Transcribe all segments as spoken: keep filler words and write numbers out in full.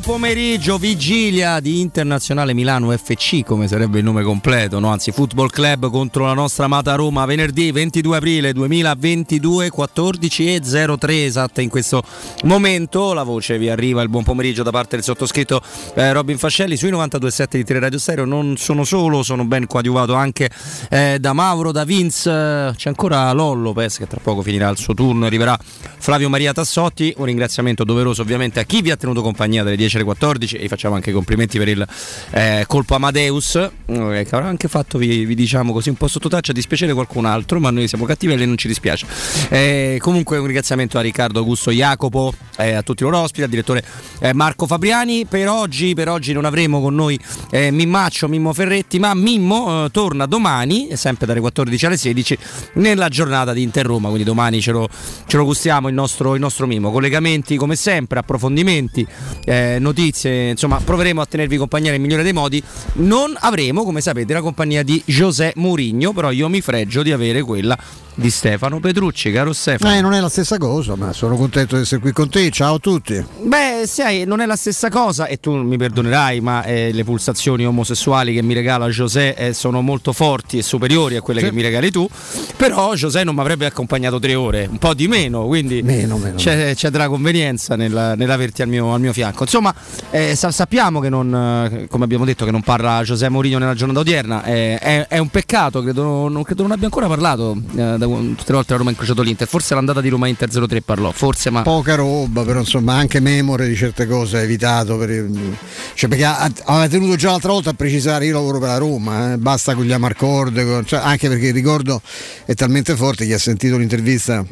Buon pomeriggio, vigilia di Internazionale Milano F C, come sarebbe il nome completo, no? Anzi Football Club contro la nostra amata Roma, venerdì ventidue aprile duemilaventidue, quattordici e zero tre esatte in questo momento. La voce vi arriva, il buon pomeriggio da parte del sottoscritto eh, Robin Fascelli sui novantadue virgola sette di Tre Radio Stereo. Non sono solo, sono ben coadiuvato anche eh, da Mauro, da Vince, c'è ancora Lollo Pes che tra poco finirà il suo turno, arriverà Flavio Maria Tassotti. Un ringraziamento doveroso ovviamente a chi vi ha tenuto compagnia dalle dieci alle quattordici e facciamo anche i complimenti per il eh, colpo Amadeus eh, che avrà anche fatto, vi, vi diciamo così, un po' sottotraccia, dispiacere qualcun altro, ma noi siamo cattivi e lei non ci dispiace. Eh, comunque un ringraziamento a Riccardo Augusto Jacopo, eh, a tutti i loro ospiti, al direttore eh, Marco Fabriani. Per oggi, per oggi non avremo con noi eh, Mimmaccio, Mimmo Ferretti, ma Mimmo eh, torna domani, sempre dalle quattordici alle sedici, nella giornata di Inter Roma, quindi domani ce lo, ce lo gustiamo il nostro, il nostro Mimmo. Collegamenti come sempre, approfondimenti, eh, notizie, insomma proveremo a tenervi compagnia nel migliore dei modi. Non avremo, come sapete, la compagnia di José Mourinho, però io mi fregio di avere quella di Stefano Petrucci. Caro Stefano, eh, non è la stessa cosa, ma sono contento di essere qui con te. Ciao a tutti. Beh, sai, non è la stessa cosa e tu mi perdonerai, ma eh, le pulsazioni omosessuali che mi regala José eh, sono molto forti e superiori a quelle sì. che mi regali tu. Però José non mi avrebbe accompagnato tre ore, un po' di meno, quindi meno, meno, c'è, meno. c'è della convenienza nel, nell'averti al mio, al mio fianco. Insomma, eh, sa, sappiamo che non, come abbiamo detto, che non parla José Mourinho nella giornata odierna. Eh, è, è un peccato, credo non, credo non abbia ancora parlato. Eh, da, tutte le volte la Roma ha incrociato l'Inter, forse l'andata di Roma Inter zero tre parlò, forse, ma poca roba, però insomma anche memore di certe cose ha evitato per il... cioè, perché aveva tenuto già l'altra volta a precisare: io lavoro per la Roma, eh, basta con gli Amarcord, con... Cioè, anche perché il ricordo è talmente forte. Chi ha sentito l'intervista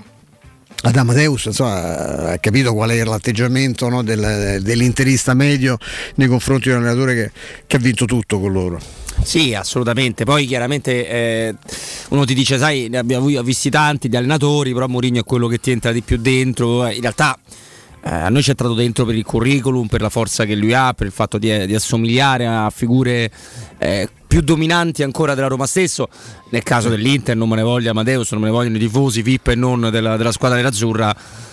ad Amadeus, insomma, ha capito qual era l'atteggiamento, no, del, dell'interista medio nei confronti di un allenatore che, che ha vinto tutto con loro. Sì, assolutamente. Poi chiaramente eh, uno ti dice, sai, ne abbiamo visti tanti di allenatori, però Mourinho è quello che ti entra di più dentro. In realtà eh, a noi ci è entrato dentro per il curriculum, per la forza che lui ha, per il fatto di, di assomigliare a figure eh, più dominanti ancora della Roma stesso. Nel caso dell'Inter non me ne voglia Amadeus, non me ne vogliono i tifosi V I P e non della, della squadra nerazzurra.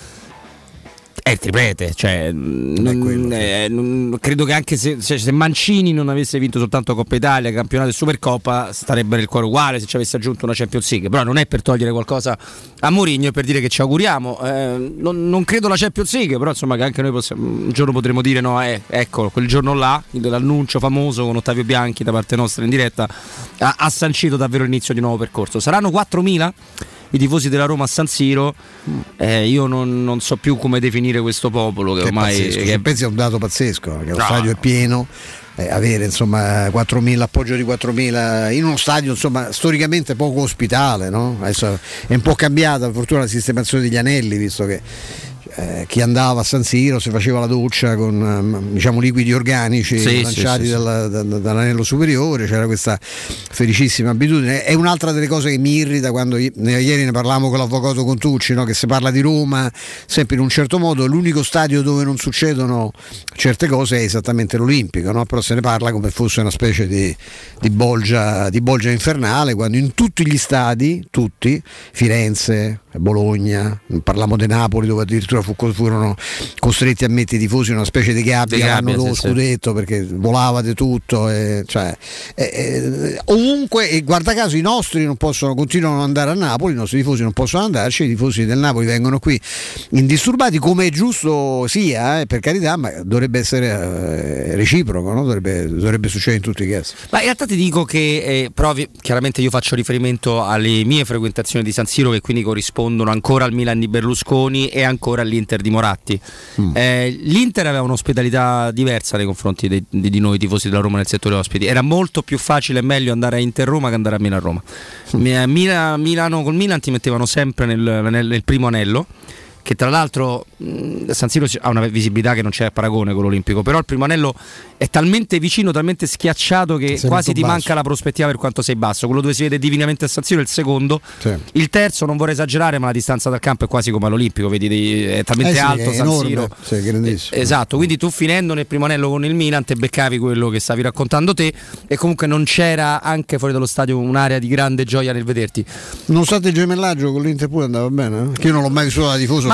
È il triplete, cioè non, quello, eh, non, credo che anche se, se, se Mancini non avesse vinto soltanto Coppa Italia, campionato e Supercoppa, starebbe nel cuore uguale se ci avesse aggiunto una Champions League. Però non è per togliere qualcosa a Mourinho, è per dire che ci auguriamo. Eh, non, non credo la Champions League, però insomma che anche noi possiamo, un giorno potremo dire no, eh, ecco, quel giorno là, l'annuncio famoso con Ottavio Bianchi da parte nostra in diretta ha, ha sancito davvero l'inizio di un nuovo percorso. Saranno quattromila i tifosi della Roma a San Siro, eh, io non, non so più come definire questo popolo che, che ormai è che pensi è un dato pazzesco, che lo no. stadio è pieno. Eh, avere insomma quattromila, appoggio di quattromila in uno stadio insomma storicamente poco ospitale, no? Adesso è un po' cambiata per fortuna la sistemazione degli anelli, visto che Eh, chi andava a San Siro si faceva la doccia con um, diciamo liquidi organici sì, lanciati sì, sì, dal, da, dall'anello superiore. C'era questa felicissima abitudine. È un'altra delle cose che mi irrita quando io, ieri ne parlavamo con l'avvocato Contucci, no? Che si parla di Roma sempre in un certo modo. L'unico stadio dove non succedono certe cose è esattamente l'Olimpico, no? Però se ne parla come fosse una specie di, di, bolgia, di bolgia infernale, quando in tutti gli stadi, tutti, Firenze, Bologna, parliamo di Napoli dove addirittura furono costretti a mettere i tifosi in una specie di gabbia l'anno dopo sì, scudetto sì. perché volava di tutto, e, cioè, e, e, ovunque, e guarda caso i nostri non possono, continuano ad andare a Napoli, i nostri tifosi non possono andarci, i tifosi del Napoli vengono qui indisturbati, come è giusto sia, eh, per carità, ma dovrebbe essere eh, reciproco, no? dovrebbe, dovrebbe succedere in tutti i casi. Ma in realtà ti dico che eh, provi, chiaramente io faccio riferimento alle mie frequentazioni di San Siro, che quindi corrispondono ancora al Milan di Berlusconi e ancora all'Inter di Moratti. Mm. Eh, L'Inter aveva un'ospitalità diversa nei confronti di, di, di noi tifosi della Roma nel settore ospiti. Era molto più facile e meglio andare a Inter Roma che andare a Milan Roma. Mm. Mila, Milano col Milan ti mettevano sempre nel, nel, nel primo anello, che tra l'altro mh, San Siro ha una visibilità che non c'è paragone con l'Olimpico, però il primo anello è talmente vicino, talmente schiacciato che sei quasi ti basso. Manca la prospettiva per quanto sei basso. Quello dove si vede divinamente a San Siro è il secondo, sì. Il terzo non vorrei esagerare, ma la distanza dal campo è quasi come all'Olimpico, vedi, è talmente eh sì, alto San enorme. Siro, sì, eh, esatto, quindi tu finendo nel primo anello con il Milan te beccavi quello che stavi raccontando te, e comunque non c'era anche fuori dallo stadio un'area di grande gioia nel vederti. Non state il gemellaggio con l'Inter pure andava bene, eh? Che io non l'ho mai vissuto da tifoso, ma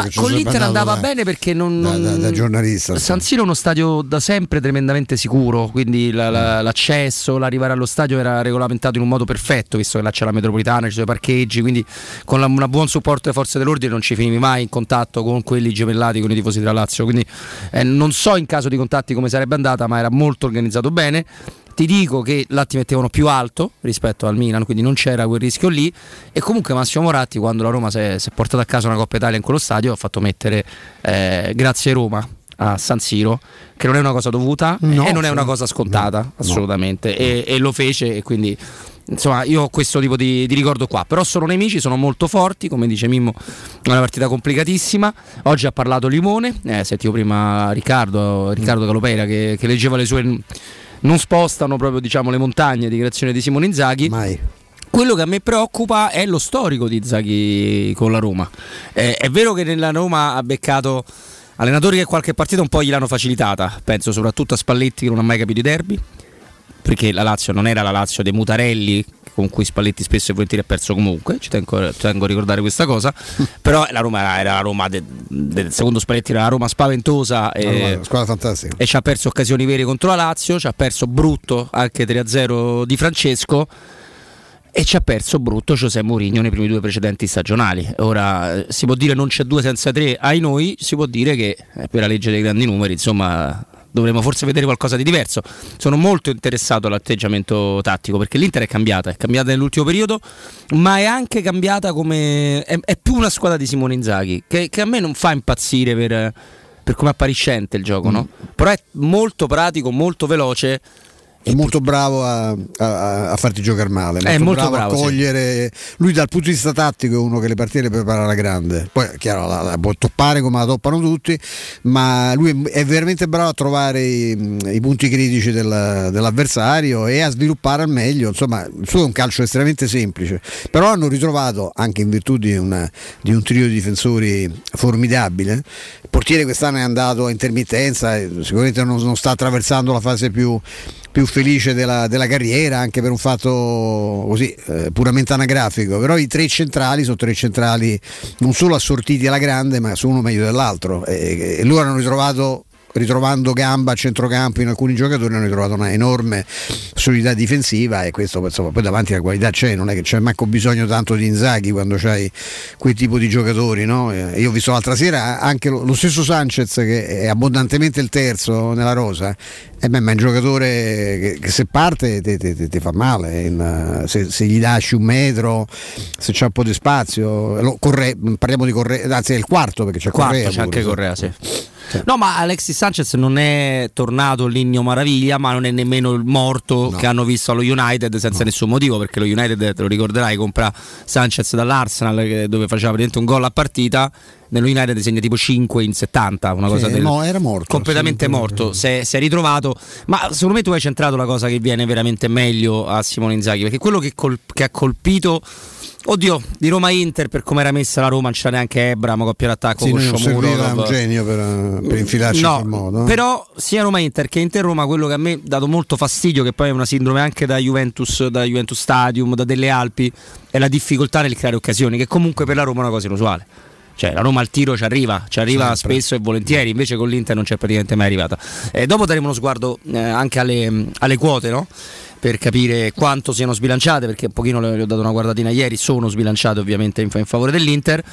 Ma con l'Inter andava da, bene perché non, da, da, da giornalista. San Siro è uno stadio da sempre tremendamente sicuro, quindi la, la, l'accesso, l'arrivare allo stadio era regolamentato in un modo perfetto, visto che là c'è la metropolitana, ci sono i parcheggi, quindi con la, una buon supporto delle forze dell'ordine non ci finivi mai in contatto con quelli gemellati, con i tifosi della Lazio, quindi eh, non so in caso di contatti come sarebbe andata, ma era molto organizzato bene. Ti dico che là ti mettevano più alto rispetto al Milan, quindi non c'era quel rischio lì, e comunque Massimo Moratti, quando la Roma si è, si è portata a casa una Coppa Italia in quello stadio, ha fatto mettere eh, grazie Roma a San Siro, che non è una cosa dovuta no, e non è una cosa scontata, no, assolutamente, no. E, e lo fece, e quindi insomma io ho questo tipo di, di ricordo qua. Però sono nemici, sono molto forti, come dice Mimmo, è una partita complicatissima. Oggi ha parlato Limone, eh, sentivo prima Riccardo Riccardo Calopera che, che leggeva le sue, non spostano proprio, diciamo, le montagne di creazione di Simone Inzaghi. Mai. Quello che a me preoccupa è lo storico di Inzaghi con la Roma. Eh, è vero che nella Roma ha beccato allenatori che qualche partita un po' gliel'hanno facilitata, penso soprattto a Spalletti, che non ha mai capito i derby, perché la Lazio non era la Lazio dei Mutarelli, con cui Spalletti spesso e volentieri ha perso comunque, ci tengo, tengo a ricordare questa cosa. Però la Roma era, era la Roma del de, secondo Spalletti, era la Roma spaventosa, e, Roma, squadra fantastica, e ci ha perso occasioni vere contro la Lazio, ci ha perso brutto anche tre a zero di Francesco, e ci ha perso brutto José Mourinho nei primi due precedenti stagionali. Ora si può dire non c'è due senza tre, ai noi si può dire che eh, per la legge dei grandi numeri, insomma, dovremmo forse vedere qualcosa di diverso. Sono molto interessato all'atteggiamento tattico, perché l'Inter è cambiata, è cambiata nell'ultimo periodo, ma è anche cambiata come è, è più una squadra di Simone Inzaghi, che, che a me non fa impazzire per, per come appariscente il gioco, no? Però è molto pratico, molto veloce. È molto bravo a, a, a farti giocare male, è molto, molto bravo, bravo a cogliere, sì. Lui dal punto di vista tattico è uno che le partite le prepara alla grande, poi è chiaro la, la può toppare come la toppano tutti, ma lui è, è veramente bravo a trovare i, i punti critici del, dell'avversario e a sviluppare al meglio. Insomma, il suo è un calcio estremamente semplice, però hanno ritrovato, anche in virtù di, una, di un trio di difensori formidabile. Il portiere quest'anno è andato a intermittenza, sicuramente non, non sta attraversando la fase più più felice della, della carriera, anche per un fatto così eh, puramente anagrafico. Però i tre centrali sono tre centrali non solo assortiti alla grande, ma sono uno meglio dell'altro, e, e loro hanno ritrovato, ritrovando gamba a centrocampo in alcuni giocatori, hanno ritrovato una enorme solidità difensiva, e questo, insomma, poi davanti la qualità c'è, non è che c'è manco bisogno tanto di Inzaghi quando c'hai quel tipo di giocatori, no? Io ho visto l'altra sera anche lo, lo stesso Sanchez, che è abbondantemente il terzo nella rosa, eh beh, ma è un giocatore che, che se parte ti fa male, in, se, se gli lasci un metro, se c'è un po' di spazio, lo, Corre, parliamo di Correa, anzi è il quarto, perché c'è quarto, Correa, c'è pure, anche sì. Correa, sì. No, ma Alexis Sanchez non è tornato l'Igno Maraviglia, ma non è nemmeno il morto no. che hanno visto allo United senza no. nessun motivo, perché lo United, te lo ricorderai, compra Sanchez dall'Arsenal, dove faceva praticamente un gol a partita. Nello United segna tipo cinque in settanta, una cosa sì, del... no, era morto, completamente morto, si è, si è ritrovato. Ma secondo me tu hai centrato la cosa che viene veramente meglio a Simone Inzaghi, perché quello che, col, che ha colpito, oddio, di Roma Inter, per come era messa la Roma, non c'era neanche Ebra, ma coppia d'attacco sì, con non serviva un genio per, per infilarci no, in quel modo. Però sia Roma Inter che Inter Roma, quello che a me ha dato molto fastidio, che poi è una sindrome anche da Juventus, da Juventus Stadium, da delle Alpi, è la difficoltà nel creare occasioni, che comunque per la Roma è una cosa inusuale. Cioè la Roma al tiro ci arriva, ci arriva sempre, spesso e volentieri, invece con l'Inter non c'è praticamente mai arrivata. Eh, dopo daremo uno sguardo eh, anche alle, alle quote, no? Per capire quanto siano sbilanciate, perché un pochino le, le ho dato una guardatina ieri, sono sbilanciate ovviamente in, in favore dell'Inter,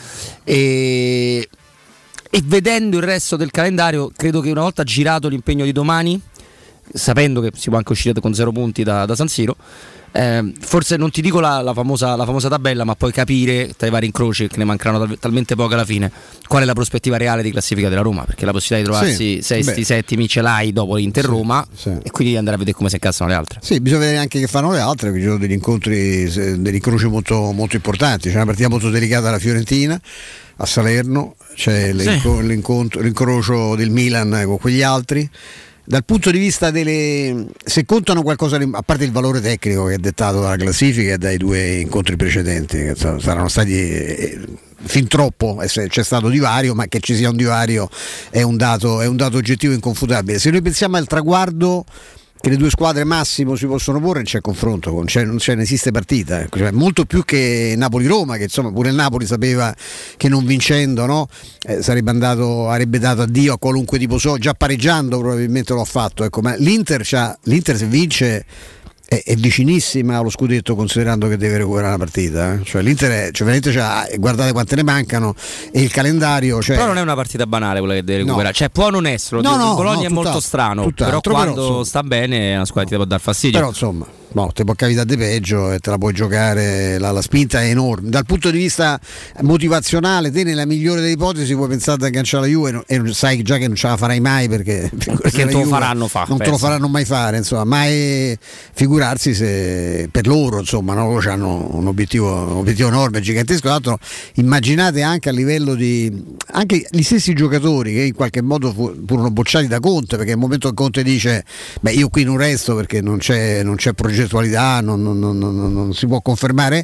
e, e vedendo il resto del calendario credo che una volta girato l'impegno di domani, sapendo che si può anche uscire con zero punti da, da San Siro, Eh, forse non ti dico la, la, famosa, la famosa tabella, ma puoi capire tra i vari incroci, che ne mancheranno tal- talmente poche alla fine, qual è la prospettiva reale di classifica della Roma, perché la possibilità di trovarsi sì, sesti, beh. settimi ce l'hai dopo l'Inter sì, Roma sì. E quindi andare a vedere come si incassano le altre. Sì, bisogna vedere anche che fanno le altre, perché ci sono degli incontri, degli incroci molto, molto importanti. C'è una partita molto delicata alla Fiorentina a Salerno, c'è sì. l'incontro, l'incrocio del Milan con quegli altri. Dal punto di vista delle, se contano qualcosa, a parte il valore tecnico che è dettato dalla classifica e dai due incontri precedenti, che saranno stati eh, fin troppo, c'è stato divario, ma che ci sia un divario è un dato, è un dato oggettivo inconfutabile. Se noi pensiamo al traguardo che le due squadre massimo si possono porre, non c'è confronto, non, c'è, non, c'è, non esiste partita, cioè, molto più che Napoli-Roma, che insomma pure il Napoli sapeva che non vincendo, no? eh, sarebbe andato, avrebbe dato addio a qualunque tipo so, già pareggiando probabilmente lo ha fatto, ecco, ma l'Inter, c'ha, l'Inter se vince è, è vicinissima allo scudetto, considerando che deve recuperare la partita, eh? Cioè l'Inter è, cioè veramente c'ha, guardate quante ne mancano, e il calendario, cioè... però non è una partita banale quella che deve recuperare, no. Cioè può non esserlo, no, no, Bologna no, è molto strano, però quando però, sta bene è una squadra che ti può dar fastidio, però insomma no, te può capitare di peggio e te la puoi giocare, la, la spinta è enorme dal punto di vista motivazionale. Te nella migliore delle ipotesi puoi pensare ad agganciare la Juve e non, sai già che non ce la farai mai, perché, perché non te lo faranno fare, non te lo faranno mai fare, insomma, mai figurarsi se per loro, insomma, no, loro hanno un obiettivo, un obiettivo enorme, gigantesco. Tra l'altro immaginate anche a livello di anche gli stessi giocatori che in qualche modo furono bocciati da Conte, perché nel momento che Conte dice beh io qui non resto perché non c'è, non c'è progetto, Non, non, non, non, non si può confermare,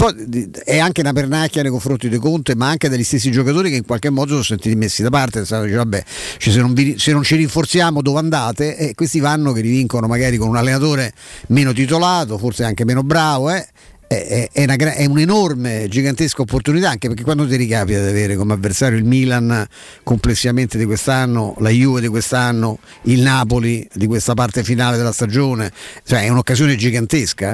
è anche una pernacchia nei confronti di Conte, ma anche degli stessi giocatori che in qualche modo sono sentiti messi da parte, dice, vabbè, cioè, se, non vi, se non ci rinforziamo dove andate, e questi vanno che rivincono magari con un allenatore meno titolato, forse anche meno bravo, eh. È, è, una, è un'enorme, gigantesca opportunità, anche perché quando ti ricapita di avere come avversario il Milan complessivamente di quest'anno, la Juve di quest'anno, il Napoli di questa parte finale della stagione, cioè è un'occasione gigantesca.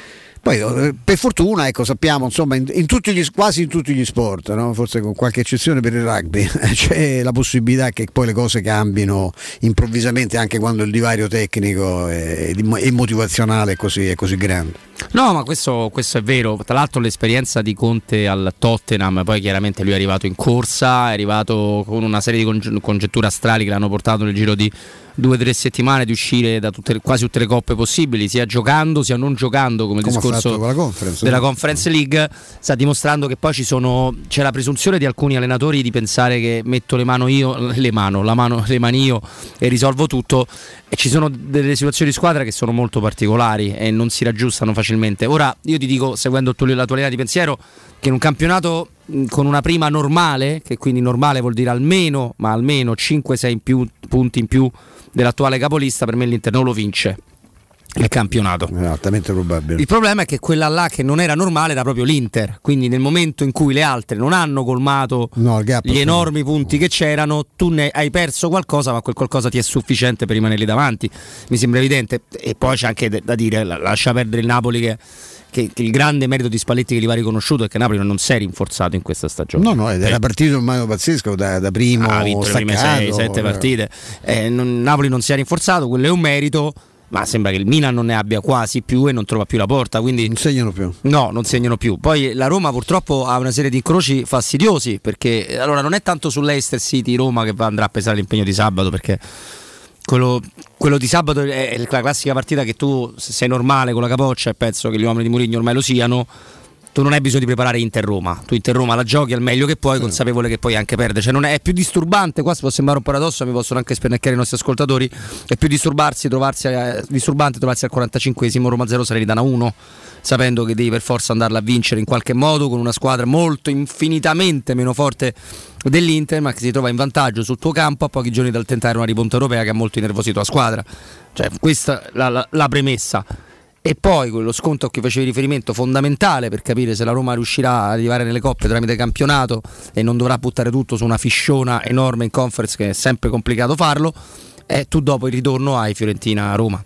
Poi per fortuna, ecco, sappiamo, insomma, in, in tutti gli, quasi in tutti gli sport, no? Forse con qualche eccezione per il rugby, c'è la possibilità che poi le cose cambino improvvisamente, anche quando il divario tecnico e, e motivazionale è così, è così grande. No, ma questo, questo è vero. Tra l'altro l'esperienza di Conte al Tottenham, poi chiaramente lui è arrivato in corsa, è arrivato con una serie di congetture astrali che l'hanno portato nel giro di due o tre settimane di uscire da tutte, quasi tutte le coppe possibili, sia giocando sia non giocando, come il come discorso con la conference, della no? Conference League, sta dimostrando che poi ci sono, c'è la presunzione di alcuni allenatori di pensare che metto le mano io, le mano, la mano, le mani io e risolvo tutto, e ci sono delle situazioni di squadra che sono molto particolari e non si raggiustano facilmente. Ora io ti dico, seguendo la tua linea di pensiero, che in un campionato con una prima normale, che quindi normale vuol dire almeno, ma almeno cinque sei in più, punti in più dell'attuale capolista, per me l'Inter non lo vince il campionato. È altamente probabile. Il problema è che quella là che non era normale era proprio l'Inter, quindi nel momento in cui le altre non hanno colmato no, gap, gli enormi no. punti che c'erano, tu ne hai perso qualcosa, ma quel qualcosa ti è sufficiente per rimanere lì davanti, mi sembra evidente. E poi c'è anche da dire, lascia perdere il Napoli, che Che, che il grande merito di Spalletti che gli va riconosciuto è che Napoli non si è rinforzato in questa stagione. No, no, ed era partito in mano pazzesco da, da primo, ha vinto staccato, le prime sei sette partite. Eh, non, Napoli non si è rinforzato, quello è un merito, ma sembra che il Milan non ne abbia quasi più e non trova più la porta, quindi non segnano più. No, non segnano più. Poi la Roma purtroppo ha una serie di incroci fastidiosi, perché allora non è tanto sull'Leicester City Roma che va, andrà a pesare l'impegno di sabato, perché Quello, quello di sabato è la classica partita che tu, se sei normale con la capoccia, e penso che gli uomini di Mourinho ormai lo siano, tu non hai bisogno di preparare Inter-Roma, tu Inter-Roma la giochi al meglio che puoi, consapevole che puoi anche perdere, cioè non è, è più disturbante, qua può sembrare un paradosso, mi possono anche spennacchiare i nostri ascoltatori, è più disturbarsi, trovarsi a, disturbante trovarsi al quarantacinquesimo Roma zero Salernitana uno, sapendo che devi per forza andarla a vincere in qualche modo con una squadra molto infinitamente meno forte dell'Inter, ma che si trova in vantaggio sul tuo campo a pochi giorni dal tentare una rimonta europea che ha molto innervosito la squadra. Cioè questa è la, la, la premessa. E poi quello sconto a cui facevi riferimento, fondamentale per capire se la Roma riuscirà ad arrivare nelle coppe tramite campionato e non dovrà buttare tutto su una fisciona enorme in Conference, che è sempre complicato farlo, e tu dopo il ritorno hai Fiorentina-Roma.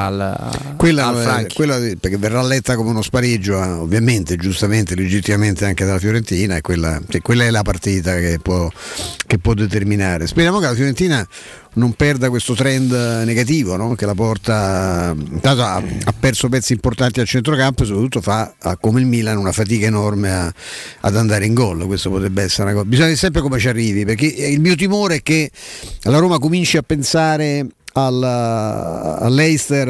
Al, quella, al quella perché verrà letta come uno spareggio, eh, ovviamente, giustamente, legittimamente anche dalla Fiorentina, e quella, cioè, quella è la partita che può, che può determinare. Speriamo che la Fiorentina non perda questo trend negativo, no? Che la porta, tanto ha, ha perso pezzi importanti al centrocampo e soprattutto fa, ha, come il Milan, una fatica enorme a, ad andare in gol. Questo potrebbe essere una cosa, bisogna vedere sempre come ci arrivi, perché il mio timore è che la Roma cominci a pensare Al, all'Eister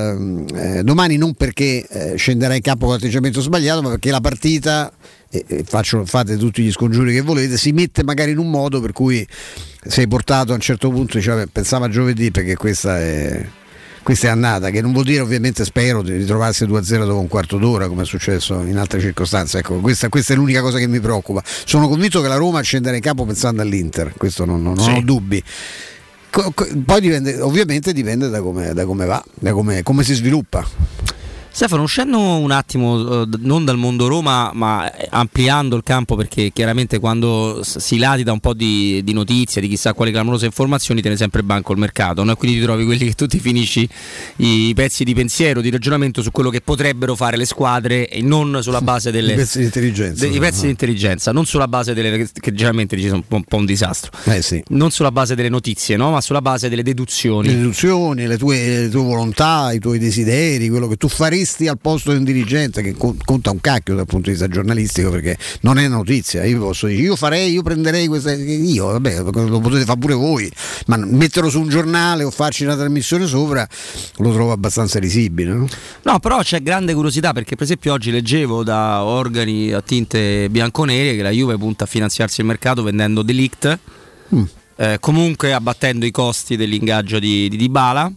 eh, domani, non perché eh, scenderà in campo con l'atteggiamento sbagliato, ma perché la partita, eh, eh, faccio, fate tutti gli scongiuri che volete, si mette magari in un modo per cui sei portato a un certo punto, diciamo, pensava a giovedì, perché questa è questa è annata, che non vuol dire, ovviamente, spero di ritrovarsi due a zero dopo un quarto d'ora come è successo in altre circostanze. Ecco, questa, questa è l'unica cosa che mi preoccupa. Sono convinto che la Roma scenderà in campo pensando all'Inter, questo non, non, non sì. ho dubbi. co- co- poi dipende, ovviamente dipende da come, da come va, da come, come si sviluppa. Stefano, uscendo un attimo eh, non dal mondo Roma, ma ampliando il campo, perché chiaramente quando si latita un po' di, di notizie, di chissà quali clamorose informazioni, tiene sempre banco il mercato, no? E quindi ti trovi quelli che tu ti finisci i pezzi di pensiero, di ragionamento su quello che potrebbero fare le squadre e non sulla base delle I pezzi di intelligenza, de, i pezzi no. di intelligenza, non sulla base delle, che generalmente dici sono un po', un po' un disastro, eh sì. non sulla base delle notizie, no? Ma sulla base delle deduzioni, le deduzioni, le tue, le tue volontà, i tuoi desideri, quello che tu faresti al posto di un dirigente, che conta un cacchio dal punto di vista giornalistico, perché non è notizia. Io posso dire, io farei, io prenderei questa, io vabbè, lo potete fare pure voi, ma metterlo su un giornale o farci una trasmissione sopra lo trovo abbastanza risibile, no? No, però c'è grande curiosità, perché per esempio oggi leggevo da organi a tinte bianconere che la Juve punta a finanziarsi il mercato vendendo De Ligt, mm. eh, comunque abbattendo i costi dell'ingaggio di, di Dybala,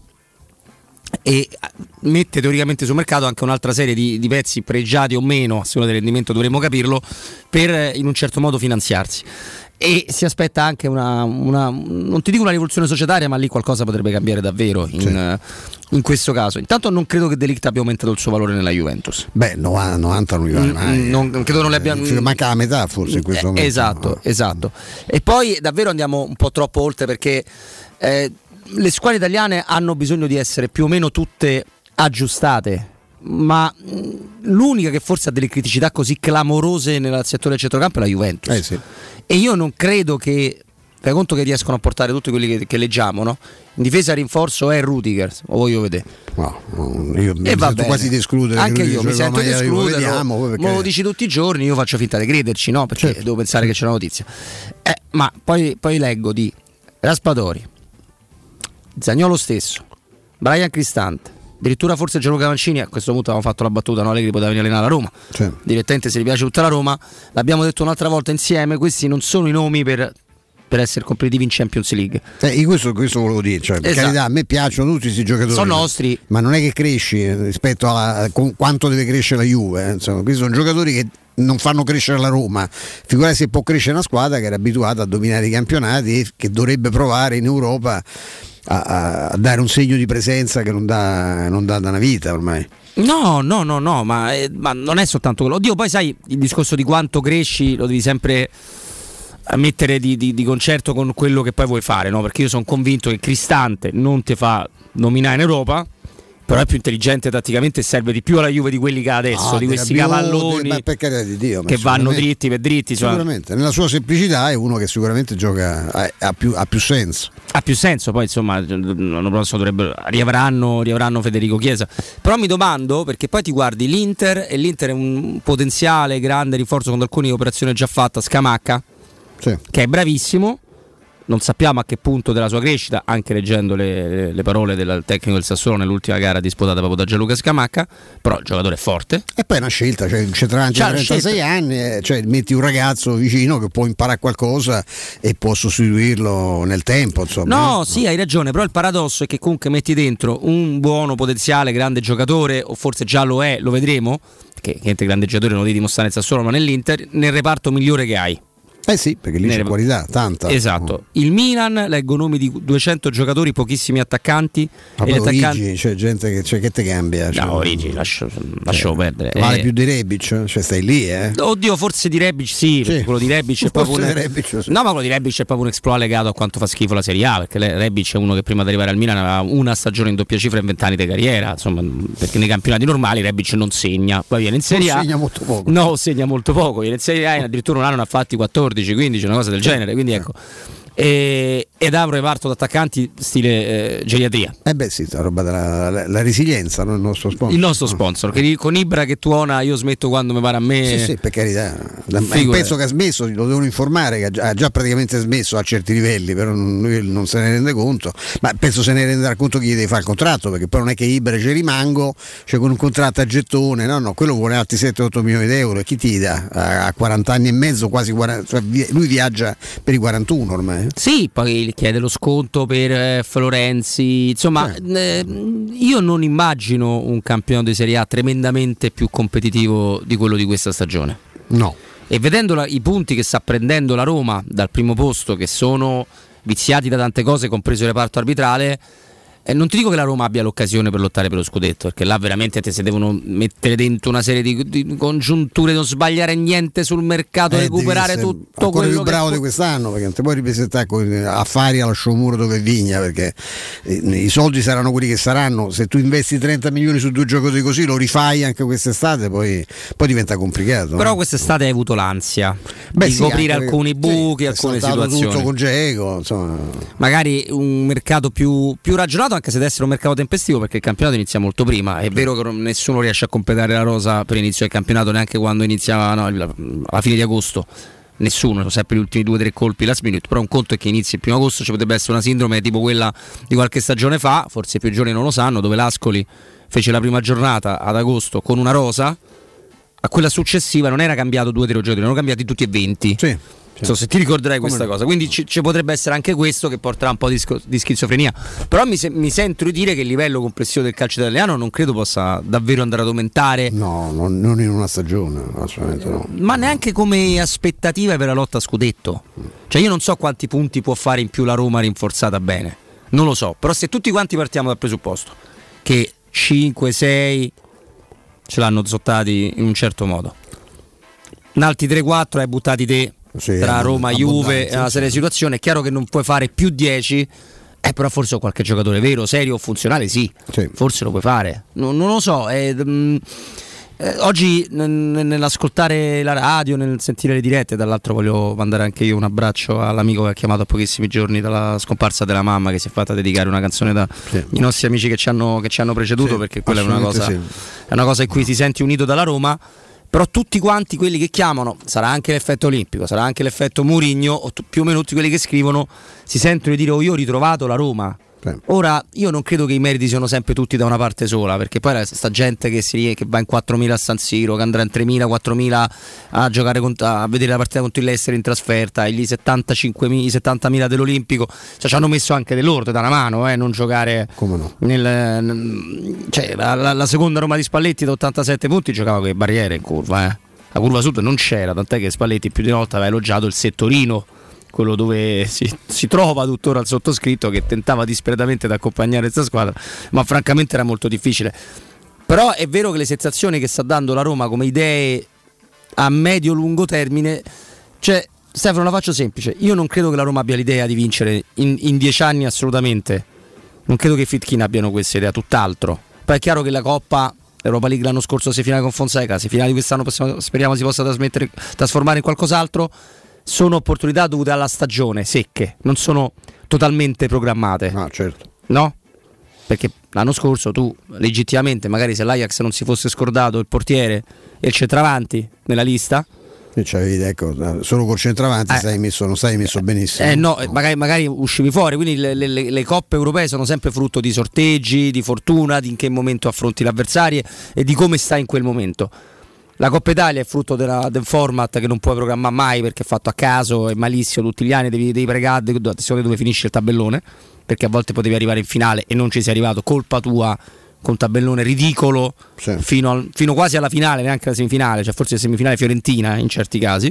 e mette teoricamente sul mercato anche un'altra serie di, di pezzi pregiati o meno, a seconda del rendimento dovremmo capirlo, per in un certo modo finanziarsi, e si aspetta anche una, una non ti dico una rivoluzione societaria, ma lì qualcosa potrebbe cambiare davvero in, sì. in questo caso. Intanto non credo che De Ligt abbia aumentato il suo valore nella Juventus. Beh, novanta non gli va mai. Mm, non, credo non le abbia... manca la metà forse in questo eh, momento. Esatto, no. esatto. E poi davvero andiamo un po' troppo oltre, perché eh, le squadre italiane hanno bisogno di essere più o meno tutte aggiustate, ma l'unica che forse ha delle criticità così clamorose nel settore del centrocampo è la Juventus, eh sì. E io non credo che, fai conto che riescono a portare tutti quelli che, che leggiamo, no? In difesa a rinforzo è Rudiger, o voglio vedere. No, io mi e sento quasi di escludere. Anche io mi sento di escludere. Perché... Me lo dici tutti i giorni, io faccio finta di crederci, no? Perché certo. Devo pensare che c'è una notizia. Eh, ma poi, poi leggo di Raspadori, Zaniolo stesso, Brian Cristante, addirittura forse Gianluca Mancini. A questo punto avevamo fatto la battuta, no? Allegri poteva venire allenare a Roma, sì. Direttamente se gli piace tutta la Roma. L'abbiamo detto un'altra volta insieme, questi non sono i nomi per, per essere competitivi in Champions League. Eh, questo, questo volevo dire, cioè, per esatto. carità, a me piacciono tutti questi giocatori, sono nostri, ma non è che cresci rispetto a quanto deve crescere la Juve, eh. Insomma, questi sono giocatori che non fanno crescere la Roma. Figurati se può crescere una squadra che era abituata a dominare i campionati e che dovrebbe provare in Europa A, a dare un segno di presenza che non dà, non dà da una vita ormai. No, no, no, no, ma, eh, ma non è soltanto quello. Oddio, poi sai, il discorso di quanto cresci lo devi sempre mettere di, di, di concerto con quello che poi vuoi fare, no? Perché io sono convinto che Cristante non ti fa nominare in Europa, però è più intelligente tatticamente e serve di più alla Juve di quelli che ha adesso, ah, di questi cavalloni ma per carità di Dio, che vanno dritti per dritti. Sicuramente, cioè, nella sua semplicità è uno che sicuramente gioca, ha, ha, più, ha più senso. Ha più senso, poi insomma l'anno prossimo dovrebbero, riavranno, riavranno Federico Chiesa. Però mi domando, perché poi ti guardi l'Inter, e l'Inter è un potenziale grande rinforzo con alcune operazioni già fatte, Scamacca, sì. Che è bravissimo. Non sappiamo a che punto della sua crescita, anche leggendo le, le, le parole del tecnico del Sassuolo nell'ultima gara disputata proprio da Gianluca Scamacca, però il giocatore è forte. E poi è una scelta, cioè un centravanti di trentasei anni, cioè metti un ragazzo vicino che può imparare qualcosa e può sostituirlo nel tempo, insomma. No, sì, no. Hai ragione, però il paradosso è che comunque metti dentro un buono potenziale grande giocatore, o forse già lo è, lo vedremo, perché niente grande giocatore non lo devi dimostrare nel Sassuolo, ma nell'Inter, nel reparto migliore che hai. Eh sì, perché lì c'è qualità, tanta. Esatto. Il Milan, leggo nomi di duecento giocatori, pochissimi attaccanti. Ma poi attaccanti... c'è gente che, cioè, che te cambia. Cioè... No, Origi, lascio, lasciamo eh, perdere. Vale eh... più di Rebic, cioè stai lì, eh. Oddio, forse di Rebic sì, sì. Quello di Rebic è proprio un... Rebic, sì. No, ma quello di Rebic è proprio un exploit legato a quanto fa schifo la Serie A, perché Rebic è uno che prima di arrivare al Milan aveva una stagione in doppia cifra in vent'anni di carriera, insomma, perché nei campionati normali Rebic non segna, poi viene in Serie A. Non segna molto poco. No, segna molto poco, viene in Serie A e addirittura un anno ne ha fatti quattordici, quindici, una cosa del genere, quindi ecco. E, ed ha un reparto d'attaccanti stile eh, geriatria. Eh beh sì, la roba della la, la resilienza, no? Il nostro sponsor. Il nostro sponsor, che con Ibra che tuona io smetto quando mi pare a me. Sì, sì, per carità. È un pezzo che ha smesso, lo devono informare, che ha già, ha già praticamente smesso a certi livelli, però lui non se ne rende conto. Ma penso se ne renderà conto chi gli deve fare il contratto, perché poi non è che Ibra ci rimango, cioè con un contratto a gettone, no, no, quello vuole altri sette otto milioni di euro, e chi ti dà? A quaranta anni e mezzo, quasi quaranta, cioè lui viaggia per i quarantuno ormai. Sì, poi chiede lo sconto per eh, Florenzi, insomma eh, io non immagino un campionato di Serie A tremendamente più competitivo di quello di questa stagione. No. E vedendo la, i punti che sta prendendo la Roma dal primo posto, che sono viziati da tante cose, compreso il reparto arbitrale. Eh, non ti dico che la Roma abbia l'occasione per lottare per lo scudetto, perché là veramente te si devono mettere dentro una serie di, di congiunture, non sbagliare niente sul mercato, eh, recuperare tutto quello più bravo che... di quest'anno, perché non ti puoi ripresentare con affari alla Sciomuro dove Vigna, perché i soldi saranno quelli che saranno. Se tu investi trenta milioni su due giocatori così, lo rifai anche quest'estate, poi, poi diventa complicato. Però no? quest'estate hai avuto l'ansia Beh, di sì, coprire alcuni sì, buchi, alcune situazioni. Tutto con Geco, insomma. Magari un mercato più, più ragionato, anche se deve essere un mercato tempestivo, perché il campionato inizia molto prima. È vero che nessuno riesce a completare la rosa per inizio del campionato, neanche quando iniziava, no, alla fine di agosto. Nessuno, sono sempre gli ultimi due o tre colpi last minute. Però un conto è che inizi il primo agosto, ci potrebbe essere una sindrome tipo quella di qualche stagione fa, forse i più giovani non lo sanno, dove l'Ascoli fece la prima giornata ad agosto con una rosa, a quella successiva non era cambiato due o tre giocatori, erano cambiati tutti e venti. Sì. So, se ti ricorderai Come questa no? cosa, quindi ci, ci potrebbe essere anche questo che porterà un po' di, sco- di schizofrenia. Però mi, se- mi sento di dire che il livello complessivo del calcio italiano non credo possa davvero andare ad aumentare. No, non, non in una stagione, assolutamente no. Ma neanche come aspettative per la lotta a scudetto. Cioè io non so quanti punti può fare in più la Roma rinforzata bene, non lo so. Però se tutti quanti partiamo dal presupposto che cinque sei ce l'hanno zottati in un certo modo, in altri tre quattro hai buttati te. Sì, tra Roma e Juve è una serie di situazioni. È chiaro che non puoi fare più dieci, eh, però forse qualche giocatore vero, serio, funzionale sì, sì. Forse lo puoi fare, non, non lo so. eh, mh, eh, oggi n- nell'ascoltare la radio, nel sentire le dirette, dall'altro voglio mandare anche io un abbraccio all'amico che ha chiamato a pochissimi giorni dalla scomparsa della mamma, che si è fatta dedicare una canzone dai sì. nostri amici che ci hanno, che ci hanno preceduto, sì, perché quella è una cosa, sì. è una cosa in cui ti senti unito dalla Roma. Però tutti quanti quelli che chiamano, sarà anche l'effetto olimpico, sarà anche l'effetto Mourinho, o t- più o meno tutti quelli che scrivono si sentono di dire oh, io ho ritrovato la Roma. Sì. Ora io non credo che i meriti siano sempre tutti da una parte sola, perché poi sta gente che, si, che va in quattromila a San Siro, che andrà in tremila, quattromila a giocare contro, a vedere la partita contro il Leicester in trasferta, e gli settantacinquemila, i settantamila dell'Olimpico, cioè ci hanno messo anche dell'orto da una mano, eh, non giocare. Come no? Nel, cioè, la, la, la seconda Roma di Spalletti da ottantasette punti giocava con le barriere in curva, eh. La curva sud non c'era, tant'è che Spalletti più di una volta aveva elogiato il settorino, quello dove si, si trova tuttora il sottoscritto, che tentava disperatamente di accompagnare questa squadra, ma francamente era molto difficile. Però è vero che le sensazioni che sta dando la Roma come idee a medio-lungo termine, cioè Stefano, la faccio semplice, io non credo che la Roma abbia l'idea di vincere in, in dieci anni, assolutamente, non credo che i Fritkin abbiano questa idea, tutt'altro. Poi è chiaro che la Coppa, l'Europa League l'anno scorso si finale con Fonseca, si finale di quest'anno possiamo, speriamo si possa trasmettere, trasformare in qualcos'altro. Sono opportunità dovute alla stagione, secche, non sono totalmente programmate. Ah, certo. No? Perché l'anno scorso tu legittimamente, magari se l'Ajax non si fosse scordato il portiere e il centravanti nella lista, cioè, ecco, solo col centravanti eh, stai messo, non stai messo benissimo. Eh no, no. Magari, magari uscivi fuori, quindi le, le, le coppe europee sono sempre frutto di sorteggi, di fortuna, di in che momento affronti l'avversario e di come stai in quel momento. La Coppa Italia è frutto della, del format che non puoi programmare mai, perché è fatto a caso, è malissimo tutti gli anni, devi, devi pregare attenzione dove finisce il tabellone, perché a volte potevi arrivare in finale e non ci sei arrivato, colpa tua, con un tabellone ridicolo, sì. fino, al, fino quasi alla finale, neanche alla semifinale, cioè forse semifinale fiorentina in certi casi,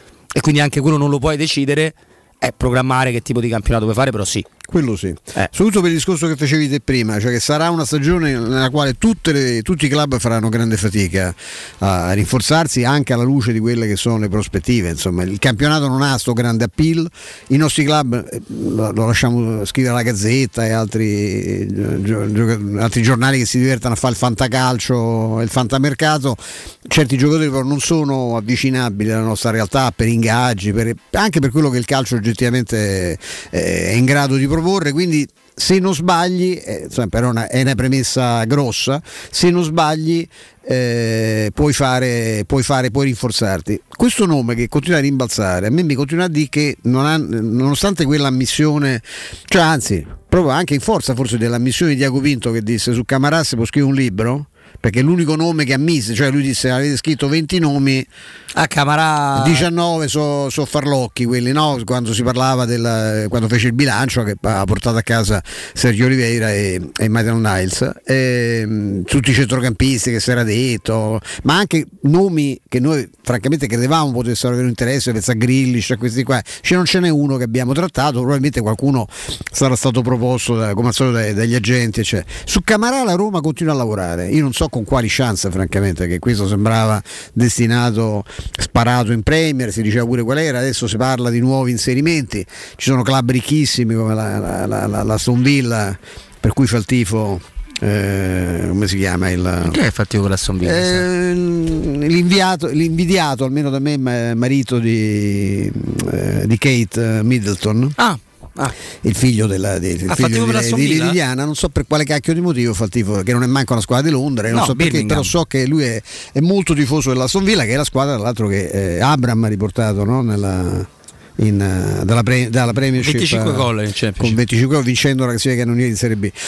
e quindi anche quello non lo puoi decidere, è programmare che tipo di campionato puoi fare, però sì. Quello sì, eh. soprattutto per il discorso che facevi te prima, cioè che sarà una stagione nella quale tutte le, tutti i club faranno grande fatica a rinforzarsi, anche alla luce di quelle che sono le prospettive. Insomma, il campionato non ha sto grande appeal, i nostri club lo, lo lasciamo scrivere alla Gazzetta e altri, gio, altri giornali che si divertono a fare il fantacalcio e il fantamercato, certi giocatori però non sono avvicinabili alla nostra realtà per ingaggi, per, anche per quello che il calcio oggettivamente è in grado di proporre, quindi se non sbagli, eh, insomma, però una, è una premessa grossa, se non sbagli eh, puoi fare, puoi fare, puoi rinforzarti. Questo nome che continua a rimbalzare, a me mi continua a dire che non ha, nonostante quell'ammissione, cioè anzi, proprio anche in forza forse dell'ammissione di Diaco Pinto che disse su Camarà si può scrivere un libro, perché l'unico nome che ammise, cioè lui disse avete scritto venti nomi, a Camarà diciannove sono so farlocchi quelli, no? Quando si parlava del, quando fece il bilancio che ha portato a casa Sergio Oliveira e, e Maitland Niles, e, tutti i centrocampisti che si era detto, ma anche nomi che noi francamente credevamo potessero avere un interesse, pensa a Grealish, a questi qua, cioè non ce n'è uno che abbiamo trattato, probabilmente qualcuno sarà stato proposto da, come al solito dai, dagli agenti, cioè. Su Camarà la Roma continua a lavorare, io non so con quali chance francamente, che questo sembrava destinato, sparato in Premier, si diceva pure qual era, adesso si parla di nuovi inserimenti, ci sono club ricchissimi come la, la, la, la, la Aston Villa, per cui fa il tifo, eh, come si chiama il, che è il tifo per l'Aston Villa? Eh, l'inviato, l'invidiato almeno da me marito di, eh, di Kate Middleton. Ah. Ah. Il figlio, della, di, il figlio di, di, di Liliana, non so per quale cacchio di motivo fa il tifo, che non è manco una squadra di Londra, non no, so perché, però so che lui è, è molto tifoso dell'Aston Villa, che è la squadra tra l'altro che eh, Abram ha riportato, no? Nella, in, dalla, pre, dalla Premiership venticinque gol in Championship, con venticinque gol, vincendo la classifica canoniere in Serie B.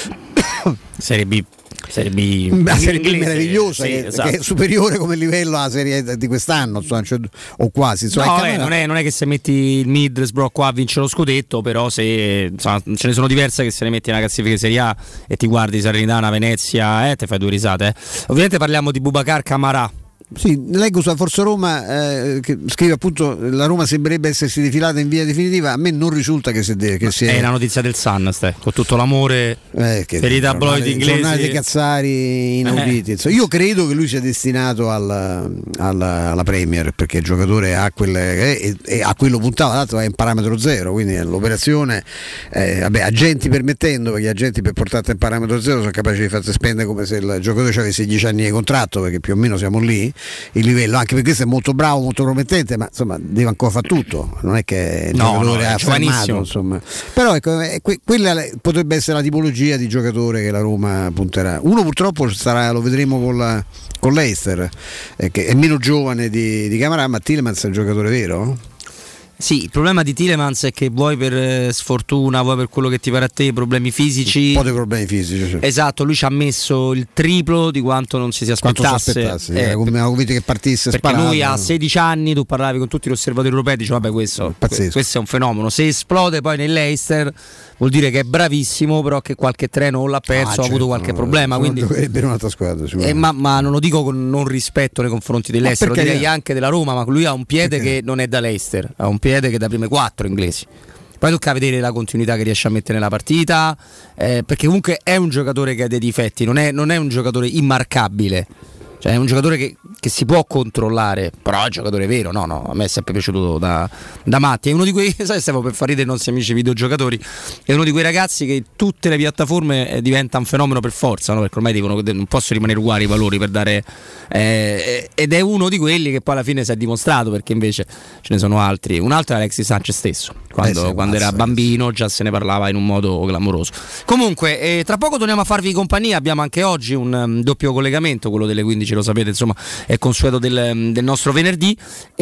Serie B Serie B, la Serie B meravigliosa, sì, che, esatto. che è superiore come livello alla Serie di quest'anno, insomma, cioè, o quasi. Insomma, no, eh, non, è, non è che se metti il Middlesbrough qua a vincere lo scudetto, però se insomma, ce ne sono diverse che se ne metti nella classifica di Serie A e ti guardi Salernitana, Venezia, eh, te fai due risate. Eh. Ovviamente parliamo di Boubacar Camarà. Sì, leggo su Forza Roma eh, che scrive appunto la Roma sembrerebbe essersi defilata in via definitiva, a me non risulta che si, de- che si è... è la notizia del Sun, ste, con tutto l'amore eh, che per i tabloid inglesi, giornali dei cazzari inauditi. Eh. Io credo che lui sia destinato alla, alla, alla Premier, perché il giocatore ha quelle, eh, e a quello puntava, l'altro è in parametro zero, quindi l'operazione eh, vabbè, agenti permettendo, perché gli agenti per portarti in parametro zero sono capaci di farti spendere come se il giocatore avesse dieci anni di contratto, perché più o meno siamo lì il livello, anche perché questo è molto bravo, molto promettente, ma insomma deve ancora fare tutto, non è che il no, giocatore no, ha fermato, insomma. Però ecco, que- quella potrebbe essere la tipologia di giocatore che la Roma punterà. Uno purtroppo sarà, lo vedremo con, la, con l'Eister, eh, che è meno giovane di, di Camarà, ma Tielemans è un giocatore vero? Sì, il problema di Tielemans è che vuoi per eh, sfortuna, vuoi per quello che ti pare a te, problemi fisici. Un po' di problemi fisici. Cioè. Esatto, lui ci ha messo il triplo di quanto non si si aspettasse. Quanto si aspettasse, eh, come avevo convinto che partisse perché sparato. Lui a sedici anni, tu parlavi con tutti gli osservatori europei, dicevo vabbè questo, questo è un fenomeno. Se esplode poi nell'Eister vuol dire che è bravissimo, però che qualche treno o l'ha perso, ah, certo, ha avuto qualche no, problema. Quindi dovrebbe un'altra squadra. Eh, ma, ma non lo dico con non rispetto nei confronti dell'Eister, lo direi anche della Roma, ma lui ha un piede perché? Che non è da Leicester, ha un piede che è da prime quattro inglesi. Poi tocca vedere la continuità che riesce a mettere nella partita, eh, perché comunque è un giocatore che ha dei difetti, non è, non è un giocatore immarcabile. Cioè è un giocatore che, che si può controllare, però è un giocatore vero, no, no, a me è sempre piaciuto da, da matti. È uno di quei, sai, stavo per far ridere i nostri amici videogiocatori, è uno di quei ragazzi che tutte le piattaforme eh, diventa un fenomeno per forza, no? Perché ormai devono, non possono rimanere uguali i valori per dare, eh, ed è uno di quelli che poi alla fine si è dimostrato, perché invece ce ne sono altri. Un altro è Alexis Sanchez stesso, quando, eh, quando era bambino già se ne parlava in un modo clamoroso. Comunque, eh, tra poco torniamo a farvi compagnia, abbiamo anche oggi un um, doppio collegamento, quello delle quindici, lo sapete, insomma è consueto del, del nostro venerdì,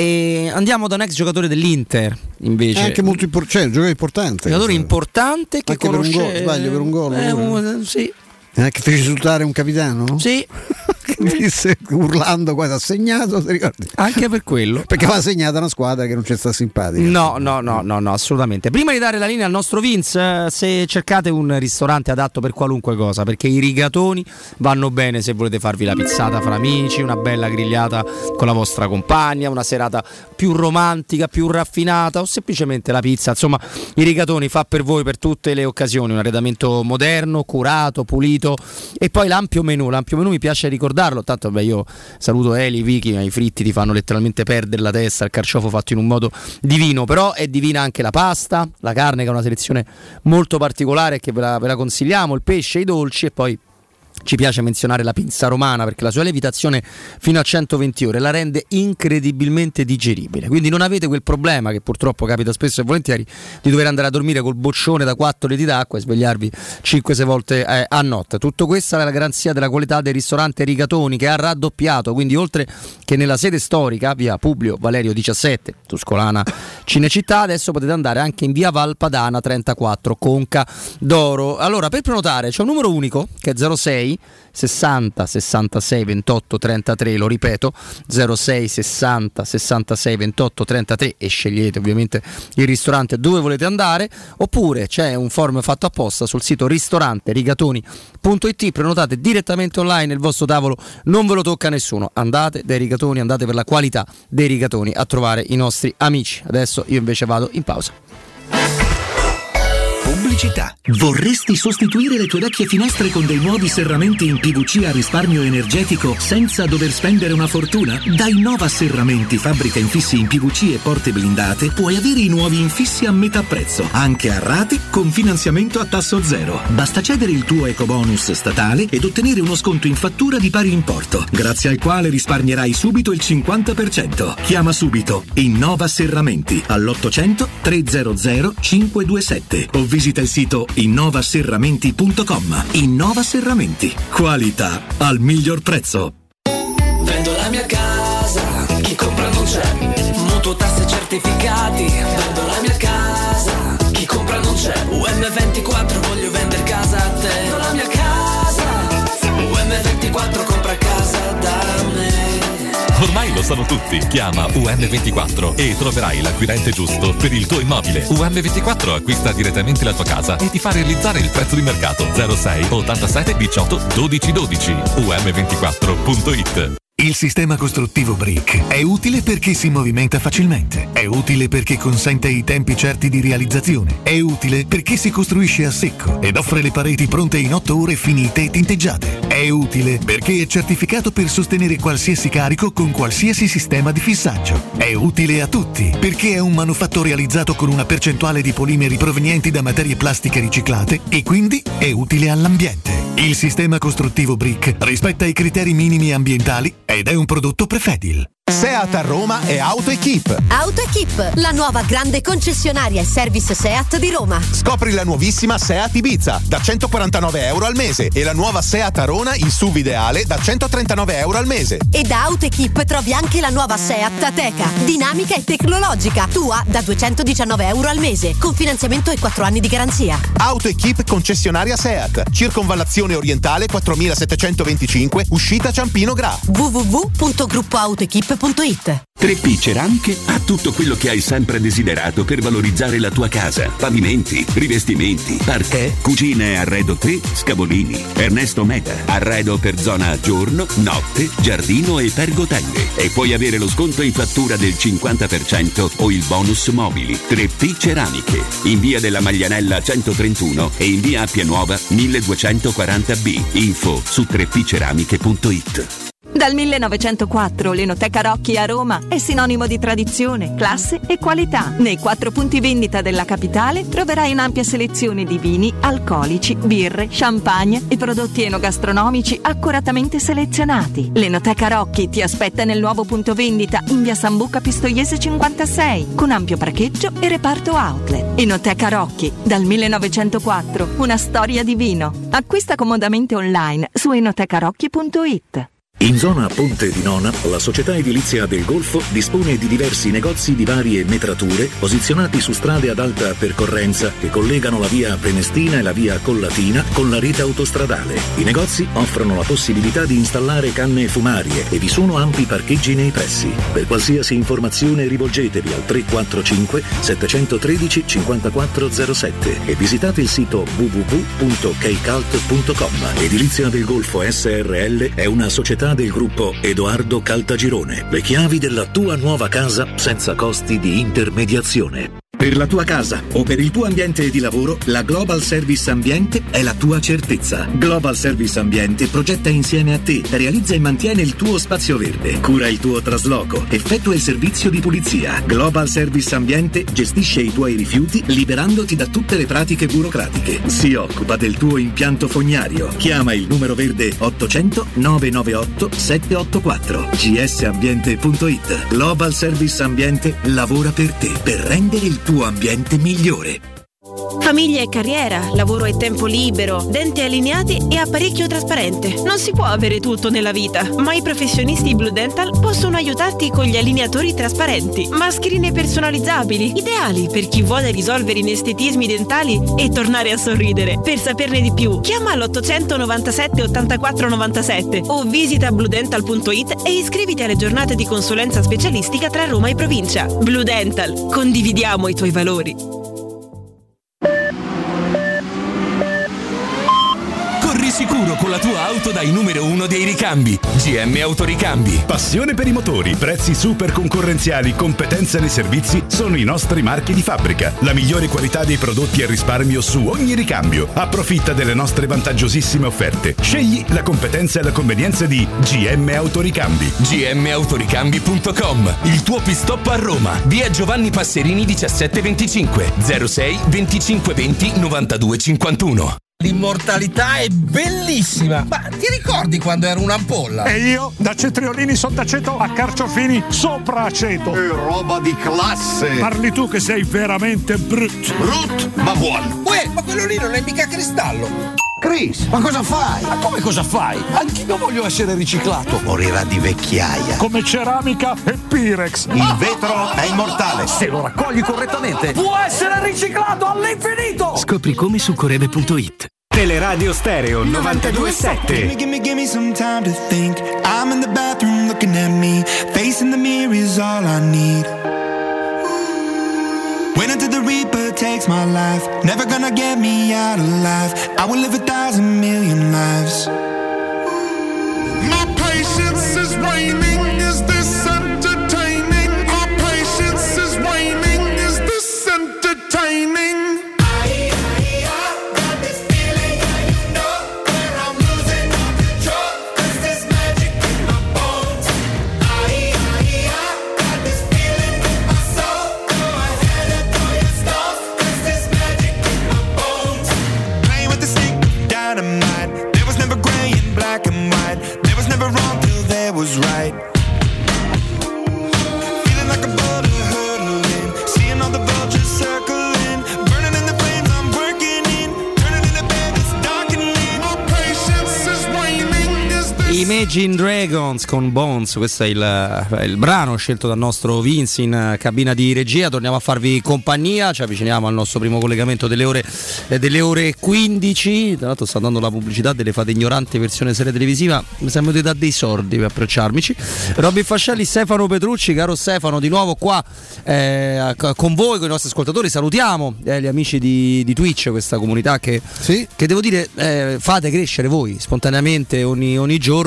e andiamo da un ex giocatore dell'Inter invece, è anche molto impor- cioè, un giocatore importante, un giocatore importante che anche conosce, per un gol, sbaglio per un gol, eh, un, sì. Eh, che fece esultare un capitano? Sì. Che disse urlando quasi ha segnato, ti ricordi? Anche per quello. Perché aveva segnato una squadra che non ci sta simpatica. No, no, no, no, no, assolutamente. Prima di dare la linea al nostro Vince, se cercate un ristorante adatto per qualunque cosa, perché i rigatoni vanno bene se volete farvi la pizzata fra amici, una bella grigliata con la vostra compagna, una serata più romantica, più raffinata, o semplicemente la pizza. Insomma, i rigatoni fa per voi per tutte le occasioni, un arredamento moderno, curato, pulito, e poi l'ampio menù. L'ampio menù mi piace ricordarlo, tanto beh, io saluto Eli, Vicky, ma i fritti ti fanno letteralmente perdere la testa, il carciofo fatto in un modo divino, però è divina anche la pasta, la carne che è una selezione molto particolare che ve la, ve la consigliamo, il pesce, i dolci, e poi ci piace menzionare la pinza romana perché la sua lievitazione fino a centoventi ore la rende incredibilmente digeribile, quindi non avete quel problema che purtroppo capita spesso e volentieri di dover andare a dormire col boccione da quattro litri d'acqua e svegliarvi cinque sei volte eh, a notte. Tutto questo è la garanzia della qualità del ristorante Rigatoni, che ha raddoppiato, quindi oltre che nella sede storica via Publio Valerio diciassette Tuscolana Cinecittà, adesso potete andare anche in via Valpadana trentaquattro Conca d'Oro. Allora, per prenotare c'è un numero unico che è zero sei sei sessanta sessantasei ventotto trentatré, lo ripeto zero sei sessanta sessantasei ventotto trentatré, e scegliete ovviamente il ristorante dove volete andare, oppure c'è un form fatto apposta sul sito ristorante rigatoni punto it, prenotate direttamente online, il vostro tavolo non ve lo tocca nessuno, andate dai Rigatoni, andate per la qualità dei rigatoni a trovare i nostri amici. Adesso io invece vado in pausa. Pubblicità. Vorresti sostituire le tue vecchie finestre con dei nuovi serramenti in P V C a risparmio energetico senza dover spendere una fortuna? Da Innova Serramenti, fabbrica infissi in P V C e porte blindate, puoi avere i nuovi infissi a metà prezzo, anche a rate con finanziamento a tasso zero. Basta cedere il tuo ecobonus statale ed ottenere uno sconto in fattura di pari importo, grazie al quale risparmierai subito il cinquanta per cento. Chiama subito Innova Serramenti all'ottocento trecento cinquecentoventisette o visita il sito innova serramenti punto com. Innova Serramenti, qualità al miglior prezzo. Vendo la mia casa, chi compra non c'è. Mutuo, tasse, certificati. Vendo la mia casa, chi compra non c'è. U M ventiquattro, voglio vendere casa a te. Vendo la mia casa, U M ventiquattro, compra casa da me. Ormai lo sanno tutti. Chiama U M ventiquattro e troverai l'acquirente giusto per il tuo immobile. U M ventiquattro acquista direttamente la tua casa e ti fa realizzare il prezzo di mercato. zero sei ottantasette diciotto dodici dodici. U M ventiquattro punto it. Il sistema costruttivo Brick è utile perché si movimenta facilmente, è utile perché consente i tempi certi di realizzazione, è utile perché si costruisce a secco ed offre le pareti pronte in otto ore finite e tinteggiate, è utile perché è certificato per sostenere qualsiasi carico con qualsiasi sistema di fissaggio, è utile a tutti perché è un manufatto realizzato con una percentuale di polimeri provenienti da materie plastiche riciclate e quindi è utile all'ambiente. Il sistema costruttivo Brick rispetta i criteri minimi ambientali ed è un prodotto Prefedil. Seat a Roma e AutoEquip. AutoEquip, la nuova grande concessionaria e service Seat di Roma. Scopri la nuovissima Seat Ibiza da centoquarantanove euro al mese e la nuova Seat Arona in S U V ideale da centotrentanove euro al mese. E da AutoEquip trovi anche la nuova Seat Ateca, dinamica e tecnologica, tua da duecentodiciannove euro al mese, con finanziamento e quattro anni di garanzia. AutoEquip concessionaria Seat, circonvallazione orientale quattromilasettecentoventicinque, uscita Ciampino Gra. w w w punto gruppo autoequip punto it. tre P Ceramiche ha tutto quello che hai sempre desiderato per valorizzare la tua casa. Pavimenti, rivestimenti, parquet, cucine e arredo tre, Scavolini. Ernesto Meda, arredo per zona giorno, notte, giardino e pergotelle. E puoi avere lo sconto in fattura del cinquanta per cento o il bonus mobili. tre P Ceramiche, in via della Maglianella centotrentuno e in via Appia Nuova milleduecentoquaranta B. Info su tre p ceramiche punto it. Dal millenovecentoquattro l'Enoteca Rocchi a Roma è sinonimo di tradizione, classe e qualità. Nei quattro punti vendita della capitale troverai un'ampia selezione di vini, alcolici, birre, champagne e prodotti enogastronomici accuratamente selezionati. L'Enoteca Rocchi ti aspetta nel nuovo punto vendita in via Sambuca Pistoiese cinquantasei con ampio parcheggio e reparto outlet. Enoteca Rocchi, dal millenovecentoquattro, una storia di vino. Acquista comodamente online su enotecarocchi punto it. In zona Ponte di Nona, la società edilizia del Golfo dispone di diversi negozi di varie metrature posizionati su strade ad alta percorrenza che collegano la via Prenestina e la via Collatina con la rete autostradale. I negozi offrono la possibilità di installare canne fumarie e vi sono ampi parcheggi nei pressi. Per qualsiasi informazione rivolgetevi al tre quattro cinque sette uno tre cinque zero sette e visitate il sito w w w punto keicalt punto com. Edilizia del Golfo S R L è una società del gruppo Edoardo Caltagirone. Le chiavi della tua nuova casa senza costi di intermediazione. Per la tua casa o per il tuo ambiente di lavoro, la Global Service Ambiente è la tua certezza. Global Service Ambiente progetta insieme a te, realizza e mantiene il tuo spazio verde, cura il tuo trasloco, effettua il servizio di pulizia. Global Service Ambiente gestisce i tuoi rifiuti liberandoti da tutte le pratiche burocratiche. Si occupa del tuo impianto fognario. Chiama il numero verde ottocento nove nove otto sette otto quattro g s ambiente punto it. Global Service Ambiente lavora per te per rendere il tuo ambiente migliore. Famiglia e carriera, lavoro e tempo libero, denti allineati e apparecchio trasparente. Non si può avere tutto nella vita, ma i professionisti Blue Dental possono aiutarti con gli allineatori trasparenti, mascherine personalizzabili, ideali per chi vuole risolvere inestetismi dentali e tornare a sorridere. Per saperne di più, chiama all'ottocento novantasette ottantaquattro novantasette o visita blue dental punto it e iscriviti alle giornate di consulenza specialistica tra Roma e provincia. Blue Dental, condividiamo i tuoi valori. Corri sicuro con la tua auto dai numero uno dei ricambi. G M Autoricambi. Passione per i motori, prezzi super concorrenziali, competenza nei servizi sono i nostri marchi di fabbrica. La migliore qualità dei prodotti e risparmio su ogni ricambio. Approfitta delle nostre vantaggiosissime offerte. Scegli la competenza e la convenienza di G M Autoricambi. G M Autoricambi punto com. Il tuo pit stop a Roma. Via Giovanni Passerini diciassette venticinque zero sei venticinque venti novantadue cinquantuno. L'immortalità è bellissima, ma ti ricordi quando ero un'ampolla? E io da Cetriolini sotto aceto a Carciofini sopra aceto. È roba di classe. Parli tu che sei veramente brut. Brut ma buono. Uè, ma quello lì non è mica cristallo. Chris, ma cosa fai? Ma come cosa fai? Anch'io voglio essere riciclato. Morirà di vecchiaia. Come ceramica e Pirex. Il vetro è immortale. Se lo raccogli correttamente, può essere riciclato all'infinito. Scopri come su correde punto it. Teleradio Stereo novantadue sette. Gimme, gimme, gimme some time to think. I'm in the bathroom looking at me. Facing the mirror is all I need. Wait until the Reaper takes my life. Never gonna get me out alive. I will live a thousand million lives. My patience is waning. Is this entertaining? My patience is waning. Is this entertaining? Was right. Feeling like a boulder hurtling, seeing all the vultures circling, burning in the flames I'm working in, turning in the bed that's darkening. My patience is waning. Is this Imagine Dragons con Bones, questo è il, il brano scelto dal nostro Vince in cabina di regia. Torniamo a farvi compagnia, ci avviciniamo al nostro primo collegamento delle ore, eh, delle ore quindici. Tra l'altro sta dando la pubblicità delle Fate Ignoranti versione serie televisiva, mi sembra di dare dei soldi per approcciarmici. Robin Fascelli, Stefano Petrucci, caro Stefano, di nuovo qua eh, con voi, con i nostri ascoltatori. Salutiamo eh, gli amici di, di Twitch, questa comunità che, sì. che devo dire eh, fate crescere voi spontaneamente ogni, ogni giorno.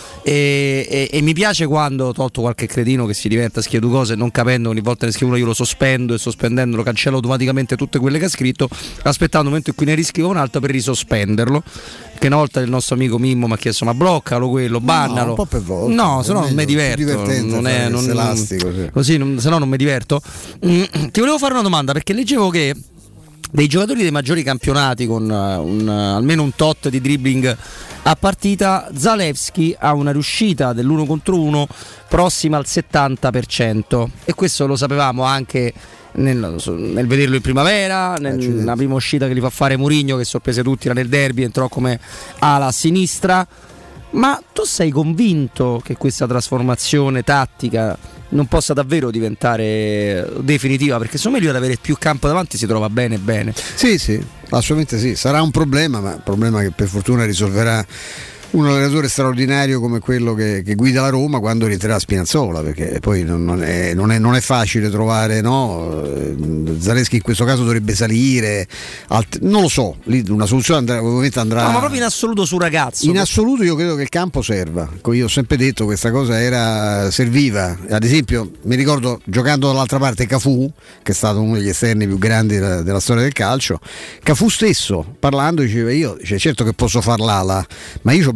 E, e, e mi piace quando, tolto qualche cretino che si diventa, scrive due cose non capendo, ogni volta ne scrivo uno io lo sospendo e sospendendolo cancello automaticamente tutte quelle che ha scritto, aspettando un momento in cui ne riscrivo un'altra per risospenderlo. Che una volta il nostro amico Mimmo mi ha chiesto ma bloccalo quello, bannalo. No, un po' per volta. No, se no non mi diverto. Non è non, elastico, sì. Così, non, se no non mi diverto. Mm, ti volevo fare una domanda perché leggevo che dei giocatori dei maggiori campionati con uh, un, uh, almeno un tot di dribbling a partita, Zalewski ha una riuscita dell'uno contro uno prossima al settanta per cento e questo lo sapevamo anche nel, nel vederlo in primavera, nella prima uscita che gli fa fare Mourinho che sorprese tutti era nel derby, entrò come ala a sinistra. Ma tu sei convinto che questa trasformazione tattica non possa davvero diventare definitiva? Perché secondo me lui ad avere più campo davanti si trova bene bene. Sì, sì, assolutamente sì. Sarà un problema, ma un problema che per fortuna risolverà un allenatore straordinario come quello che, che guida la Roma quando rientrerà Spinazzola, perché poi non, non, è, non, è, non è facile trovare, no? Zalewski in questo caso dovrebbe salire, alt- non lo so, lì una soluzione andrà, ovviamente andrà. No, ma proprio in assoluto su ragazzo. In assoluto io credo che il campo serva. Io ho sempre detto che questa cosa era serviva. Ad esempio, mi ricordo giocando dall'altra parte Cafù, che è stato uno degli esterni più grandi della, della storia del calcio. Cafù stesso, parlando, diceva io, dice, certo che posso far l'ala, ma io ho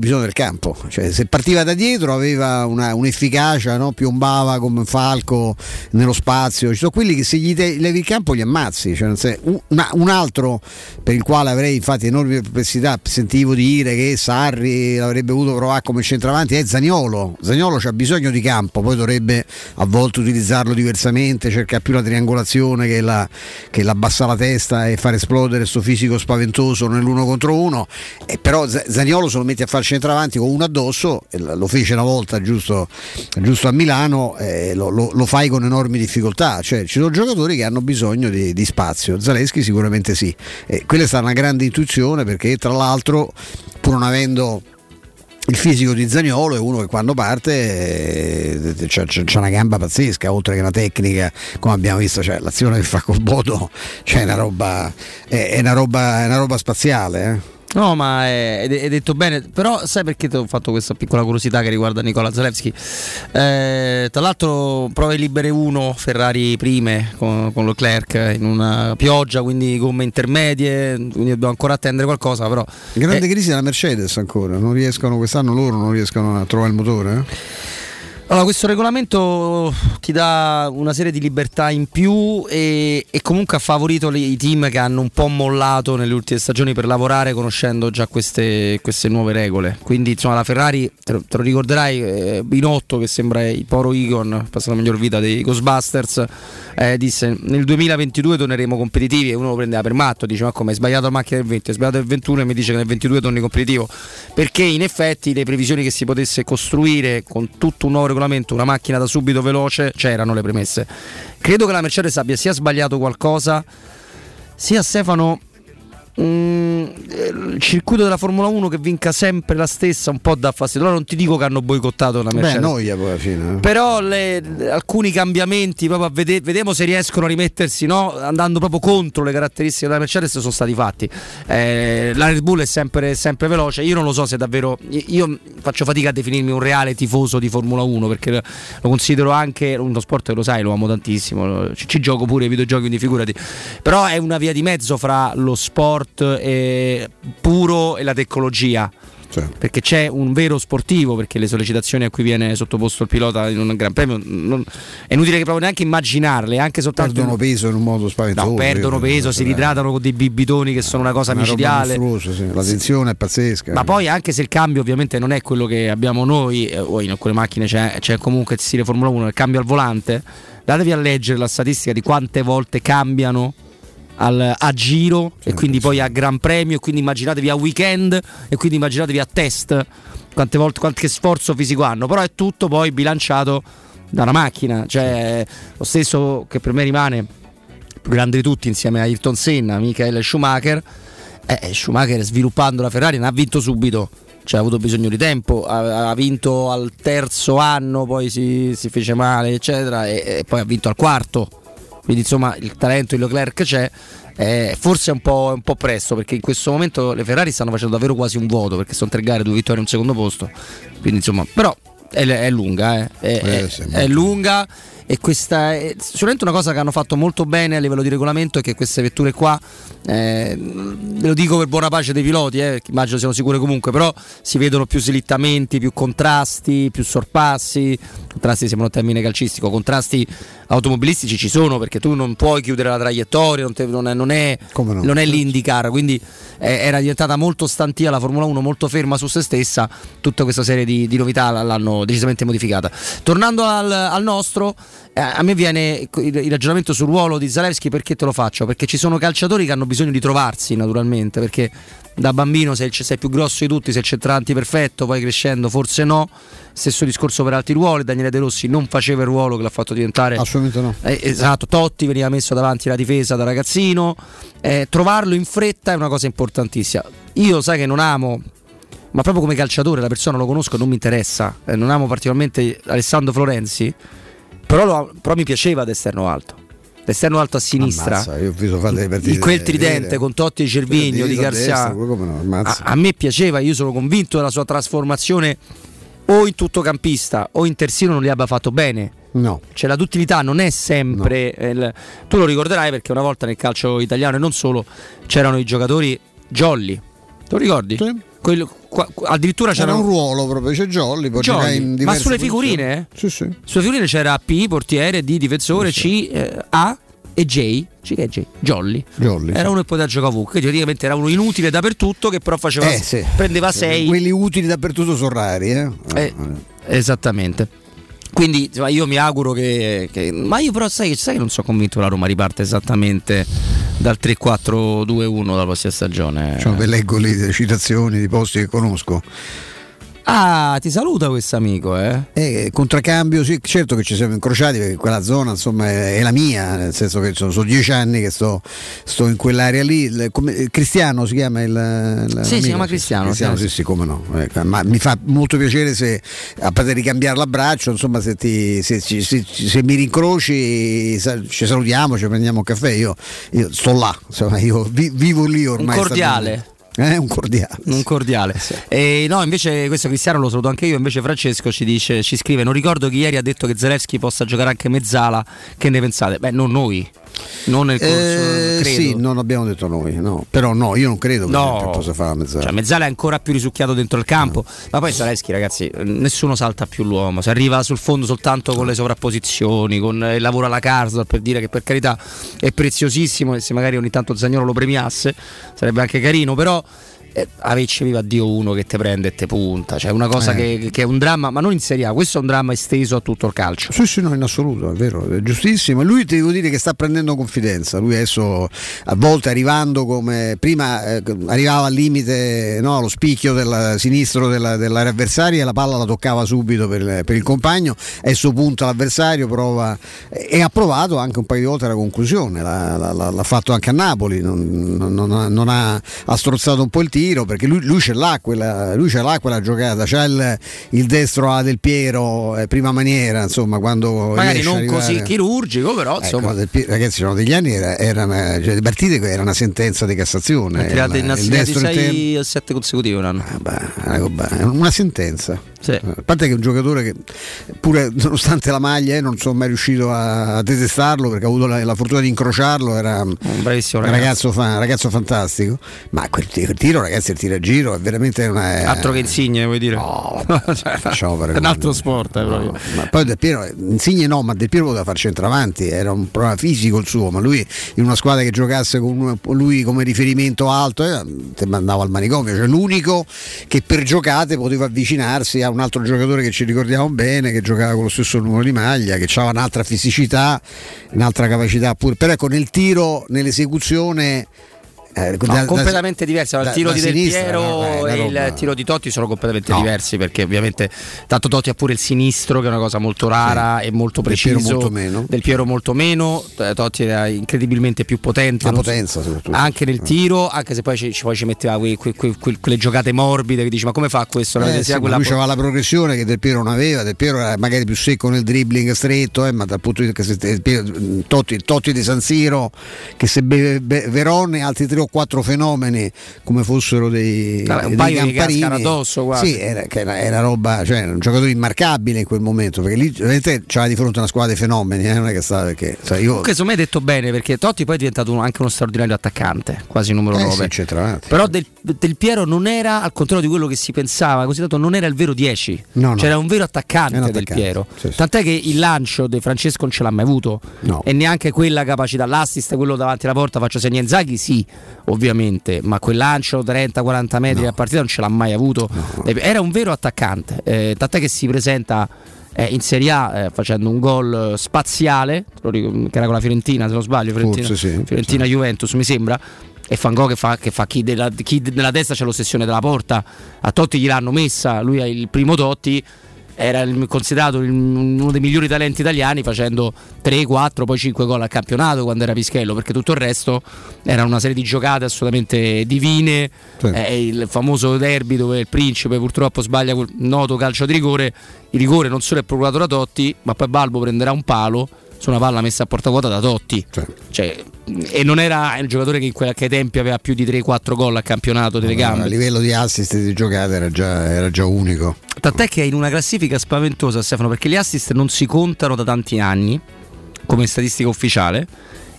bisogno del campo, cioè, se partiva da dietro aveva una, un'efficacia, no? Piombava come Falco nello spazio. Ci sono quelli che se gli te, levi il campo li ammazzi, cioè, se, un, un altro per il quale avrei infatti enormi perplessità, sentivo dire che Sarri l'avrebbe voluto provare come centravanti, è Zaniolo. Zaniolo c'ha bisogno di campo, poi dovrebbe a volte utilizzarlo diversamente, cercare più la triangolazione che la, che la bassa la testa e far esplodere sto fisico spaventoso nell'uno contro uno, e però Zaniolo se lo metti a fare centravanti con uno addosso, lo fece una volta giusto, giusto a Milano, eh, lo, lo, lo fai con enormi difficoltà, cioè ci sono giocatori che hanno bisogno di, di spazio. Zalewski sicuramente sì, eh, quella è stata una grande intuizione, perché tra l'altro pur non avendo il fisico di Zaniolo è uno che quando parte eh, c'ha, c'ha una gamba pazzesca, oltre che una tecnica, come abbiamo visto, cioè, l'azione che fa col Bodo, cioè, è una roba è, è una roba è una roba spaziale, eh. No, ma è, è detto bene, però sai perché ti ho fatto questa piccola curiosità che riguarda Nicola Zalewski? Eh, tra l'altro prove libere uno, Ferrari prime con, con Leclerc in una pioggia, quindi gomme intermedie, quindi dobbiamo ancora attendere qualcosa, però grande eh, crisi della Mercedes ancora, non riescono quest'anno loro non riescono a trovare il motore, eh? Allora, questo regolamento ti dà una serie di libertà in più e, e comunque ha favorito le, i team che hanno un po' mollato nelle ultime stagioni per lavorare conoscendo già queste, queste nuove regole. Quindi insomma la Ferrari, te lo, te lo ricorderai, eh, Binotto, che sembra il Poro Egon, passa la miglior vita dei Ghostbusters, eh, disse nel duemilaventidue torneremo competitivi, e uno lo prendeva per matto, dice ma come hai sbagliato la macchina del venti, hai sbagliato il ventuno e mi dice che nel ventidue torni competitivo, perché in effetti le previsioni che si potesse costruire con tutto un nuovo regolamento, una macchina da subito veloce, c'erano le premesse. Credo che la Mercedes abbia sia sbagliato qualcosa, sia Stefano Mm, il circuito della Formula uno che vinca sempre la stessa un po' dà fastidio. Allora non ti dico che hanno boicottato la Mercedes, beh, noia poi alla fine, eh. Però le, alcuni cambiamenti proprio a vedere, vediamo se riescono a rimettersi, no? Andando proprio contro le caratteristiche della Mercedes, sono stati fatti. eh, la Red Bull è sempre, sempre veloce. Io non lo so se davvero, io faccio fatica a definirmi un reale tifoso di Formula uno, perché lo considero anche uno sport che, lo sai, lo amo tantissimo, ci, ci gioco pure ai videogiochi, quindi figurati. Però è una via di mezzo fra lo sport e puro e la tecnologia, cioè, perché c'è un vero sportivo, perché le sollecitazioni a cui viene sottoposto il pilota in un gran premio non, è inutile che proprio neanche immaginarle, anche soltanto perdono peso in un modo spaventoso, no, perdono peso, si ridratano con dei bibitoni che sono una cosa una micidiale, sì. La tensione è pazzesca, ma poi anche se il cambio ovviamente non è quello che abbiamo noi, eh, o in alcune macchine c'è, c'è comunque il stile Formula uno, il cambio al volante, datevi a leggere la statistica di quante volte cambiano Al, a giro, certo, e quindi poi a Gran Premio, e quindi immaginatevi a weekend, e quindi immaginatevi a test quante volte, qualche sforzo fisico hanno, però è tutto poi bilanciato da una macchina, cioè lo stesso che per me rimane più grande di tutti insieme a Ayrton Senna, Michael Schumacher. eh, Schumacher sviluppando la Ferrari non ha vinto subito, cioè ha avuto bisogno di tempo, ha, ha vinto al terzo anno, poi si, si fece male eccetera, e, e poi ha vinto al quarto. Quindi insomma il talento di Leclerc c'è, eh, forse è un po', un po' presto, perché in questo momento le Ferrari stanno facendo davvero quasi un voto, perché sono tre gare, due vittorie e un secondo posto, quindi insomma, però è, è lunga, eh. è, eh, è, è lunga, e questa è sicuramente una cosa che hanno fatto molto bene a livello di regolamento, è che queste vetture qua, eh, ve lo dico per buona pace dei piloti, eh, che immagino siano sicure comunque, però si vedono più slittamenti, più contrasti, più sorpassi. Contrasti sembra un termine calcistico, contrasti automobilistici ci sono, perché tu non puoi chiudere la traiettoria, non, te, non, è, non, è, no? non è l'IndyCar, quindi eh, era diventata molto stantia la Formula uno, molto ferma su se stessa. Tutta questa serie di, di novità l'hanno decisamente modificata. Tornando al, al nostro, eh, a me viene il, il ragionamento sul ruolo di Zalewski. Perché te lo faccio? Perché ci sono calciatori che hanno bisogno di trovarsi, naturalmente, perché da bambino sei, sei più grosso di tutti, sei il centravanti perfetto, poi crescendo forse no. Stesso discorso per altri ruoli. Daniele De Rossi non faceva il ruolo che l'ha fatto diventare, assolutamente no, eh, esatto. Totti veniva messo davanti alla difesa da ragazzino, eh, trovarlo in fretta è una cosa importantissima. Io sai che non amo, ma proprio come calciatore, la persona lo conosco e non mi interessa, eh, non amo particolarmente Alessandro Florenzi, però, lo, però mi piaceva ad esterno alto, l'esterno alto a sinistra. Ammazza, io ho visto fare delle partite, in quel tridente vere, con Totti e Cervigno di Garcia, no, a, a me piaceva. Io sono convinto della sua trasformazione o in tuttocampista o in terzino non li abbia fatto bene. No, cioè la duttilità non è sempre, no. il, tu lo ricorderai perché una volta nel calcio italiano e non solo c'erano i giocatori jolly, te lo ricordi? Sì. quello, qua, addirittura c'era, c'era un ruolo proprio, c'è Jolly, poi Jolly. in Ma sulle figurine? Eh? Sì, sì. Sulle figurine c'era P, portiere, D, difensore, sì, sì. C, eh, A e J. C che è J? Jolly. Jolly era sì. uno che poteva giocare ovunque, praticamente era uno inutile dappertutto che però faceva eh, sì. prendeva sei. Quelli utili dappertutto sono rari, eh? Eh, esattamente. Quindi insomma, io mi auguro che, che ma io però sai, sai che non sono convinto che la Roma riparte esattamente dal tre quattro due uno la prossima stagione. Cioè, ve leggo lì delle citazioni di posti che conosco. Ah, ti saluta questo amico, eh? Eh, contraccambio, sì, certo che ci siamo incrociati perché quella zona insomma è, è la mia, nel senso che sono, sono dieci anni che sto, sto in quell'area lì. Il, come, Cristiano si chiama il, il sì, si chiama Cristiano. Cristiano sì, sì, sì, come no. Eh, ma mi fa molto piacere se a parte ricambiare l'abbraccio, insomma, se, ti, se, se, se, se mi rincroci ci salutiamo, ci prendiamo un caffè. Io, io sto là, insomma, io vi, vivo lì ormai. Un cordiale. Eh, un cordiale. Un cordiale. Sì. E no, invece questo Cristiano lo saluto anche io, invece Francesco ci dice, ci scrive: non ricordo chi ieri ha detto che Zalewski possa giocare anche mezzala, che ne pensate? Beh, non noi. Non nel corso, eh, credo. Sì, non abbiamo detto noi, no. Però no, io non credo no. che possa fare mezzala. Cioè, mezzala è ancora più risucchiato dentro il campo. No. Ma poi Zalewski, ragazzi, nessuno salta più l'uomo. Si arriva sul fondo soltanto con le sovrapposizioni, con il lavoro alla Karsdorp, per dire che per carità è preziosissimo e se magari ogni tanto Zaniolo lo premiasse sarebbe anche carino, però eh, averci viva Dio uno che te prende e te punta, cioè una cosa eh. che, che è un dramma, ma non in Serie A, questo è un dramma esteso a tutto il calcio. Sì, sì, no, in assoluto, è vero, è giustissimo. Lui ti devo dire che sta prendendo confidenza, lui adesso a volte arrivando come prima eh, arrivava al limite, no, allo spicchio del sinistro della, dell'area avversaria e la palla la toccava subito per, per il compagno, adesso punta l'avversario, prova e ha provato anche un paio di volte la conclusione, l'ha, l'ha, l'ha fatto anche a Napoli, non, non, non, ha, non ha, ha strozzato un po' il tiro perché lui, lui ce l'ha quella, lui ce l'ha quella giocata, c'ha il, il destro a Del Piero eh, prima maniera, insomma, quando magari non arrivare... così chirurgico, però ecco, insomma Del Piero, ragazzi, c'erano degli anni era, era una, cioè, le partite era una sentenza di Cassazione, era una, il destro sei o sette consecutivi un anno. Ah, beh, una sentenza. Sì. A parte che è un giocatore che pure nonostante la maglia eh, non sono mai riuscito a, a detestarlo perché ho avuto la, la fortuna di incrociarlo, era un bravissimo ragazzo, ragazzo, fan, ragazzo fantastico, ma quel tiro, quel tiro ragazzi, il tiro a giro è veramente una è... altro che Insigne, vuoi dire? No, cioè, è un altro sport eh, no, ma poi Del Piero, Insigne no, ma Del Piero poteva far centravanti, era un problema fisico il suo, ma lui in una squadra che giocasse con lui come riferimento alto eh, te mandava al manicomio, cioè l'unico che per giocate poteva avvicinarsi a un altro giocatore che ci ricordiamo bene, che giocava con lo stesso numero di maglia, che aveva un'altra fisicità, un'altra capacità pure, però ecco nel tiro, nell'esecuzione Eh, no, da, completamente diversi. Il tiro di Del sinistra, Piero no, e roba... il tiro di Totti sono completamente no. diversi perché ovviamente tanto Totti ha pure il sinistro che è una cosa molto rara sì. e molto preciso. Del Piero molto meno. Del Piero molto meno. Totti era incredibilmente più potente. La potenza so, soprattutto. Anche nel tiro, anche se poi ci, poi ci metteva quei, quei, quei, quelle giocate morbide che dici ma come fa questo? Eh, sì, quella lui po- aveva la progressione che Del Piero non aveva. Del Piero era magari più secco nel dribbling stretto, eh, ma dal punto di vista che Totti, Totti di San Siro che se be, be, Verone e altri tre o quattro fenomeni come fossero dei, Vabbè, un dei paio camparini, di addosso quasi. Sì, era, era, era roba, cioè un giocatore immarcabile in quel momento perché lì veramente c'era di fronte una squadra di fenomeni, eh, non è che stava perché sai, io... Comunque secondo me hai detto bene perché Totti poi è diventato un, anche uno straordinario attaccante, quasi numero eh, nove. Sì, però del, del Piero non era, al contrario di quello che si pensava, così tanto non era il vero dieci, no, c'era no. un vero attaccante, un del attaccante, Piero. Sì, sì. Tant'è che il lancio di Francesco non ce l'ha mai avuto no. e neanche quella capacità, l'assist, quello davanti alla porta faccio segni Inzaghi, sì, ovviamente, ma quel lancio trenta quaranta metri no. a partita non ce l'ha mai avuto. No. Era un vero attaccante, eh, tant'è che si presenta eh, in Serie A eh, facendo un gol spaziale, che era con la Fiorentina se non sbaglio, Fiorentina, Forse, sì, Fiorentina sì. Juventus mi sembra, e fa un gol che fa, che fa chi, della, chi nella destra c'è l'ossessione della porta, a Totti gliel'hanno messa, lui è il primo Totti, era il, considerato il, uno dei migliori talenti italiani facendo tre, quattro, poi cinque gol al campionato quando era Pischello, perché tutto il resto era una serie di giocate assolutamente divine, sì. eh, il famoso derby dove il Principe purtroppo sbaglia quel noto calcio di rigore, il rigore non solo è procurato da Totti ma poi Balbo prenderà un palo su una palla messa a porta vuota da Totti, sì. Cioè, e non era un giocatore che in quei tempi aveva più di tre quattro gol al campionato delle allora, gambe. A livello di assist di giocate era già, era già unico. Tant'è che è in una classifica spaventosa, Stefano, perché gli assist non si contano da tanti anni come statistica ufficiale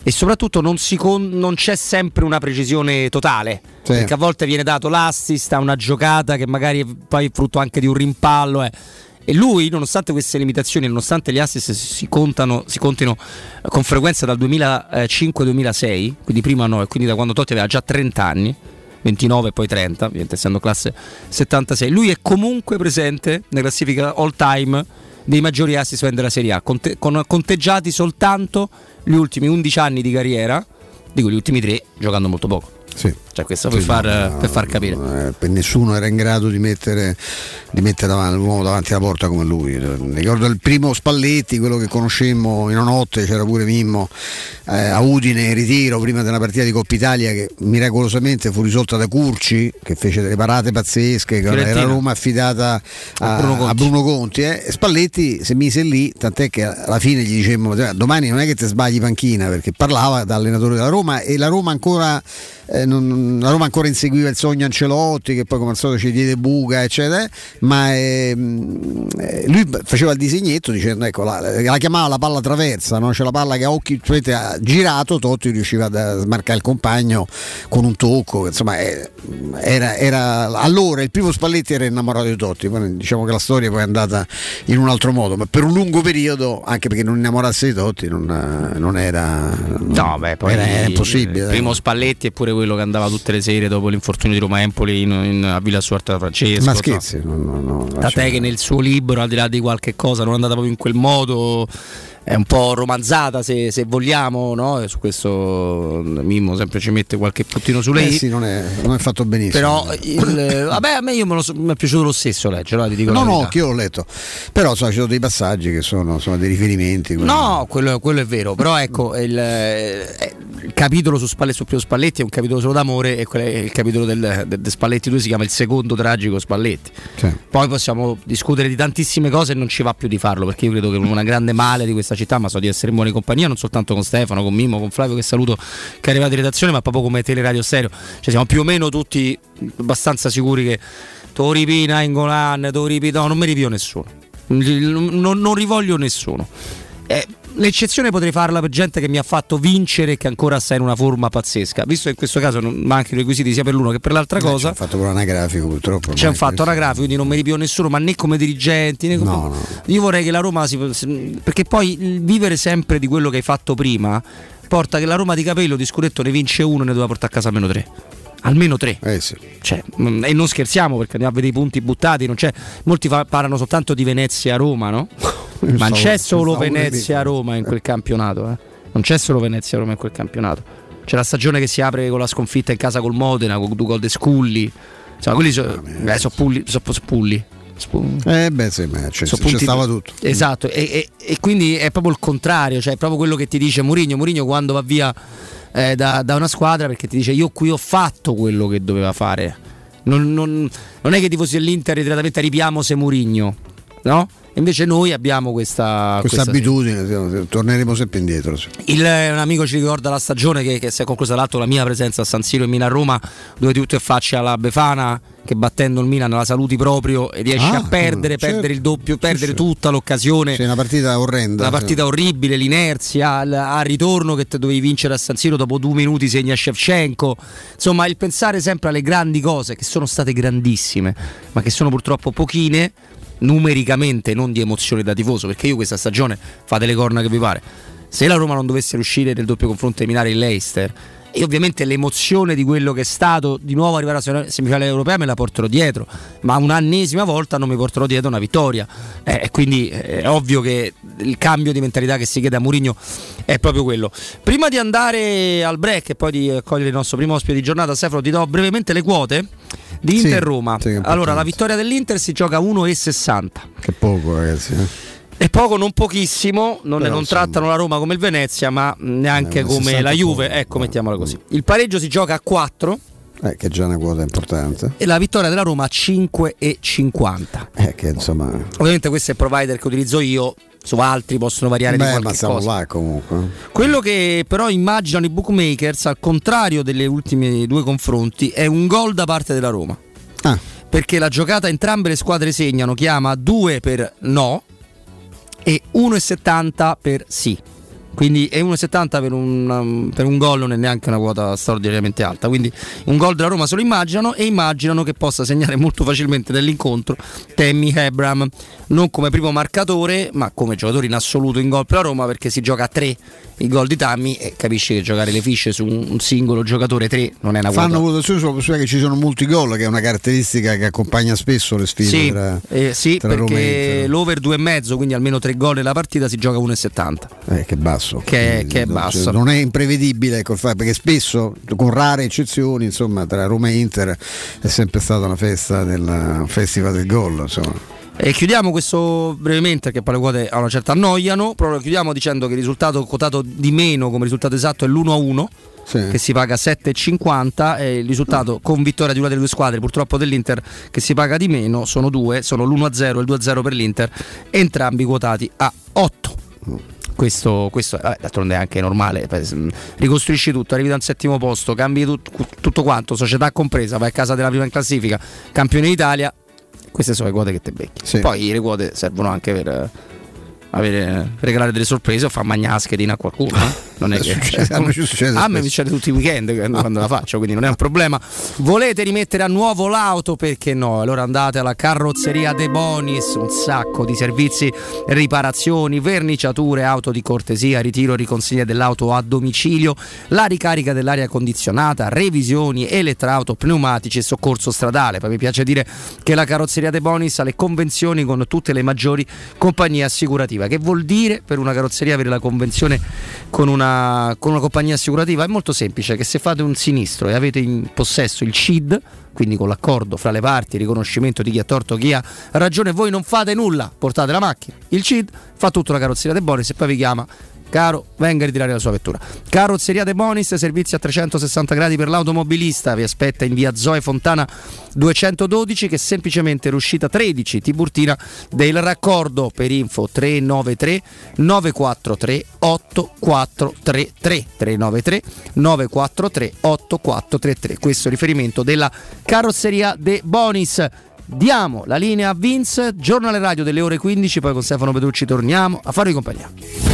e soprattutto non, si con, non c'è sempre una precisione totale, sì. Perché a volte viene dato l'assist a una giocata che magari poi è frutto anche di un rimpallo, eh. E lui, nonostante queste limitazioni, nonostante gli assist si contano, si contino con frequenza dal duemilacinque duemilasei, quindi prima no, e quindi da quando Totti aveva già trenta anni, ventinove e poi trenta, essendo classe settantasei, lui è comunque presente nella classifica all time dei maggiori assist della Serie A, conte- con conteggiati soltanto gli ultimi undici anni di carriera, di cui gli ultimi tre giocando molto poco. Sì. Cioè questo per, sì, far, no, per far capire. Eh, per nessuno era in grado di mettere, di mettere davanti, l'uomo davanti alla porta come lui. Ricordo il primo Spalletti, quello che conoscemmo in una notte, c'era pure Mimmo eh, a Udine in ritiro prima della partita di Coppa Italia, che miracolosamente fu risolta da Curci, che fece delle parate pazzesche, che era Roma affidata a, a Bruno Conti, a Bruno Conti eh. E Spalletti si mise lì, tant'è che alla fine gli dicemmo domani non è che ti sbagli panchina, perché parlava da allenatore della Roma e la Roma ancora eh, non, la Roma ancora inseguiva il sogno Ancelotti, che poi come al solito ci diede buca eccetera, ma eh, lui faceva il disegnetto dicendo ecco la, la chiamava la palla traversa, no? C'è la palla che a occhi cioè, ha girato, Totti riusciva a smarcare il compagno con un tocco, insomma era, era allora il primo Spalletti era innamorato di Totti, poi diciamo che la storia poi è andata in un altro modo, ma per un lungo periodo, anche perché non innamorasse di Totti non, non era no beh poi era, era impossibile. Il primo Spalletti è pure quello che andava tutte le sere dopo l'infortunio di Roma Empoli in, in, a Villa Suarta Francesco. Ma scherzi, no, no, no, tant'è che nel suo libro, al di là di qualche cosa, non è andata proprio in quel modo, è un po' romanzata se, se vogliamo, no? E su questo Mimmo sempre ci mette qualche puntino su lei. Eh sì, non è, non è fatto benissimo. Però il, vabbè, a me io me lo so, mi è piaciuto lo stesso leggerlo, ti dico no, la no, che io l'ho letto. Però so, ci sono dei passaggi che sono, sono dei riferimenti. Quello. No, quello, quello è vero, però ecco il, il capitolo su Spalletti, su Pio Spalletti è un capitolo solo d'amore, e il capitolo del, del, del Spalletti due si chiama Il secondo tragico Spalletti. Sì. Poi possiamo discutere di tantissime cose e non ci va più di farlo, perché io credo che una grande male di questa città, ma so di essere in buona compagnia, non soltanto con Stefano, con Mimmo, con Flavio che saluto, che è arrivato in redazione, ma proprio come Teleradio Stereo, cioè siamo più o meno tutti abbastanza sicuri che tu ripina Ingolan, tu ripina, no, non mi ripio nessuno, non, non rivoglio nessuno. Eh, l'eccezione potrei farla per gente che mi ha fatto vincere e che ancora sta in una forma pazzesca, visto che in questo caso non mancano i requisiti sia per l'uno che per l'altra cosa. C'è un fatto anagrafico purtroppo. C'è un fatto anagrafico, quindi non mi ripio nessuno, ma né come dirigenti né come... No, no. Io vorrei che la Roma si... perché poi il vivere sempre di quello che hai fatto prima porta che la Roma di Capello di scudetto ne vince uno e ne doveva portare a casa almeno tre. Almeno tre, eh sì. Cioè, e non scherziamo, perché andiamo a vedere i punti buttati, non c'è, molti fa, parlano soltanto di Venezia-Roma, no? Ma non c'è solo Venezia-Roma in quel campionato, eh? Non c'è solo Venezia-Roma in quel campionato. C'è la stagione che si apre con la sconfitta in casa col Modena, con due gol de Sculli. Insomma, quelli sono ah, so pulli, so, so pulli. Eh beh sì, ma c'è, so c'è stava tutto. Esatto, e, e, e quindi è proprio il contrario, cioè è proprio quello che ti dice Mourinho. Mourinho quando va via eh, da, da una squadra, perché ti dice io qui ho fatto quello che doveva fare. Non, non, non è che i tifosi dell'Inter ritiratamente ripiamo se Mourinho, no? Invece noi abbiamo questa, questa, questa abitudine, sì. Torneremo sempre indietro. Sì. Il, un amico ci ricorda la stagione che, che si è conclusa l'altro la mia presenza a San Siro e Milan-Roma, dove tutto è faccia alla Befana, che battendo il Milan la saluti proprio e riesce ah, a perdere, certo. perdere il doppio, perdere sì, tutta l'occasione. Sì, una partita orrenda. Una partita sì. orribile, l'inerzia, al ritorno che te dovevi vincere a San Siro, dopo due minuti segna Shevchenko. Insomma, il pensare sempre alle grandi cose, che sono state grandissime, ma che sono purtroppo pochine, numericamente, non di emozioni da tifoso, perché io questa stagione fate le corna che vi pare. Se la Roma non dovesse riuscire nel doppio confronto a eliminare il Leicester, e ovviamente l'emozione di quello che è stato di nuovo arrivare alla semifinale europea me la porterò dietro, ma un'annesima volta non mi porterò dietro una vittoria, e eh, quindi è ovvio che il cambio di mentalità che si chiede a Mourinho è proprio quello. Prima di andare al break e poi di accogliere il nostro primo ospite di giornata, Stefano, ti do brevemente le quote di Inter-Roma. Sì, sì, allora, la vittoria dell'Inter si gioca a uno virgola sessanta. Che poco, ragazzi. Eh. È poco, non pochissimo, non, Però, non insomma, trattano la Roma come il Venezia, ma neanche eh, come la Juve, poco, ecco, eh. mettiamola così. Il pareggio si gioca a quattro. Eh, che è già una quota importante. E la vittoria della Roma a cinque virgola cinquanta. Eh, che insomma. Ovviamente questo è il provider che utilizzo io, su altri possono variare Beh, di qualche ma siamo cosa. Là comunque. Quello che però immaginano i bookmakers, al contrario delle ultime due confronti, è un gol da parte della Roma. Ah. Perché la giocata entrambe le squadre segnano, chiama due per no e uno virgola settanta per sì. quindi è uno virgola settanta per un, per un gol, non è neanche una quota straordinariamente alta, quindi un gol della Roma se lo immaginano, e immaginano che possa segnare molto facilmente nell'incontro Tammy Abraham, non come primo marcatore ma come giocatore in assoluto in gol per la Roma, perché si gioca a tre il gol di Tammy, e capisci che giocare le fisce su un, un singolo giocatore tre non è una quota. Fanno votazione sulla possibilità che ci sono molti gol, che è una caratteristica che accompagna spesso le sfide sì, tra, eh, sì tra Roma e perché Inter. l'over due e mezzo, quindi almeno tre gol nella partita, si gioca uno virgola settanta, eh, che basso che, che è non, basso, cioè, non è imprevedibile, ecco, perché spesso con rare eccezioni insomma tra Roma e Inter è sempre stata una festa del festival del gol, insomma. E chiudiamo questo brevemente, perché poi le quote a una certa annoiano, però lo chiudiamo dicendo che il risultato quotato di meno come risultato esatto è l'uno a uno, sì, che si paga sette virgola cinquanta, e il risultato con vittoria di una delle due squadre, purtroppo dell'Inter, che si paga di meno, sono due, sono l'uno a zero e il due a zero per l'Inter, entrambi quotati a otto. Questo, questo eh, d'altronde è anche normale, ricostruisci tutto, arrivi da un settimo posto, cambi tut, tutto quanto, società compresa, vai a casa della prima in classifica, campione d'Italia, queste sono le quote che te becchi. Sì. Poi le quote servono anche per avere, regalare delle sorprese o far mangiare la schedina a qualcuno, eh? Non è che succede, cioè, come, succede a me mi succede tutti i weekend quando la faccio, quindi non è un problema. Volete rimettere a nuovo l'auto? Perché no? Allora andate alla Carrozzeria De Bonis, un sacco di servizi, riparazioni, verniciature, auto di cortesia, ritiro e riconsegna dell'auto a domicilio, la ricarica dell'aria condizionata, revisioni, elettrauto, pneumatici e soccorso stradale. Poi mi piace dire che la Carrozzeria De Bonis ha le convenzioni con tutte le maggiori compagnie assicurative. Che vuol dire per una carrozzeria avere la convenzione con una, con una compagnia assicurativa? È molto semplice, che se fate un sinistro e avete in possesso il C I D, quindi con l'accordo fra le parti, il riconoscimento di chi ha torto, chi ha ragione, voi non fate nulla, portate la macchina, il C I D fa tutto la Carrozzeria De Bonis e poi vi chiama: caro, venga a ritirare la sua vettura. Carrozzeria De Bonis, servizi a trecentosessanta gradi per l'automobilista, vi aspetta in via Zoe Fontana duecentododici, che è semplicemente l'uscita tredici Tiburtina del raccordo. Per info tre nove tre nove quattro tre otto quattro tre tre tre nove tre nove quattro tre otto quattro tre tre. Questo è il riferimento della Carrozzeria De Bonis. Diamo la linea a Vince, giornale radio delle ore quindici, poi con Stefano Petrucci torniamo a farvi compagnia.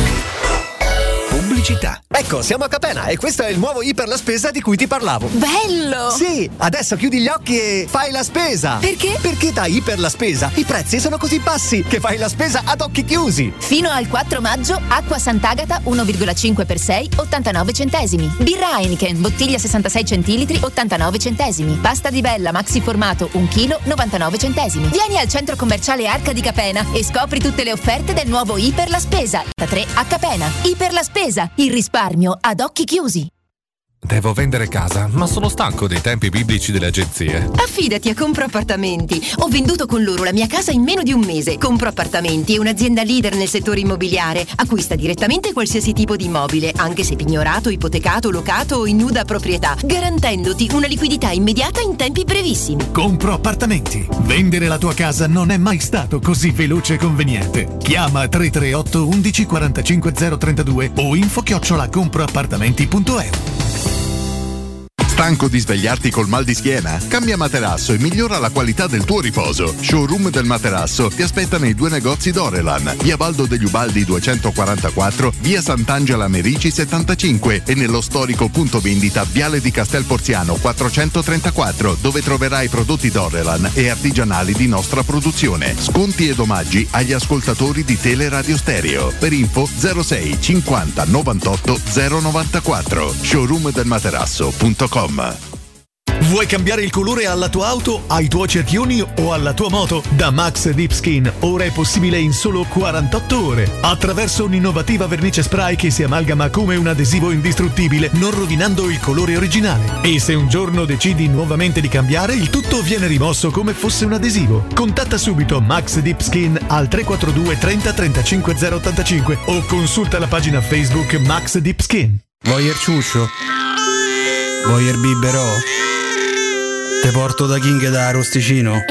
Pubblicità. Ecco, siamo a Capena e questo è il nuovo Iper la Spesa di cui ti parlavo. Bello! Sì, adesso chiudi gli occhi e fai la spesa. Perché? Perché da Iper la Spesa i prezzi sono così bassi che fai la spesa ad occhi chiusi. Fino al quattro maggio, acqua Sant'Agata uno virgola cinque per sei, ottantanove centesimi. Birra Heineken, bottiglia sessantasei centilitri, ottantanove centesimi. Pasta di Bella maxi formato un chilo, novantanove centesimi. Vieni al centro commerciale Arca di Capena e scopri tutte le offerte del nuovo Iper la Spesa. Da tre a Capena. Iper la Spesa, il risparmio ad occhi chiusi. Devo vendere casa, ma sono stanco dei tempi biblici delle agenzie. Affidati a Compro Appartamenti. Ho venduto con loro la mia casa in meno di un mese. Compro Appartamenti è un'azienda leader nel settore immobiliare. Acquista direttamente qualsiasi tipo di immobile, anche se pignorato, ipotecato, locato o in nuda proprietà, garantendoti una liquidità immediata in tempi brevissimi. Compro Appartamenti. Vendere la tua casa non è mai stato così veloce e conveniente. Chiama tre tre otto undici quarantacinque zero trentadue o info chiocciola comproappartamenti punto e u. Stanco di svegliarti col mal di schiena? Cambia materasso e migliora la qualità del tuo riposo. Showroom del Materasso ti aspetta nei due negozi Dorelan, via Baldo degli Ubaldi duecentoquarantaquattro, via Sant'Angela Merici settantacinque e nello storico punto vendita Viale di Castel Porziano quattrocentotrentaquattro, dove troverai prodotti Dorelan e artigianali di nostra produzione. Sconti ed omaggi agli ascoltatori di Teleradio Stereo. Per info zero sei cinquanta novantotto zero novantaquattro. showroom del materasso punto com. Vuoi cambiare il colore alla tua auto, ai tuoi cerchioni o alla tua moto? Da Max Deep Skin ora è possibile in solo quarantotto ore attraverso un'innovativa vernice spray che si amalgama come un adesivo indistruttibile, non rovinando il colore originale. E se un giorno decidi nuovamente di cambiare, il tutto viene rimosso come fosse un adesivo. Contatta subito Max Deep Skin al tre quattro due trenta trentacinque zero ottantacinque o consulta la pagina Facebook Max Deep Skin. Voyer ciuscio? Voyer biberò? Te porto da King da Arosticino?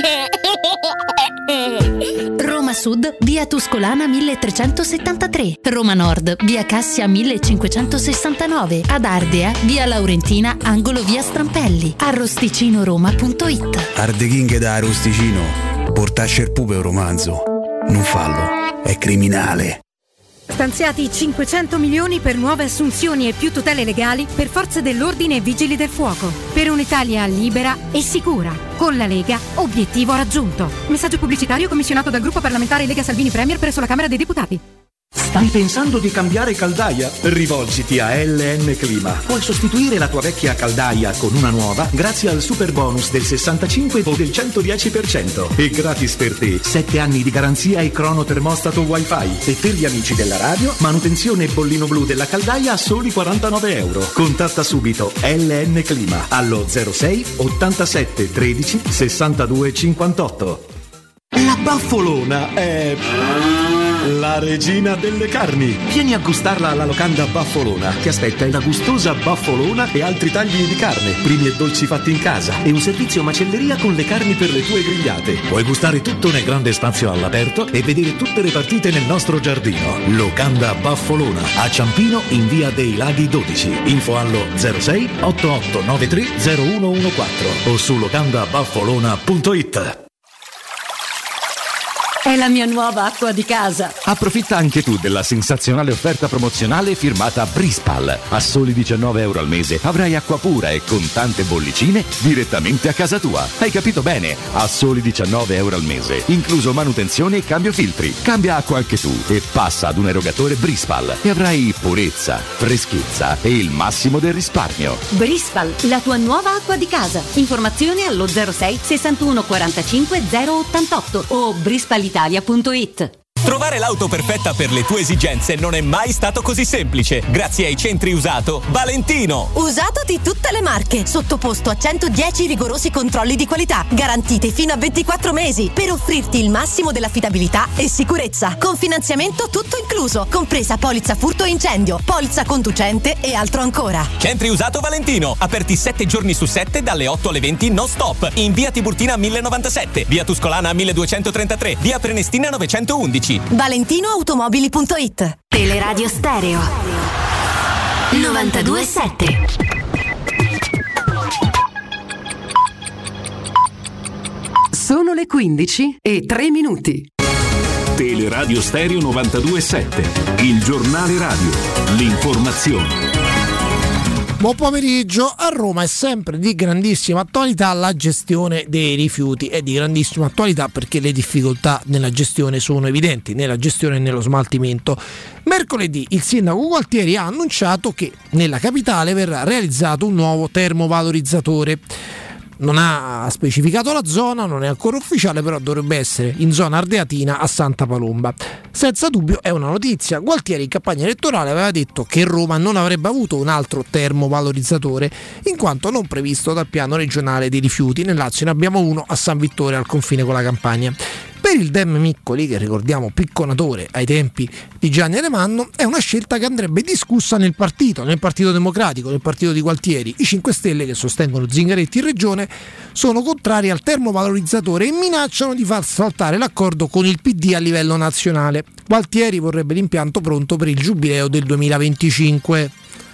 Roma Sud, via Tuscolana milletrecentosettantatré. Roma Nord, via Cassia millecinquecentosessantanove. Ad Ardea, via Laurentina, angolo via Strampelli. arrosticinoroma punto it. Arde King da Arosticino. Portasce il pupe un romanzo. Non fallo, è criminale. Stanziati cinquecento milioni per nuove assunzioni e più tutele legali per forze dell'ordine e vigili del fuoco. Per un'Italia libera e sicura. Con la Lega, obiettivo raggiunto. Messaggio pubblicitario commissionato dal gruppo parlamentare Lega Salvini Premier presso la Camera dei Deputati. Stai pensando di cambiare caldaia? Rivolgiti a L N Clima. Puoi sostituire la tua vecchia caldaia con una nuova grazie al super bonus del sessantacinque o del centodieci per cento. E gratis per te sette anni di garanzia e cronotermostato wifi. E per gli amici della radio, manutenzione e bollino blu della caldaia a soli quarantanove euro. Contatta subito L N Clima allo zero sei ottantasette tredici sessantadue cinquantotto. La Baffolona è la regina delle carni. Vieni a gustarla alla locanda Baffolona. Ti aspetta una gustosa baffolona e altri tagli di carne, primi e dolci fatti in casa e un servizio macelleria con le carni per le tue grigliate. Puoi gustare tutto nel grande spazio all'aperto e vedere tutte le partite nel nostro giardino. Locanda Baffolona a Ciampino in via dei Laghi dodici. Info allo zero sei otto otto nove tre zero uno uno quattro o su locanda baffolona punto it. È la mia nuova acqua di casa. Approfitta anche tu della sensazionale offerta promozionale firmata Brispal. A soli diciannove euro al mese avrai acqua pura e con tante bollicine direttamente a casa tua. Hai capito bene? A soli diciannove euro al mese, incluso manutenzione e cambio filtri. Cambia acqua anche tu e passa ad un erogatore Brispal e avrai purezza, freschezza e il massimo del risparmio. Brispal, la tua nuova acqua di casa. Informazioni allo zero sei sessantuno quarantacinque zero ottantotto o brispalitalia punto it. Trovare l'auto perfetta per le tue esigenze non è mai stato così semplice. Grazie ai centri usato Valentino. Usato di tutte le marche, sottoposto a centodieci rigorosi controlli di qualità, garantiti fino a ventiquattro mesi, per offrirti il massimo dell'affidabilità e sicurezza. Con finanziamento tutto incluso, compresa polizza furto e incendio, polizza conducente e altro ancora. Centri usato Valentino, aperti sette giorni su sette dalle otto alle venti non stop. In via Tiburtina millenovantasette, via Tuscolana milleduecentotrentatré, via Prenestina novecentoundici. valentinoautomobili punto it. Teleradio Stereo novantadue sette. Sono le quindici e tre minuti. Teleradio Stereo novantadue sette, il giornale radio, l'informazione. Buon pomeriggio. A Roma è sempre di grandissima attualità la gestione dei rifiuti. È di grandissima attualità perché le difficoltà nella gestione sono evidenti, nella gestione e nello smaltimento. Mercoledì il sindaco Gualtieri ha annunciato che nella capitale verrà realizzato un nuovo termovalorizzatore. Non ha specificato la zona, non è ancora ufficiale, però dovrebbe essere in zona ardeatina a Santa Palomba. Senza dubbio è una notizia. Gualtieri in campagna elettorale aveva detto che Roma non avrebbe avuto un altro termovalorizzatore in quanto non previsto dal piano regionale dei rifiuti. Nel Lazio ne abbiamo uno a San Vittore al confine con la Campania. Per il Dem Miccoli, che ricordiamo picconatore ai tempi di Gianni Alemanno, è una scelta che andrebbe discussa nel partito, nel Partito Democratico, nel partito di Gualtieri. I cinque Stelle, che sostengono Zingaretti in regione, sono contrari al termovalorizzatore e minacciano di far saltare l'accordo con il P D a livello nazionale. Gualtieri vorrebbe l'impianto pronto per il giubileo del duemilaventicinque.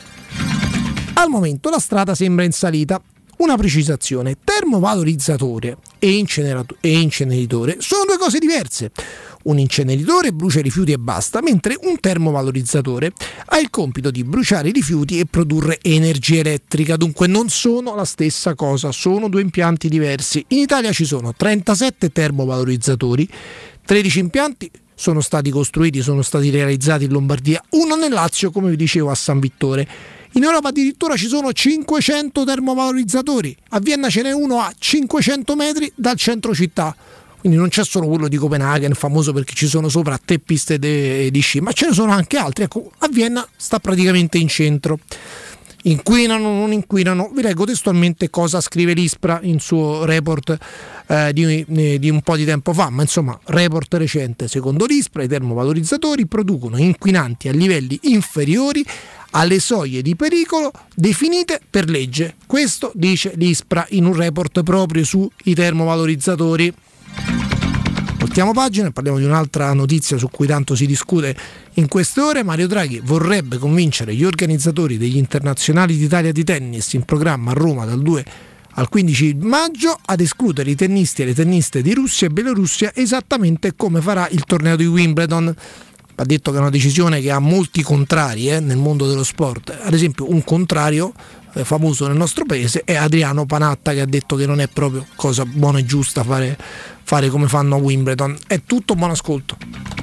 Al momento la strada sembra in salita. Una precisazione: termovalorizzatore e, incenerato- e inceneritore sono due cose diverse. Un inceneritore brucia i rifiuti e basta, mentre un termovalorizzatore ha il compito di bruciare i rifiuti e produrre energia elettrica. Dunque non sono la stessa cosa, sono due impianti diversi. In Italia ci sono trentasette termovalorizzatori, tredici impianti sono stati costruiti, sono stati realizzati in Lombardia, uno nel Lazio, come vi dicevo, a San Vittore. In Europa addirittura ci sono cinquecento termovalorizzatori, a Vienna ce n'è uno a cinquecento metri dal centro città, quindi non c'è solo quello di Copenaghen, famoso perché ci sono sopra tre piste de- di sci, ma ce ne sono anche altri. Ecco, a Vienna sta praticamente in centro. Inquinano o non inquinano? Vi leggo testualmente cosa scrive l'ISPRA in suo report eh, di, eh, di un po' di tempo fa, ma insomma report recente. Secondo l'ISPRA i termovalorizzatori producono inquinanti a livelli inferiori alle soglie di pericolo definite per legge. Questo dice l'ISPRA in un report proprio sui termovalorizzatori. Voltiamo pagina e parliamo di un'altra notizia su cui tanto si discute in queste ore. Mario Draghi vorrebbe convincere gli organizzatori degli internazionali d'Italia di tennis in programma a Roma dal due al quindici maggio ad escludere i tennisti e le tenniste di Russia e Bielorussia, esattamente come farà il torneo di Wimbledon. va detto che è una decisione che ha molti contrari eh, nel mondo dello sport. Ad esempio un contrario eh, famoso nel nostro paese è Adriano Panatta, che ha detto che non è proprio cosa buona e giusta fare, fare come fanno a Wimbledon. È tutto, buon ascolto.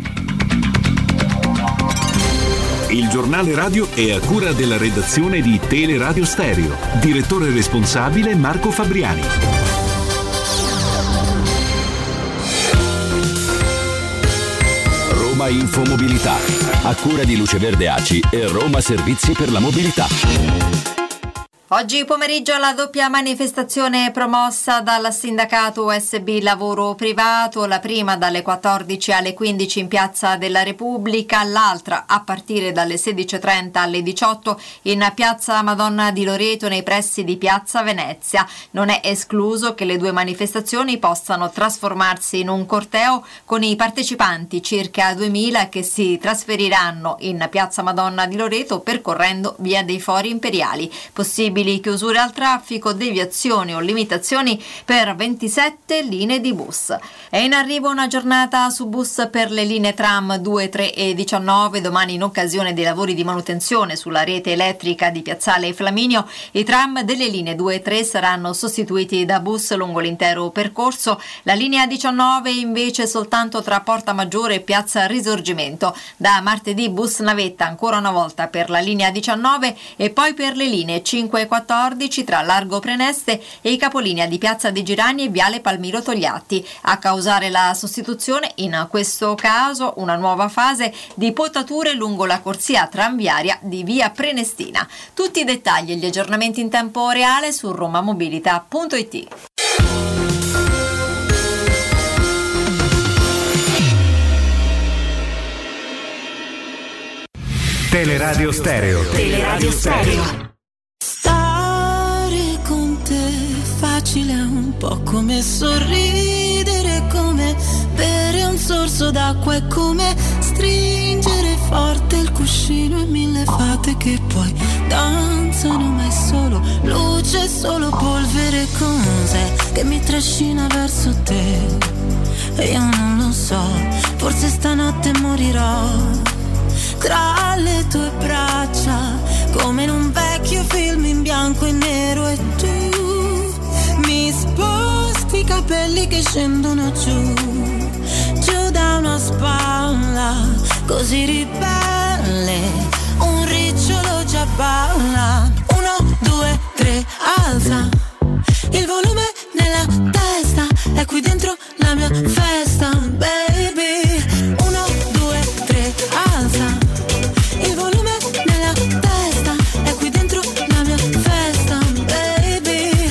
Il giornale radio è a cura della redazione di Teleradio Stereo. Direttore responsabile Marco Fabriani. Roma Infomobilità, a cura di Luce Verde A C I e Roma Servizi per la Mobilità. Oggi pomeriggio la doppia manifestazione promossa dal sindacato U S B Lavoro Privato, la prima dalle quattordici alle quindici in Piazza della Repubblica, l'altra a partire dalle sedici e trenta alle diciotto in Piazza Madonna di Loreto nei pressi di Piazza Venezia. Non è escluso che le due manifestazioni possano trasformarsi in un corteo con i partecipanti, circa duemila, che si trasferiranno in Piazza Madonna di Loreto percorrendo via dei Fori Imperiali. Possibili chiusure al traffico, deviazioni o limitazioni per ventisette linee di bus. È in arrivo una giornata su bus per le linee tram due, tre e diciannove. Domani, in occasione dei lavori di manutenzione sulla rete elettrica di Piazzale Flaminio, i tram delle linee due e tre saranno sostituiti da bus lungo l'intero percorso. La linea diciannove invece soltanto tra Porta Maggiore e Piazza Risorgimento. Da martedì bus navetta ancora una volta per la linea diciannove e poi per le linee cinque e quattordici tra Largo Preneste e i capolinea di Piazza dei Girani e Viale Palmiro Togliatti. A causare la sostituzione, in questo caso, una nuova fase di potature lungo la corsia tranviaria di via Prenestina. Tutti i dettagli e gli aggiornamenti in tempo reale su romamobilità punto it. Teleradio Stereo. Teleradio Stereo. Stare con te facile, un po' come sorridere, come bere un sorso d'acqua, è come stringere forte il cuscino e mille fate che poi danzano, ma è solo luce, solo polvere. Cos'è che mi trascina verso te? E io non lo so, forse stanotte morirò tra le tue braccia, come in un vecchio film in bianco e nero, e tu mi sposti i capelli che scendono giù, giù da una spalla, così ribelle, un ricciolo già balla. Uno, due, tre, alza il volume nella testa, è qui dentro la mia festa, baby. Uno, due, tre, alza il volume nella testa, è qui dentro la mia festa, baby.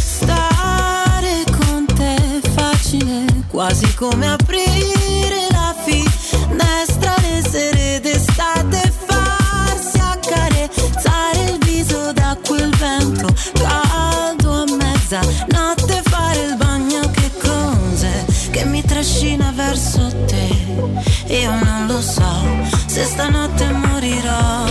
Stare con te è facile, quasi come aprire la finestra le sere d'estate, farsi accarezzare il viso da quel vento caldo a mezzanotte, fare il bagno. Che cos'è che mi trascina verso te? Io non lo so se stanotte morirò.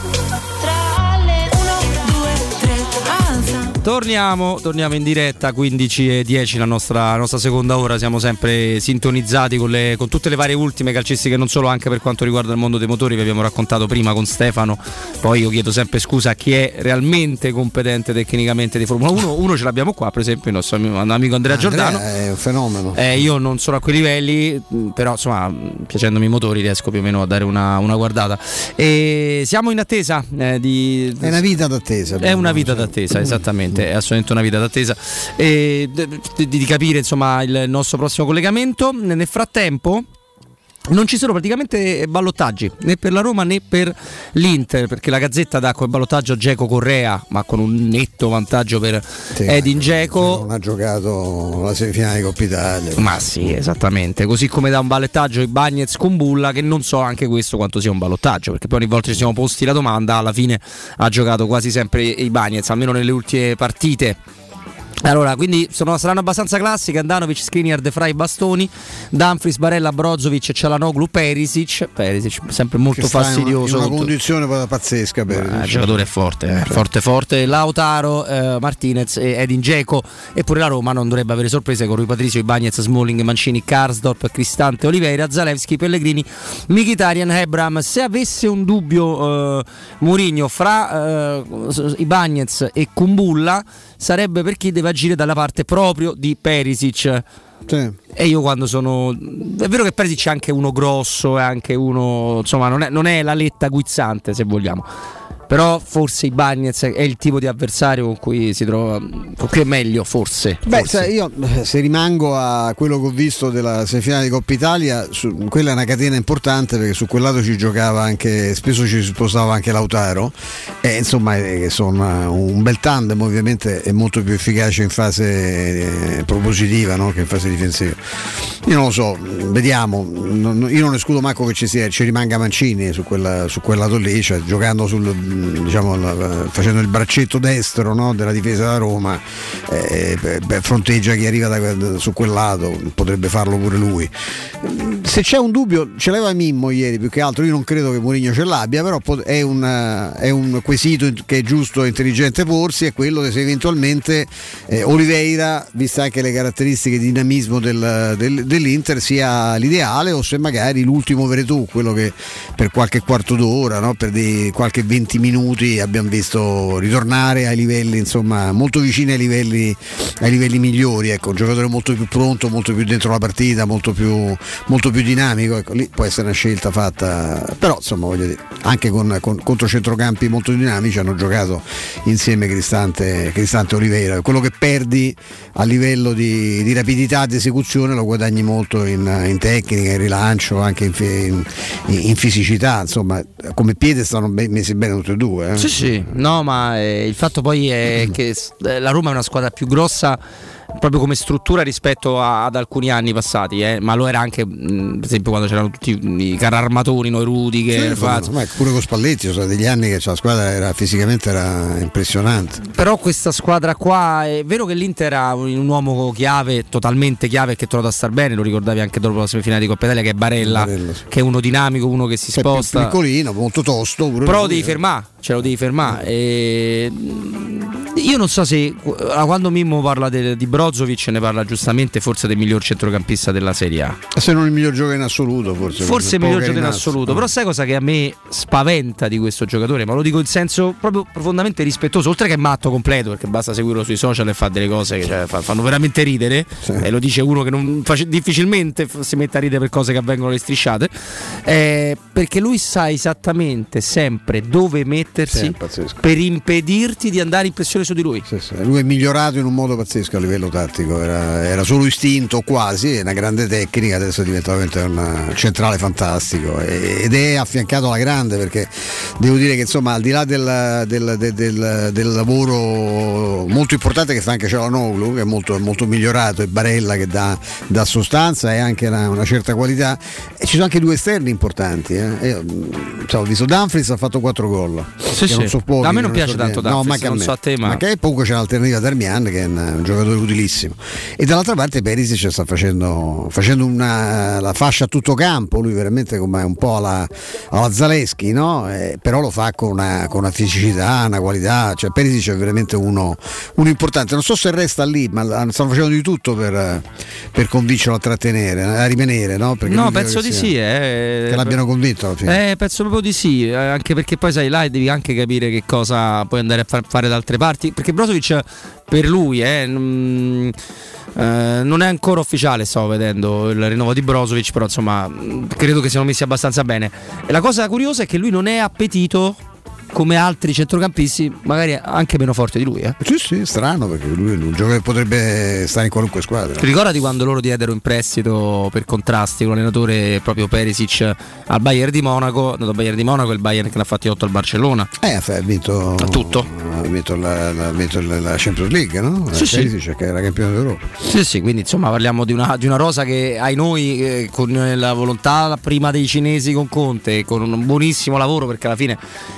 Tra le uno, due, tre, alza. Torniamo, torniamo in diretta, quindici e dieci, la nostra, la nostra seconda ora. Siamo sempre sintonizzati con, le, con tutte le varie ultime calcistiche, non solo, anche per quanto riguarda il mondo dei motori. Vi abbiamo raccontato prima con Stefano. Poi io chiedo sempre scusa a chi è realmente competente tecnicamente di Formula uno. Uno ce l'abbiamo qua, per esempio, il nostro amico Andrea Giordano. Andrea è un fenomeno. Eh, io non sono a quei livelli, però insomma, piacendomi i motori, riesco più o meno a dare una, una guardata. E siamo in attesa eh, di. È una vita d'attesa. È una vita d'attesa, esattamente. È assolutamente una vita d'attesa e di, di capire insomma il nostro prossimo collegamento. Nel frattempo non ci sono praticamente ballottaggi né per la Roma né per l'Inter, perché la Gazzetta dà come ballottaggio Dzeko Correa, ma con un netto vantaggio per sì, Edin Dzeko. Non ha giocato la semifinale di Coppa Italia. Ma sì, esattamente. Così come da un ballottaggio Ibañez con Bulla, che non so anche questo quanto sia un ballottaggio, perché poi ogni volta ci siamo posti la domanda, alla fine ha giocato quasi sempre Ibañez, almeno nelle ultime partite. Allora, quindi sono, saranno abbastanza classiche: Andanovic, Skriniar, De Vrij, Bastoni, Dumfries, Barella, Brozovic, Çalhanoğlu, Perisic. Perisic sempre molto che sta fastidioso. in una condizione pazzesca per il giocatore è forte, eh, forte forte. Lautaro, eh, Martinez e Edin Dzeko. Eppure la Roma non dovrebbe avere sorprese con Rui Patricio, Ibañez, Smalling, Mancini, Karsdorp, Cristante, Oliveira, Zalewski, Pellegrini, Mkhitaryan, Ebram. Se avesse un dubbio eh, Mourinho fra eh, Ibañez e Kumbulla, sarebbe per chi deve agire dalla parte proprio di Perisic. Sì. E io quando sono, è vero che Perisic è anche uno grosso, è anche uno, insomma, non è, non è la letta guizzante, se vogliamo, però forse Ibañez è il tipo di avversario con cui si trova, con cui è meglio, forse. Beh, forse. Sai, io se rimango a quello che ho visto della semifinale di Coppa Italia, su, quella è una catena importante, perché su quel lato ci giocava anche, spesso ci spostava anche Lautaro, e insomma eh, sono un bel tandem. Ovviamente è molto più efficace in fase eh, propositiva, no? Che in fase difensiva. Io non lo so, vediamo, non, io non escludo manco che ci sia, ci rimanga Mancini su, quella, su quel lato lì, cioè giocando sul, diciamo, facendo il braccetto destro, no, della difesa da Roma, eh, beh, fronteggia chi arriva da, su quel lato, potrebbe farlo pure lui. Se c'è un dubbio, ce l'aveva Mimmo ieri, più che altro io non credo che Mourinho ce l'abbia, però è un, è un quesito che è giusto e intelligente porsi, è quello che se eventualmente eh, Oliveira, vista anche le caratteristiche di dinamismo del, del, dell'Inter, sia l'ideale, o se magari l'ultimo Veretù, quello che per qualche quarto d'ora, no, per dei, qualche venti minuti abbiamo visto ritornare ai livelli, insomma, molto vicini ai livelli, ai livelli migliori, ecco, un giocatore molto più pronto, molto più dentro la partita, molto più, molto più dinamico, ecco, lì può essere una scelta fatta, però insomma, voglio dire, anche con, con contro centrocampi molto dinamici hanno giocato insieme Cristante, Cristante e Oliveira. Quello che perdi a livello di, di rapidità di esecuzione lo guadagni molto in, in tecnica, in rilancio, anche in, in, in fisicità, insomma, come piede stanno messi bene tutti e due. Eh? Sì, sì, no, ma eh, il fatto poi è che la Roma è una squadra più grossa proprio come struttura rispetto a, ad alcuni anni passati, eh? Ma lo era anche mh, per esempio quando c'erano tutti i carri armatori, noi Rudiger, sì, ma pure con Spalletti, sono degli anni che cioè, la squadra era fisicamente era impressionante. Però questa squadra qua, è vero che l'Inter ha un, un uomo chiave, totalmente chiave, che è trovato a star bene, lo ricordavi anche dopo la semifinale di Coppa Italia, che è Barella, Barella sì. Che è uno dinamico, uno che si sposta, più piccolino, molto tosto, pure però lo devi fermare, ce lo devi fermare. E io non so se quando Mimmo parla de, di Brozovic ne parla giustamente, forse del miglior centrocampista della Serie A, se non il miglior giocatore in assoluto, forse forse il miglior giocatore in assoluto. Però sai cosa che a me spaventa di questo giocatore, ma lo dico in senso proprio profondamente rispettoso, oltre che è matto completo, perché basta seguirlo sui social e fa delle cose che cioè, fanno veramente ridere, sì. E lo dice uno che non face, difficilmente si mette a ridere per cose che avvengono alle strisciate, eh, perché lui sa esattamente sempre dove mettersi sì, per impedirti di andare in pressione su di lui. Sì, sì. Lui è migliorato in un modo pazzesco a livello tattico, era, era solo istinto quasi, è una grande tecnica, adesso è diventato un centrale fantastico ed è affiancato alla grande, perché devo dire che insomma al di là del, del, del, del, del lavoro molto importante che fa anche Çalhanoğlu, che è molto, molto migliorato, e Barella che dà, dà sostanza e anche una, una certa qualità, e ci sono anche due esterni importanti, eh. Io, cioè, ho visto Dumfries ha fatto quattro gol, sì, sì. So pochi, a me non piace so tanto Dumfries, no, non so a te, ma, ma che comunque c'è l'alternativa Darmian, che è un, un giocatore utilissimo, e dall'altra parte Perisic sta facendo, facendo una, la fascia a tutto campo, lui veramente come un po' alla, alla Zalewski, no? Eh, però lo fa con una, con una fisicità, una qualità, cioè Perisic è veramente uno, uno importante, non so se resta lì, ma stanno facendo di tutto per, per convincerlo a trattenere, a rimanere, no? Perché no, penso di sia, sì, eh, che l'abbiano convinto alla fine. Eh, penso proprio di sì, eh, anche perché poi sai, là devi anche capire che cosa puoi andare a far, fare da altre parti, perché Brozovic per lui eh, non, eh, non è ancora ufficiale, stavo vedendo il rinnovo di Brozovic, però insomma credo che siano messi abbastanza bene, e la cosa curiosa è che lui non è appetito come altri centrocampisti, magari anche meno forti di lui, eh? Sì, sì, strano, perché lui è un giocatore che potrebbe stare in qualunque squadra. Ricordati quando loro diedero in prestito per contrasti con l'allenatore proprio Perisic al Bayern di Monaco, andato al Bayern di Monaco, il Bayern che l'ha fatti otto al Barcellona. Eh, ha vinto a tutto. Ha vinto la, la, vinto la Champions League, no? Sì, Perisic, sì. Che era campione d'Europa. Sì, sì, quindi insomma parliamo di una, di una rosa che ai noi eh, con la volontà prima dei cinesi con Conte, con un buonissimo lavoro, perché alla fine eh, in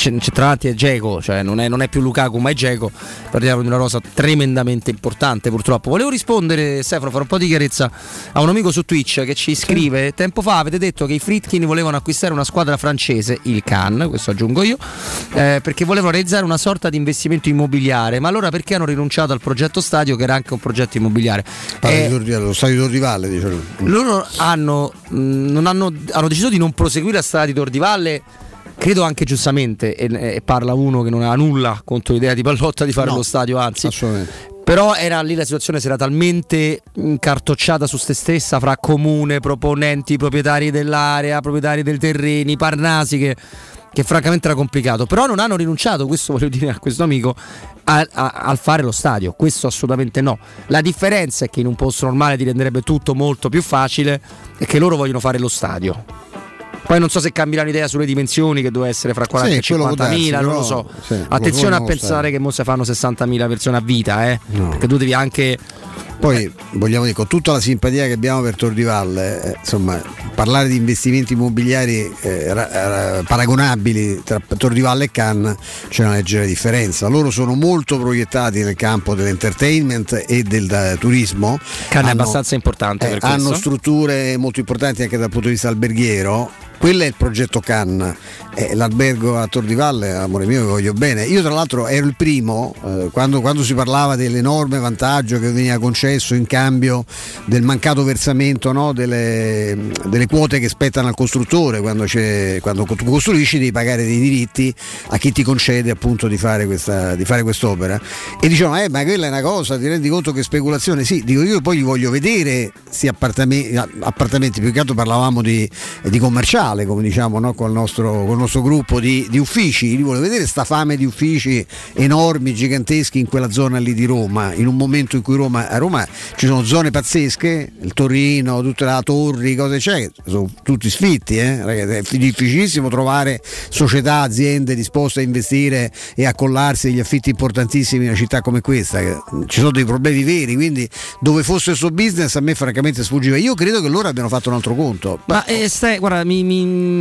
centravanti è Dzeko, cioè non è, non è più Lukaku ma è Dzeko, parliamo di una rosa tremendamente importante purtroppo. Volevo rispondere, Stefano, fare un po' di chiarezza a un amico su Twitch che ci scrive: tempo fa avete detto che i Friedkin volevano acquistare una squadra francese, il Cannes, questo aggiungo io, eh, perché volevano realizzare una sorta di investimento immobiliare, ma allora perché hanno rinunciato al progetto stadio che era anche un progetto immobiliare? Eh, lo stadio Torrivalle, diciamo. Loro hanno, mh, non hanno, hanno deciso di non proseguire la strada di Torrivalle, credo anche giustamente, e, e parla uno che non ha nulla contro l'idea di Pallotta di fare no, lo stadio, anzi assolutamente. Però era lì la situazione, si era talmente incartocciata su se stessa fra comune, proponenti, proprietari dell'area, proprietari dei terreni, Parnasi, che, che francamente era complicato. Però non hanno rinunciato, questo voglio dire a questo amico, a, a, al fare lo stadio, questo assolutamente no. La differenza è che in un posto normale ti renderebbe tutto molto più facile e che loro vogliono fare lo stadio. Poi non so se cambieranno idea sulle dimensioni, che deve essere fra quaranta sì, e cinquantamila, non lo so. Sì, attenzione a pensare stare. Che mo se fanno sessantamila persone a vita, eh? No. Perché tu devi anche. Poi vogliamo dire, con tutta la simpatia che abbiamo per Torrivalle, eh, insomma, parlare di investimenti immobiliari eh, ra- ra- paragonabili tra Torrivalle e Cannes c'è una leggera differenza. Loro sono molto proiettati nel campo dell'entertainment e del da, turismo. Cannes è abbastanza importante eh, per questo. Hanno strutture molto importanti anche dal punto di vista alberghiero. Quello è il progetto Cannes, eh, l'albergo a Tor di Valle, amore mio, vi voglio bene. Io tra l'altro ero il primo eh, quando, quando si parlava dell'enorme vantaggio che veniva concesso in cambio del mancato versamento, no, delle, delle quote che spettano al costruttore. Quando, c'è, quando tu costruisci devi pagare dei diritti a chi ti concede appunto di fare, questa, di fare quest'opera, e dicevano eh ma quella è una cosa, ti rendi conto che speculazione? Sì, dico io poi li voglio vedere questi appartamenti, appartamenti, più che altro parlavamo di, di commerciali, come diciamo, no? Con il nostro, con il nostro gruppo di, di uffici, li volevo vedere sta fame di uffici enormi, giganteschi in quella zona lì di Roma, in un momento in cui Roma, a Roma ci sono zone pazzesche, il Torino, tutta la Torri, cose c'è, sono tutti sfitti, eh? Ragazzi, è difficilissimo trovare società, aziende disposte a investire e a collarsi degli affitti importantissimi in una città come questa, ci sono dei problemi veri, quindi dove fosse il suo business a me francamente sfuggiva. Io credo che loro abbiano fatto un altro conto. Ma eh, stai, guarda, mi, mi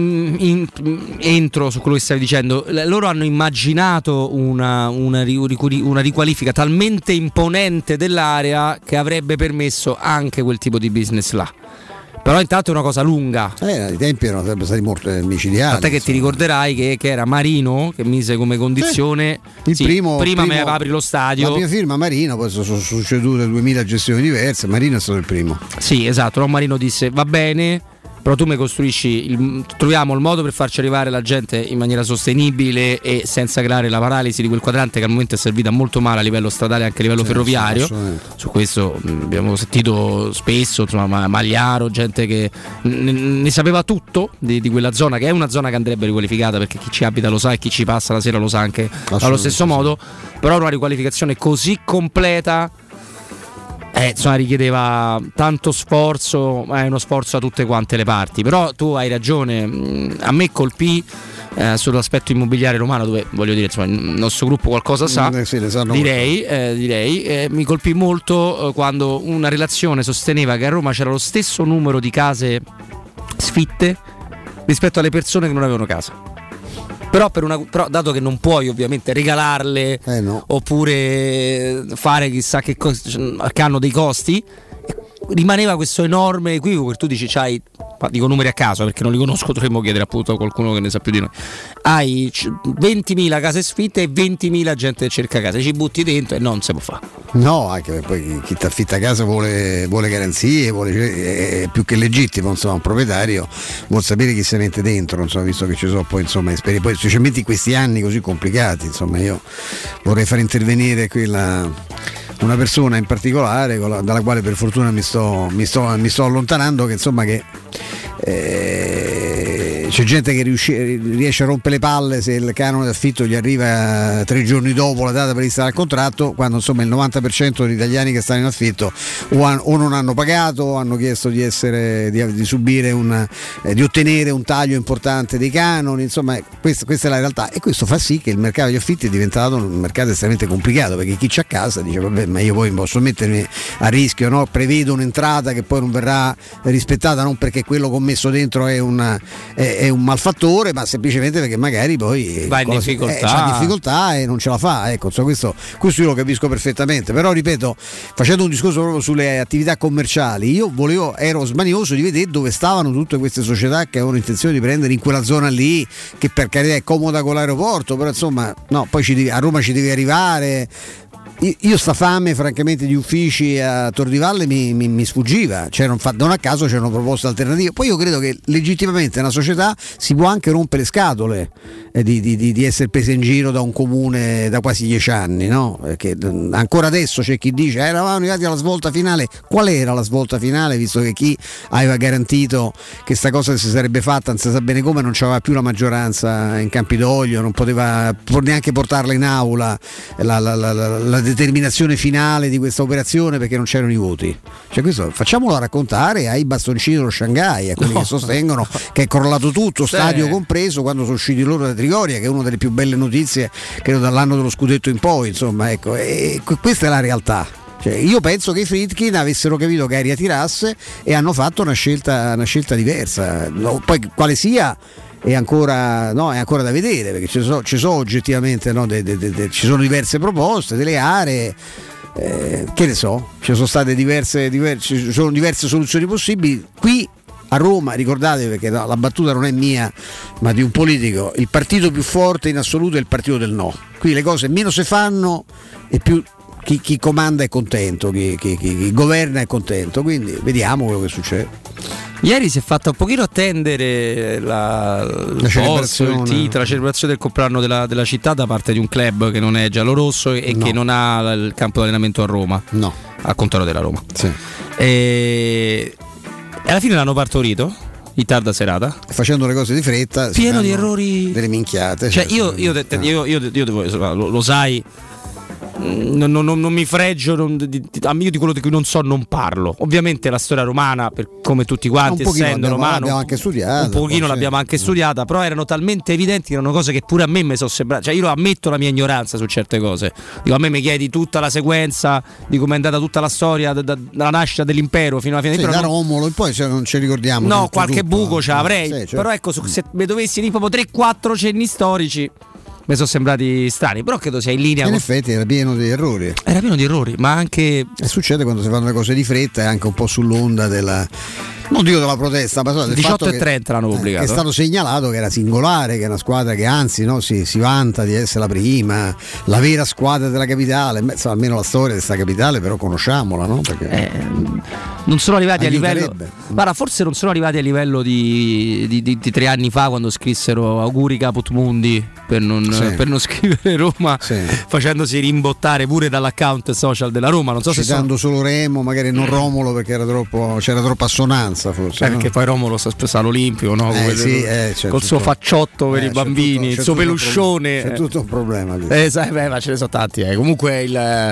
In, entro su quello che stavi dicendo. Loro hanno immaginato una, una, una riqualifica talmente imponente dell'area che avrebbe permesso anche quel tipo di business là. Però intanto è una cosa lunga. Eh, ai tempi erano sempre stati morti micidiali. Tant'è che ti ricorderai che, che era Marino che mise come condizione sì. il sì, primo, prima primo, me apri lo stadio. La mia firma Marino, poi sono succedute duemila gestioni diverse. Marino è stato il primo. Sì, esatto. No, Marino disse va bene, però tu mi costruisci il, troviamo il modo per farci arrivare la gente in maniera sostenibile e senza creare la paralisi di quel quadrante che al momento è servita molto male a livello stradale e anche a livello sì, ferroviario. Su questo mh, abbiamo sentito spesso, insomma, Magliaro, gente che ne, ne sapeva tutto di, di quella zona, che è una zona che andrebbe riqualificata, perché chi ci abita lo sa e chi ci passa la sera lo sa anche allo stesso sì. modo. Però una riqualificazione così completa Eh, insomma, richiedeva tanto sforzo, è uno sforzo a tutte quante le parti. Però tu hai ragione, a me colpì eh, sull'aspetto immobiliare romano, dove voglio dire, insomma, il nostro gruppo qualcosa sa, eh sì, direi, eh, direi eh, mi colpì molto eh, quando una relazione sosteneva che a Roma c'era lo stesso numero di case sfitte rispetto alle persone che non avevano casa. Però, per una, però dato che non puoi ovviamente regalarle eh no. oppure fare chissà che cosa, che hanno dei costi, rimaneva questo enorme equivoco che tu dici c'hai, dico numeri a caso perché non li conosco, dovremmo chiedere appunto a qualcuno che ne sa più di noi, hai ventimila case sfitte e ventimila gente che cerca casa, ci butti dentro e non si può fare. No, anche perché poi chi ti affitta casa vuole, vuole garanzie, vuole, è più che legittimo, insomma, un proprietario vuol sapere chi se mette dentro, insomma, visto che ci sono poi insomma esperienze, poi specialmente in questi anni così complicati, insomma, io vorrei far intervenire quella una persona in particolare con la, dalla quale per fortuna mi sto, mi sto, mi sto allontanando, che insomma che eh, c'è gente che riusci, riesce a rompere le palle se il canone d'affitto gli arriva tre giorni dopo la data prevista dal contratto, quando insomma il novanta per cento degli italiani che stanno in affitto o, han, o non hanno pagato o hanno chiesto di essere di, di subire un eh, di ottenere un taglio importante dei canoni, insomma questa, questa è la realtà, e questo fa sì che il mercato degli affitti è diventato un mercato estremamente complicato, perché chi c'ha casa dice vabbè, ma io poi posso mettermi a rischio, no? Prevedo un'entrata che poi non verrà rispettata, non perché quello che ho messo dentro è, una, è, è, è un malfattore, ma semplicemente perché magari poi va in difficoltà, eh, c'ha difficoltà e non ce la fa, ecco, so, questo, questo io lo capisco perfettamente, però ripeto, facendo un discorso proprio sulle attività commerciali, io volevo, ero smanioso di vedere dove stavano tutte queste società che avevano intenzione di prendere in quella zona lì, che per carità è comoda con l'aeroporto, però insomma no, poi ci devi, a Roma ci devi arrivare. Io sta fame francamente di uffici a Tor di Valle mi, mi, mi sfuggiva, c'erano, non a caso c'erano proposte alternative. Poi io credo che legittimamente una società si può anche rompere le scatole eh, di, di, di essere presa in giro da un comune da quasi dieci anni, no? Perché ancora adesso c'è chi dice eh, eravamo arrivati alla svolta finale. Qual era la svolta finale, visto che chi aveva garantito che sta cosa si sarebbe fatta non si sa bene come, non c'aveva più la maggioranza in Campidoglio, non poteva neanche portarla in aula la, la, la, la, la determinazione finale di questa operazione perché non c'erano i voti. Cioè questo facciamolo raccontare ai bastoncini dello Shanghai, a quelli no. che sostengono che è crollato tutto, stadio sì. compreso, quando sono usciti loro da Trigoria, che è una delle più belle notizie credo dall'anno dello scudetto in poi, insomma, ecco, e questa è la realtà. Cioè, io penso che i Friedkin avessero capito che aria tirasse e hanno fatto una scelta, una scelta diversa. No, poi quale sia è ancora, no, è ancora da vedere, perché ci sono, ci sono oggettivamente no, de, de, de, de, ci sono diverse proposte, delle aree, eh, che ne so, ci sono state diverse, diverse, ci sono diverse soluzioni possibili. Qui a Roma, ricordatevi, perché no, la battuta non è mia ma di un politico, il partito più forte in assoluto è il partito del no. Qui le cose meno si fanno e più chi, chi comanda è contento, chi, chi, chi, chi governa è contento, quindi vediamo quello che succede. Ieri si è fatta un pochino attendere la, la il celebrazione. Posto, il titolo, la celebrazione del compleanno della, della città da parte di un club che non è giallorosso e no. che non ha il campo di allenamento a Roma, no. al contrario della Roma. Sì. E... e alla fine l'hanno partorito in tarda serata, facendo le cose di fretta, pieno di errori, delle minchiate. Cioè io, io, io, io, io, io devo, lo, lo sai. Non, non, non mi fregio non, di, di, io di quello di cui non so non parlo. Ovviamente la storia romana, per, come tutti quanti, essendo romano, l'abbiamo anche studiata, un pochino poi, l'abbiamo anche studiata, però erano talmente evidenti che erano cose che pure a me mi sono sembrate. Cioè io lo ammetto la mia ignoranza su certe cose. Dico, a me mi chiedi tutta la sequenza di come è andata tutta la storia da, da, dalla nascita dell'impero fino alla fine sì, dell'impero. Da Romolo e poi cioè, non ci ricordiamo. No, qualche tutto. buco ce l'avrei. Sì, certo. Però ecco, se mi dovessi dire proprio tre quattro cenni storici mi sono sembrati strani, però credo sia in linea. In con... effetti era pieno di errori. Era pieno di errori, ma anche. E succede quando si fanno le cose di fretta e anche un po' sull'onda della. Non dico della protesta, ma del diciotto e trenta l'hanno pubblicato. È stato segnalato che era singolare, che è una squadra che anzi no, si, si vanta di essere la prima, la vera squadra della capitale. Beh, insomma, almeno la storia di questa capitale, però conosciamola, no? Perché eh, non sono arrivati a livello. Guarda, forse non sono arrivati a livello di, di, di, di tre anni fa quando scrissero auguri Caput Mundi per non, sì. per non scrivere Roma, sì. facendosi rimbottare pure dall'account social della Roma. Non so citando se sono... solo Remo, magari non Romolo perché era troppo, c'era troppa assonanza. Forse, eh, no? Perché poi Romolo sta spesso all'Olimpico, no? Eh, sì, eh, col tutto, suo facciotto per eh, i bambini, tutto, il suo peluscione. C'è tutto un problema. Eh, sai, beh, ma ce ne sono tanti. Eh. Comunque, il,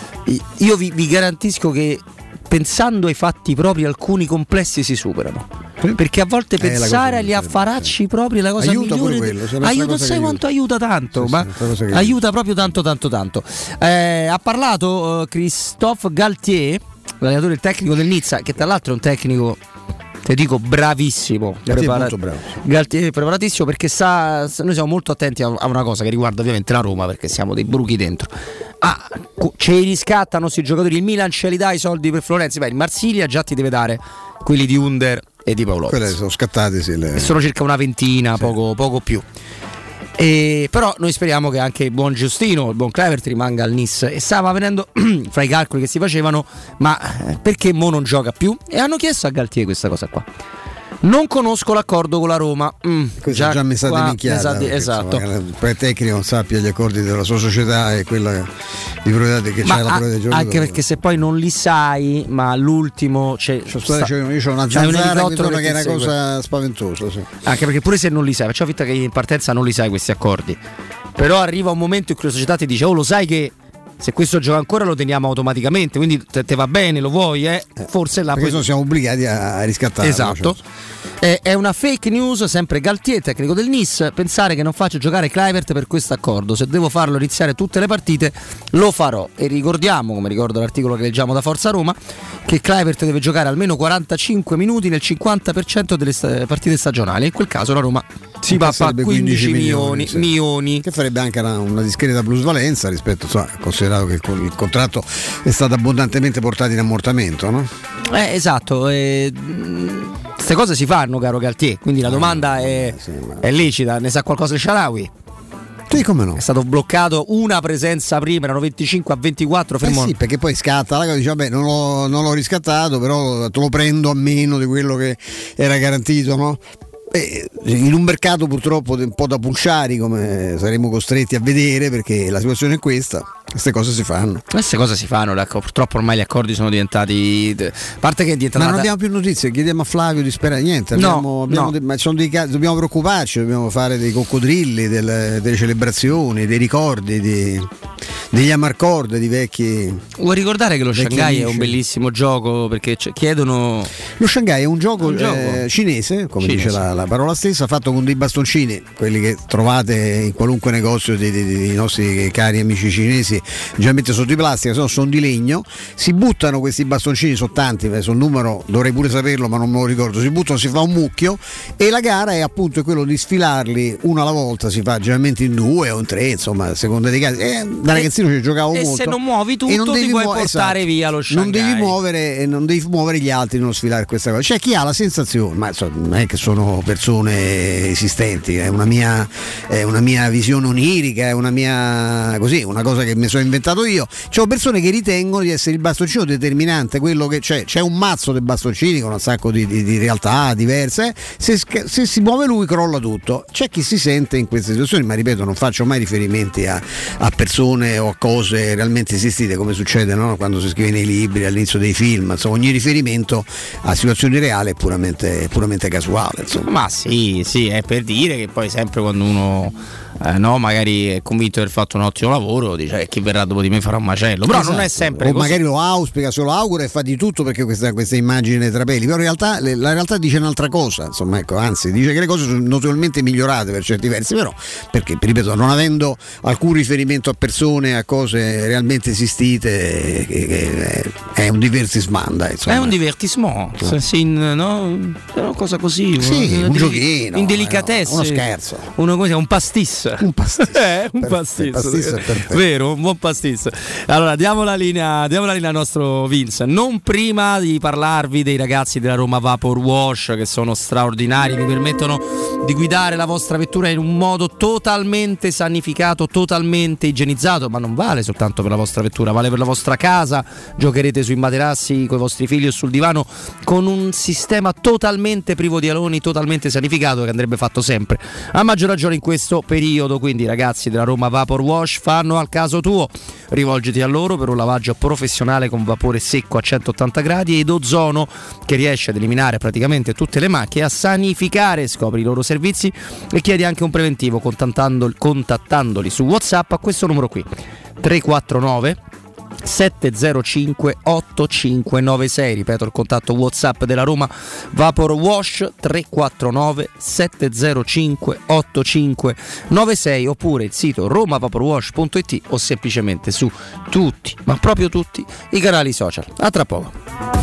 io vi, vi garantisco che pensando ai fatti propri, alcuni complessi si superano. Perché a volte eh, pensare agli affaracci propri è la cosa aiuta migliore. Quello, cioè aiuta, sai quanto aiuta tanto, sì, ma sì, aiuta aiuta proprio tanto, tanto, tanto. Eh, ha parlato uh, Christophe Galtier, l'allenatore tecnico del Nizza, che tra l'altro è un tecnico, te dico, bravissimo. Prepara- bravo. Galtier preparatissimo perché sa, noi siamo molto attenti a, a una cosa che riguarda ovviamente la Roma, perché siamo dei bruchi dentro. Ah, ce li riscattano questi giocatori, il Milan ce li dà i soldi per Florenzi, beh, il Marsiglia già ti deve dare quelli di Under e di Paolo. Quelle sono scattate, sì, le... sono circa una ventina, sì. poco, poco più. E però noi speriamo che anche il buon Giustino, il buon Clevert rimanga al Nice. E stava venendo fra i calcoli che si facevano, ma perché Mo non gioca più? E hanno chiesto a Galtier questa cosa qua. Non conosco l'accordo con la Roma. Mm, Questo già, già mi sa di minchiata. Di, esatto. Insomma, il pre-tecnico non sappia gli accordi della sua società e quella di proprietà che ma c'è la proprietà dei giocatori. Anche perché se poi non li sai, ma all'ultimo c'è. Sta, sta, io ho una zanzara che, che è una cosa spaventosa. Sì. Anche perché pure se non li sai, facciamo finta che in partenza non li sai questi accordi. Però arriva un momento in cui la società ti dice: oh, lo sai che se questo gioca ancora lo teniamo automaticamente, quindi te, te va bene, lo vuoi, eh? Forse la perché poi... siamo obbligati a riscattarlo. Esatto. Cioè. È una fake news, sempre Galtier, tecnico del Nice, pensare che non faccio giocare Kluivert per questo accordo. Se devo farlo iniziare tutte le partite lo farò. E ricordiamo, come ricordo l'articolo che leggiamo da Forza Roma, che Kluivert deve giocare almeno quarantacinque minuti nel cinquanta per cento delle sta- partite stagionali. In quel caso la Roma si va a quindici milioni, sì. milioni. Che farebbe anche una, una discreta plusvalenza rispetto, insomma, considerato che il, il contratto è stato abbondantemente portato in ammortamento, no? Eh, esatto. Eh, queste cose si fanno, caro Galtier, quindi la domanda è, sì, ma... è licita. Ne sa qualcosa il Shaarawy? Sì, come no? È stato bloccato una presenza prima, erano venticinque a ventiquattro. Eh sì, perché poi scatta la cosa, dice vabbè non l'ho, non l'ho riscattato, però te lo prendo a meno di quello che era garantito, no? Eh, in un mercato purtroppo un po' da pulciari, come saremo costretti a vedere, perché la situazione è questa. Queste cose si fanno. Queste cose si fanno, purtroppo ormai gli accordi sono diventati. A parte che è diventata. Ma non abbiamo più notizie, chiediamo a Flavio di sperare niente. No, abbiamo, abbiamo no. De... ma sono dei casi, dobbiamo preoccuparci, dobbiamo fare dei coccodrilli, delle, delle celebrazioni, dei ricordi, di, degli amarcord, di vecchi. Vuoi ricordare che lo Shanghai amici. È un bellissimo gioco, perché chiedono. Lo Shanghai è un gioco, un gioco. Eh, cinese, come cinese. dice la, la parola stessa, fatto con dei bastoncini, quelli che trovate in qualunque negozio dei, dei, dei nostri cari amici cinesi, generalmente sono di plastica, se no sono di legno. Si buttano questi bastoncini, sono tanti, sul numero dovrei pure saperlo ma non me lo ricordo, si buttano, si fa un mucchio e la gara è appunto quello di sfilarli uno alla volta, si fa generalmente in due o in tre, insomma a seconda dei casi. Eh, da ragazzino ci giocavo e molto. E se non muovi tutto non ti puoi muo- portare esatto. via lo Shanghai. Non devi muovere, non devi muovere gli altri nello sfilare questa cosa. C'è chi ha la sensazione, ma insomma, non è che sono persone esistenti, è una mia, è una mia visione onirica, è una mia così, una cosa che mi sono inventato io. C'ho persone che ritengono di essere il bastoncino determinante, quello che c'è, c'è un mazzo di bastoncini con un sacco di, di, di realtà diverse, se, se si muove lui crolla tutto. C'è chi si sente in queste situazioni, ma ripeto non faccio mai riferimenti a, a persone o a cose realmente esistite, come succede, no? Quando si scrive nei libri, all'inizio dei film, insomma ogni riferimento a situazioni reali è puramente, puramente casuale, insomma. Ma sì, sì, è per dire che poi sempre quando uno eh, no, magari è convinto di aver fatto un ottimo lavoro, dice eh, chi verrà dopo di me farà un macello, però esatto. Non è sempre o così. Magari lo auspica, se lo augura e fa di tutto perché questa, questa immagine nei trapeli, però in realtà le, la realtà dice un'altra cosa, insomma, ecco, anzi dice che le cose sono notevolmente migliorate per certi versi, però perché, ripeto, non avendo alcun riferimento a persone, a cose realmente esistite, che, che è un divertismanda, insomma. È un divertissement, no. Sì, no? È una cosa così, sì, una, un una giochino, indelicatezza, uno scherzo, uno, un pastis. Un pastis, eh, un pastis, pastis vero, un buon pastis. Allora diamo la linea, diamo la linea al nostro Vince. Non prima di parlarvi dei ragazzi della Roma Vapor Wash che sono straordinari, vi permettono di guidare la vostra vettura in un modo totalmente sanificato, totalmente igienizzato, ma non vale soltanto per la vostra vettura, vale per la vostra casa. Giocherete sui materassi con i vostri figli o sul divano con un sistema totalmente privo di aloni, totalmente sanificato, che andrebbe fatto sempre, a maggior ragione in questo periodo. Quindi ragazzi della Roma Vapor Wash fanno al caso tuo, rivolgiti a loro per un lavaggio professionale con vapore secco a centottanta gradi ed ozono che riesce ad eliminare praticamente tutte le macchie, a sanificare. Scopri i loro servizi e chiedi anche un preventivo contattandoli, contattandoli su WhatsApp a questo numero qui, tre quattro nove sette zero cinque otto cinque nove sei. Ripeto il contatto WhatsApp della Roma Vapor Wash, tre quattro nove sette zero cinque otto cinque nove sei, oppure il sito roma vapor wash punto it o semplicemente su tutti, ma proprio tutti i canali social. A tra poco.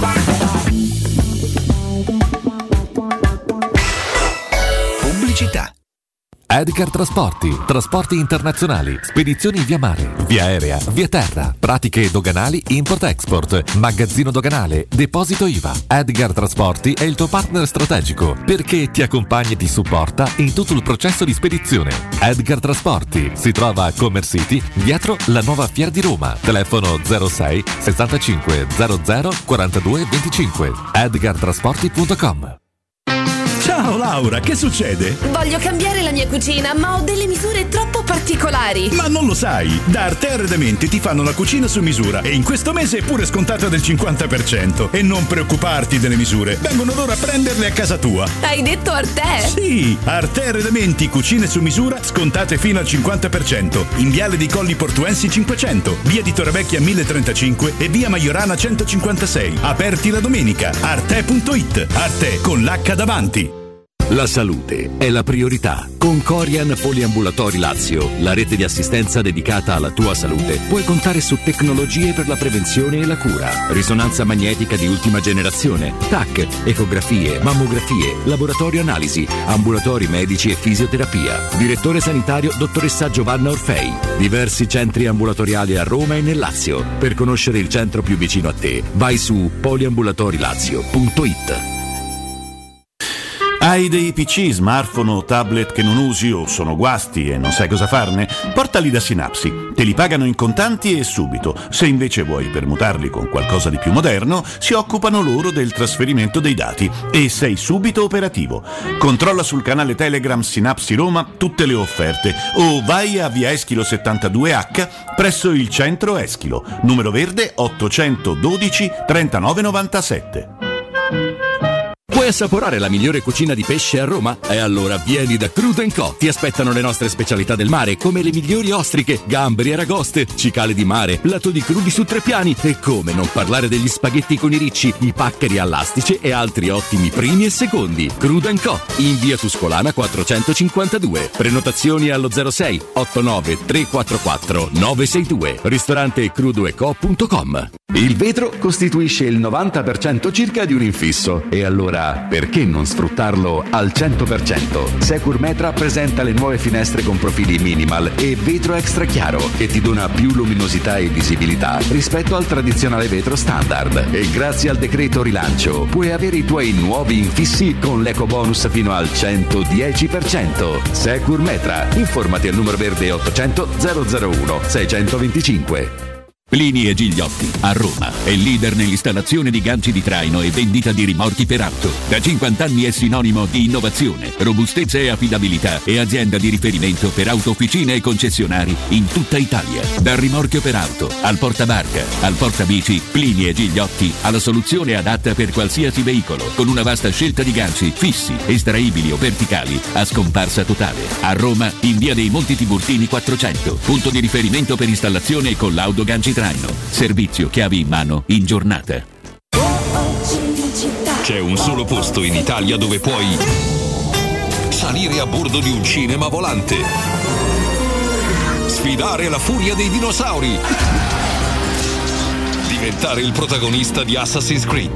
Pubblicità. Edgar Trasporti, trasporti internazionali, spedizioni via mare, via aerea, via terra, pratiche doganali import-export, magazzino doganale, deposito I V A. Edgar Trasporti è il tuo partner strategico perché ti accompagna e ti supporta in tutto il processo di spedizione. Edgar Trasporti si trova a Commerce City, dietro la nuova Fiera di Roma. Telefono zero sei sessantacinque zero zero quarantadue venticinque. edgar trasporti punto com. Ciao Laura! Laura, che succede? Voglio cambiare la mia cucina, ma ho delle misure troppo particolari. Ma non lo sai, da Arte Arredamenti ti fanno la cucina su misura e in questo mese è pure scontata del cinquanta per cento. E non preoccuparti delle misure, vengono loro a prenderle a casa tua. Hai detto Arte? Sì, Arte Arredamenti, cucine su misura, scontate fino al cinquanta per cento. In Viale dei Colli Portuensi cinquecento, via di Torrevecchia mille trentacinque e via Maiorana centocinquantasei. Aperti la domenica. arte punto it. Arte con l'H davanti. La salute è la priorità. Con Corian Poliambulatori Lazio, la rete di assistenza dedicata alla tua salute, puoi contare su tecnologie per la prevenzione e la cura. Risonanza magnetica di ultima generazione, T A C, ecografie, mammografie, laboratorio analisi, ambulatori medici e fisioterapia. Direttore sanitario dottoressa Giovanna Orfei. Diversi centri ambulatoriali a Roma e nel Lazio. Per conoscere il centro più vicino a te, vai su poliambulatorilazio punto it. Hai dei P C, smartphone o tablet che non usi o sono guasti e non sai cosa farne? Portali da Synapsi. Te li pagano in contanti e subito. Se invece vuoi permutarli con qualcosa di più moderno, si occupano loro del trasferimento dei dati e sei subito operativo. Controlla sul canale Telegram Synapsi Roma tutte le offerte o vai a via Eschilo settantadue H presso il centro Eschilo, numero verde ottocentododici trentanove novantasette. Vuoi assaporare la migliore cucina di pesce a Roma? E allora vieni da Crudo and Co. Ti aspettano le nostre specialità del mare, come le migliori ostriche, gamberi, aragoste, cicale di mare, lato di crudi su tre piani e come non parlare degli spaghetti con i ricci, i paccheri all'astice e altri ottimi primi e secondi. Crudo and Co. in via Tuscolana quattrocentocinquantadue. Prenotazioni allo zero sei ottantanove trequarantaquattro novecentoseintadue. Ristorante crudoeco punto com. Il vetro costituisce il novanta per cento circa di un infisso e allora perché non sfruttarlo al cento per cento? Securmetra presenta le nuove finestre con profili minimal e vetro extra chiaro che ti dona più luminosità e visibilità rispetto al tradizionale vetro standard. E grazie al decreto rilancio puoi avere i tuoi nuovi infissi con l'eco bonus fino al centodieci per cento. Securmetra, informati al numero verde ottocento zero zero uno seicentoventicinque. Plini e Gigliotti, a Roma, è leader nell'installazione di ganci di traino e vendita di rimorchi per auto. Da cinquanta anni è sinonimo di innovazione, robustezza e affidabilità e azienda di riferimento per auto, officine e concessionari in tutta Italia. Dal rimorchio per auto, al portabarca, al portabici, Plini e Gigliotti ha la soluzione adatta per qualsiasi veicolo, con una vasta scelta di ganci fissi, estraibili o verticali, a scomparsa totale. A Roma, in via dei Monti Tiburtini quattrocento, punto di riferimento per installazione con l'auto ganci traino. Servizio chiavi in mano in giornata. C'è un solo posto in Italia dove puoi salire a bordo di un cinema volante, sfidare la furia dei dinosauri, diventare il protagonista di Assassin's Creed,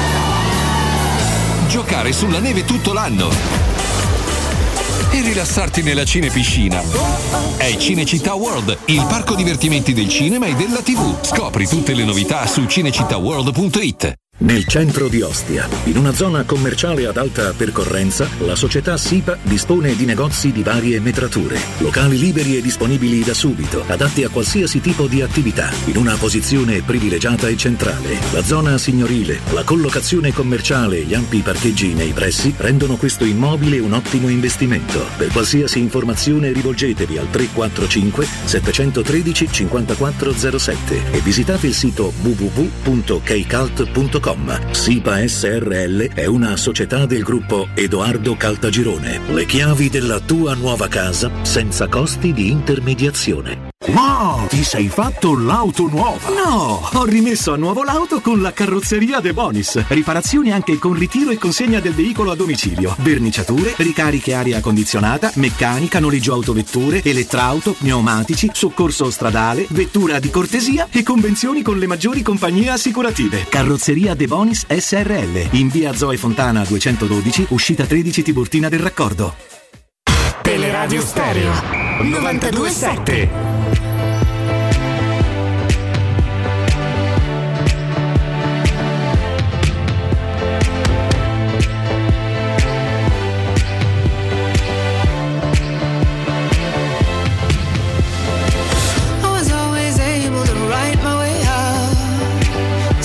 giocare sulla neve tutto l'anno e rilassarti nella cinepiscina. È Cinecittà World, il parco divertimenti del cinema e della tivù. Scopri tutte le novità su cinecittà world punto it. Nel centro di Ostia, in una zona commerciale ad alta percorrenza, la società SIPA dispone di negozi di varie metrature, locali liberi e disponibili da subito, adatti a qualsiasi tipo di attività, in una posizione privilegiata e centrale. La zona signorile, la collocazione commerciale e gli ampi parcheggi nei pressi rendono questo immobile un ottimo investimento. Per qualsiasi informazione rivolgetevi al tre quattro cinque sette uno tre cinque zero sette e visitate il sito w w w punto keycult punto com. SIPA S R L è una società del gruppo Edoardo Caltagirone. Le chiavi della tua nuova casa senza costi di intermediazione. Wow, ti sei fatto l'auto nuova? No, ho rimesso a nuovo l'auto con la carrozzeria De Bonis. Riparazioni anche con ritiro e consegna del veicolo a domicilio. Verniciature, ricariche aria condizionata, meccanica, noleggio autovetture, elettrauto, pneumatici, soccorso stradale, vettura di cortesia e convenzioni con le maggiori compagnie assicurative. Carrozzeria De Bonis S R L, in via Zoe Fontana duecentododici, uscita tredici Tiburtina del Raccordo. Teleradio Stereo novantadue sette.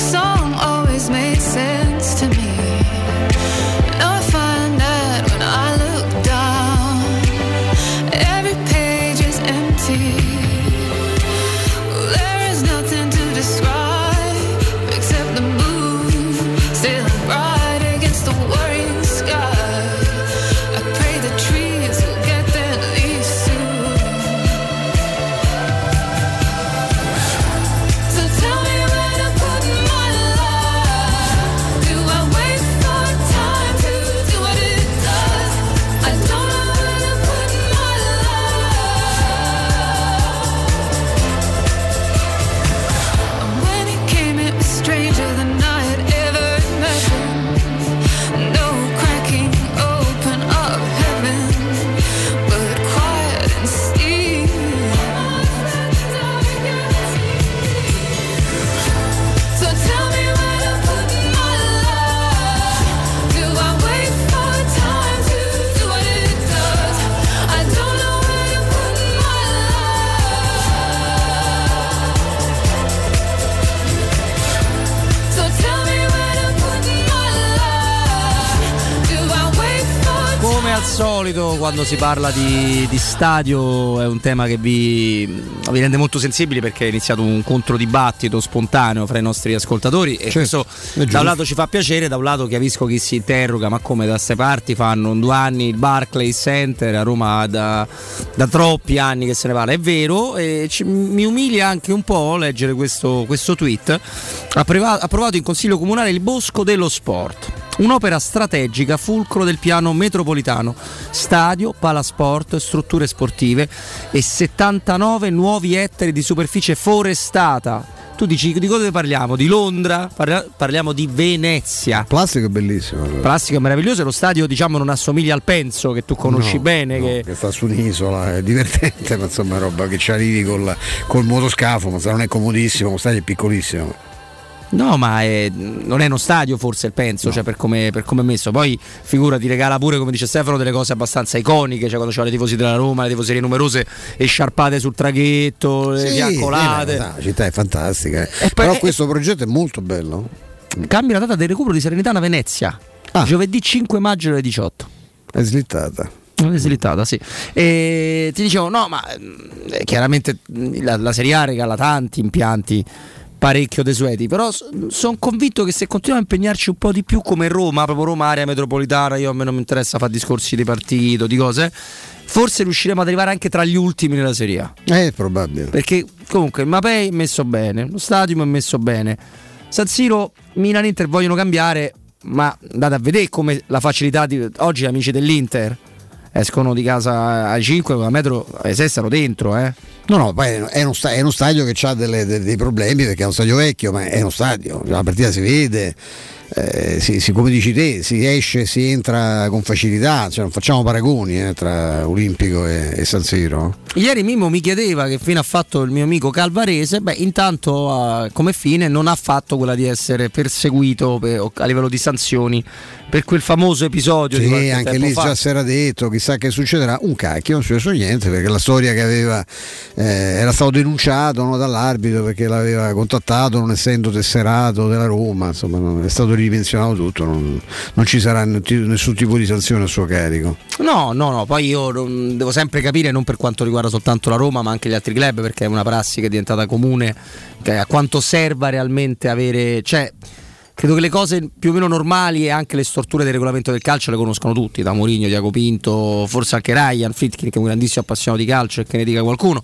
Sense to me. Now I find that when I solito quando si parla di, di stadio è un tema che vi, vi rende molto sensibili, perché è iniziato un controdibattito spontaneo fra i nostri ascoltatori e certo, questo da un lato ci fa piacere, da un lato capisco chi si interroga: ma come da ste parti fanno due anni il Barclays Center a Roma, da, da troppi anni che se ne parla. È vero, e ci, mi umilia anche un po' leggere questo, questo tweet. Ha approvato in Consiglio Comunale il Bosco dello Sport, un'opera strategica fulcro del piano metropolitano, stadio, palasport, strutture sportive e settantanove nuovi ettari di superficie forestata. Tu dici di cosa parliamo? Di Londra? Parla- parliamo di Venezia. Plastico è bellissimo. Allora. Plastico è meraviglioso, e lo stadio diciamo non assomiglia al Penso che tu conosci no, bene. No, che... che sta su un'isola, è divertente, ma insomma è roba che ci arrivi col, col motoscafo, ma non è comodissimo, lo stadio è piccolissimo. No, ma è, non è uno stadio forse il Penso, no. Cioè per come, per come è messo. Poi figura ti regala pure, come dice Stefano, delle cose abbastanza iconiche, cioè quando c'erano le tifosi della Roma, le tifoserie numerose e sciarpate sul traghetto, le sì, fiaccolate. Eh, la città è fantastica, eh. E però poi, questo progetto è molto bello. Cambia la data del recupero di Serenitana Venezia, ah. giovedì cinque maggio alle diciotto. È slittata. È slittata, sì. E ti dicevo, no, ma eh, chiaramente la, la Serie A regala tanti impianti parecchio desueti, però sono convinto che se continuiamo a impegnarci un po' di più come Roma, proprio Roma area metropolitana, io a me non mi interessa fare discorsi di partito, di cose, forse riusciremo ad arrivare anche tra gli ultimi nella Serie A. È probabile. Perché comunque il Mapei è messo bene, lo Stadium è messo bene, San Siro, Milan, Inter vogliono cambiare, ma andate a vedere come la facilità di oggi, amici dell'Inter escono di casa ai cinque, a metro ai sei stanno dentro, eh. No, no, poi è uno stadio, è uno stadio che ha delle, dei, dei problemi, perché è uno stadio vecchio, ma è uno stadio, la partita si vede, eh, si, si, come dici te, si esce, si entra con facilità, cioè non facciamo paragoni eh, tra Olimpico e, e San Siro. Ieri Mimmo mi chiedeva che fine ha fatto il mio amico Calvarese. Beh, intanto uh, come fine non ha fatto quella di essere perseguito per, a livello di sanzioni per quel famoso episodio. Sì, di anche lì fa. già si era detto, chissà che succederà. Un cacchio, non successo niente, perché la storia che aveva eh, era stato denunciato, no, dall'arbitro perché l'aveva contattato non essendo tesserato della Roma, insomma non, è stato ridimensionato tutto, non, non ci sarà nessun tipo di sanzione a suo carico. No, no, no, poi io non, devo sempre capire, non per quanto riguarda soltanto la Roma ma anche gli altri club, perché è una prassi che è diventata comune, che a quanto serva realmente avere, cioè credo che le cose più o meno normali e anche le storture del regolamento del calcio le conoscono tutti, da Mourinho, Diaco Pinto, forse anche Ryan Friedkin, che è un grandissimo appassionato di calcio e che ne dica qualcuno,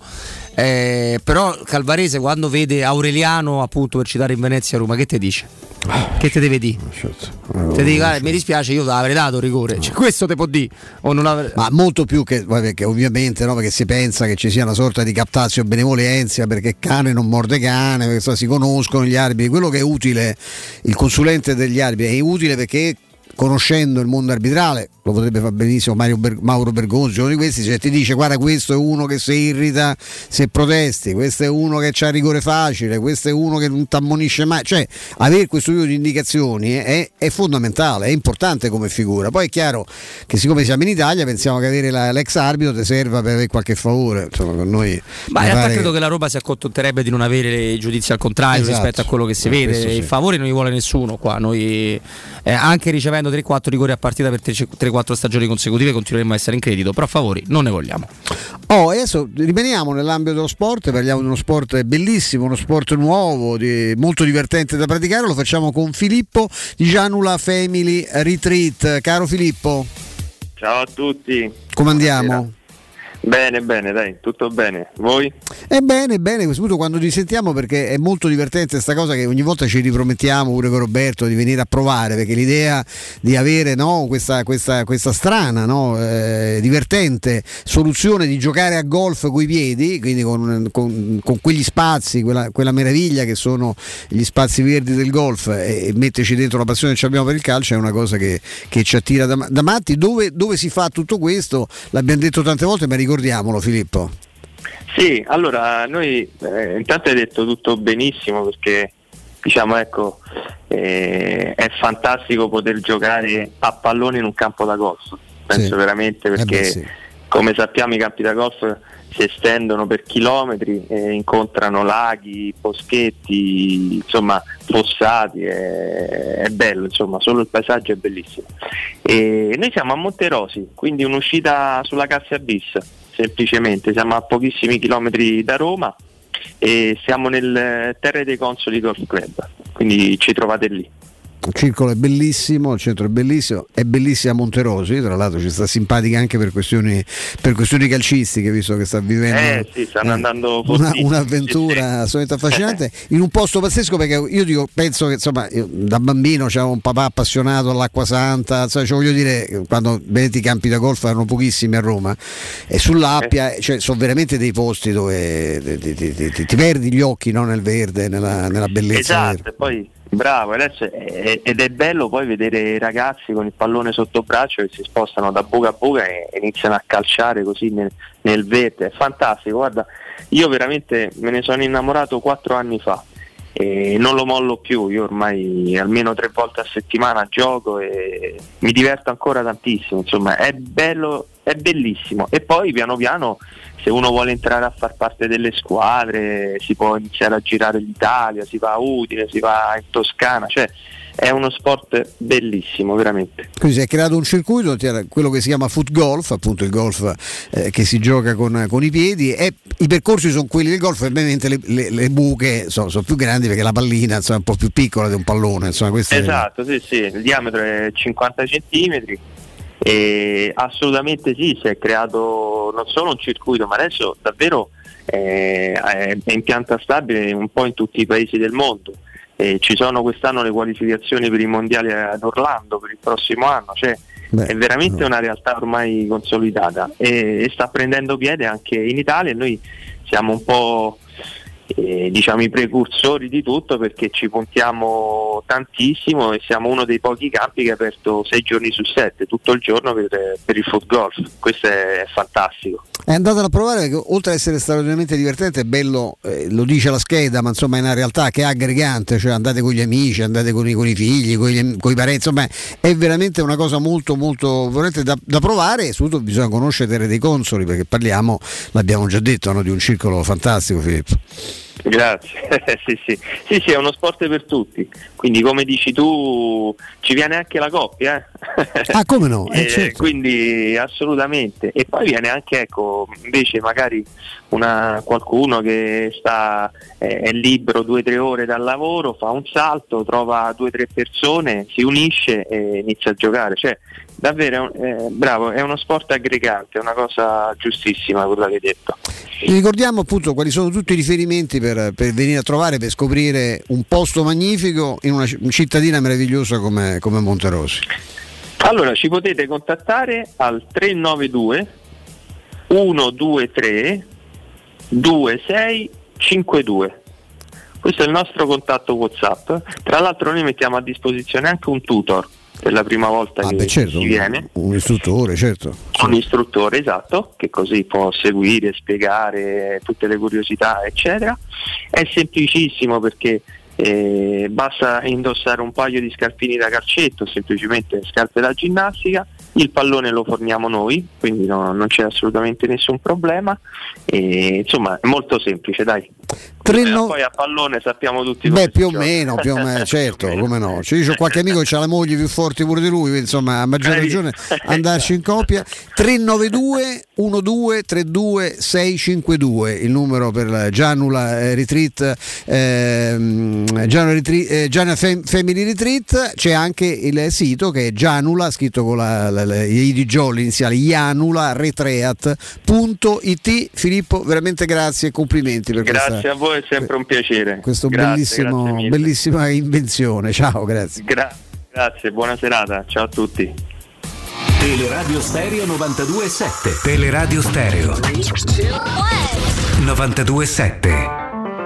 eh, però Calvarese quando vede Aureliano, appunto per citare in Venezia Roma, che te dice? Che te deve dire? Te dico, guarda, mi dispiace, io avrei dato rigore, cioè, questo te può dire o non avrei... Ma molto più che, perché ovviamente no, perché si pensa che ci sia una sorta di captatio benevolenza, perché cane non morde cane, perché so, si conoscono gli arbitri, quello che è utile, il consulente degli arbitri è utile perché conoscendo il mondo arbitrale lo potrebbe fare benissimo Mario Ber- Mauro Bergonzi, uno di questi, cioè ti dice guarda questo è uno che si irrita se protesti, questo è uno che c'ha rigore facile, questo è uno che non t'ammonisce mai, cioè avere questo tipo di indicazioni è, è fondamentale, è importante come figura. Poi è chiaro che siccome siamo in Italia pensiamo che avere la, l'ex arbitro ti serva per avere qualche favore, insomma con noi ma in realtà credo che... che la Roma si accontenterebbe di non avere giudizi al contrario, esatto, rispetto a quello che si vede, sì. Il favore non gli vuole nessuno qua, noi eh, anche ricevendo tre quattro rigori a partita per tre quattro stagioni consecutive continueremo a essere in credito, però favori non ne vogliamo. Oh, adesso rimaniamo nell'ambito dello sport, parliamo di uno sport bellissimo, uno sport nuovo, di, molto divertente da praticare, lo facciamo con Filippo di Gianula Family Retreat. Caro Filippo. Ciao a tutti. Come andiamo? Buonasera. Bene, bene, dai, tutto bene. Voi? È bene, bene, a questo punto quando ci sentiamo, perché è molto divertente sta cosa che ogni volta ci ripromettiamo pure con Roberto di venire a provare, perché l'idea di avere, no, questa, questa, questa strana, no, eh, divertente soluzione di giocare a golf coi piedi, quindi con, con, con quegli spazi, quella, quella meraviglia che sono gli spazi verdi del golf, e, e metterci dentro la passione che abbiamo per il calcio è una cosa che, che ci attira da, da matti. Dove, dove si fa tutto questo? L'abbiamo detto tante volte, ma ricordiamolo Filippo. Sì, allora noi eh, intanto hai detto tutto benissimo, perché diciamo ecco eh, è fantastico poter giocare a pallone in un campo da golf, penso sì. veramente, perché eh beh, sì. come sappiamo i campi da golf si estendono per chilometri, eh, incontrano laghi, boschetti, insomma fossati, è, è bello, insomma, solo il paesaggio è bellissimo. E noi siamo a Monterosi, quindi un'uscita sulla Cassia Bis, semplicemente, siamo a pochissimi chilometri da Roma e siamo nel Terre dei Consoli Golf Club, quindi ci trovate lì. Il circolo è bellissimo, il centro è bellissimo, è bellissima Monterosi, tra l'altro ci sta simpatica anche per questioni, per questioni calcistiche, visto che sta vivendo eh, sì, stanno eh, andando una, un'avventura sì, sì. assolutamente affascinante in un posto pazzesco, perché io dico, penso che insomma io, da bambino c'avevo un papà appassionato all'acqua santa, insomma, cioè, voglio dire, quando vedete i campi da golf erano pochissimi a Roma e sull'Appia eh. cioè, sono veramente dei posti dove ti, ti, ti, ti, ti perdi gli occhi, no, nel verde, nella, nella bellezza. Esatto, e poi bravo, adesso è, ed è bello poi vedere i ragazzi con il pallone sotto braccio che si spostano da buca a buca e iniziano a calciare così nel, nel verde, è fantastico. Guarda, io veramente me ne sono innamorato quattro anni fa e non lo mollo più, io ormai almeno tre volte a settimana gioco e mi diverto ancora tantissimo, insomma è bello, è bellissimo. E poi piano piano, se uno vuole entrare a far parte delle squadre, si può iniziare a girare l'Italia, si va a Udine, si va in Toscana, cioè è uno sport bellissimo, veramente. Quindi si è creato un circuito, quello che si chiama foot golf, appunto il golf eh, che si gioca con, con i piedi, e i percorsi sono quelli del golf, ovviamente le, le, le buche sono, sono più grandi perché la pallina insomma, è un po' più piccola di un pallone. Insomma, esatto, è... sì, sì, il diametro è cinquanta centimetri. E assolutamente sì, si è creato non solo un circuito, ma adesso davvero eh, è in pianta stabile un po' in tutti i paesi del mondo. E ci sono quest'anno le qualificazioni per i mondiali ad Orlando per il prossimo anno, cioè Beh, è veramente no. una realtà ormai consolidata e, e sta prendendo piede anche in Italia, e noi siamo un po' eh, diciamo i precursori di tutto, perché ci puntiamo tantissimo e siamo uno dei pochi campi che è aperto sei giorni su sette, tutto il giorno per, per il foot golf. Questo è, è fantastico. È andatela a provare perché oltre ad essere straordinariamente divertente è bello, eh, lo dice la scheda, ma insomma è una realtà che è aggregante, cioè andate con gli amici, andate con i, con i figli, con, gli, con i parenti, insomma è veramente una cosa molto molto da, da provare, e soprattutto bisogna conoscere Terre dei Consoli, perché parliamo, l'abbiamo già detto, no, di un circolo fantastico, Filippo. Grazie, sì, sì. sì sì è uno sport per tutti, quindi come dici tu ci viene anche la coppia eh? Ah, come no? Eh, eh, certo. Quindi assolutamente, e poi viene anche, ecco, invece magari una, qualcuno che sta eh, è libero due o tre ore dal lavoro, fa un salto, trova due o tre persone, si unisce e inizia a giocare, cioè davvero eh, bravo, è uno sport aggregante, è una cosa giustissima quella che hai detto. Ricordiamo appunto quali sono tutti i riferimenti per, per venire a trovare, per scoprire un posto magnifico in una cittadina meravigliosa come, come Monterosi. Allora ci potete contattare al tre nove due uno due tre due sei cinque due. Questo è il nostro contatto WhatsApp. Tra l'altro noi mettiamo a disposizione anche un tutor per la prima volta ah, che beh, certo, si viene. Un istruttore, certo. Un istruttore, esatto, che così può seguire, spiegare tutte le curiosità, eccetera. È semplicissimo perché eh, basta indossare un paio di scarpini da calcetto, semplicemente scarpe da ginnastica, il pallone lo forniamo noi, quindi no, non c'è assolutamente nessun problema, e, insomma è molto semplice, dai. No... Poi a pallone sappiamo tutti come Beh, più o meno, più o meno, certo, come no. Cioè, io ho qualche amico che ha la moglie più forte pure di lui, insomma, a maggior ragione andarci in coppia. tre nove due uno due tre due sei cinque due, il numero per Gianula eh, Retreat, eh, Gianula, Retreat eh, Gianula Fam- Family Retreat. C'è anche il sito che è Gianula, scritto con la, la, la i di Jolly iniziali, Gianula Retreat punto it. Filippo, veramente grazie e complimenti per grazie questa, a voi, è sempre un piacere. Questo grazie, bellissimo, grazie bellissima invenzione. Ciao, grazie. Gra- grazie, buona serata, ciao a tutti. Teleradio Stereo novantadue e sette. Teleradio Stereo novantadue e sette.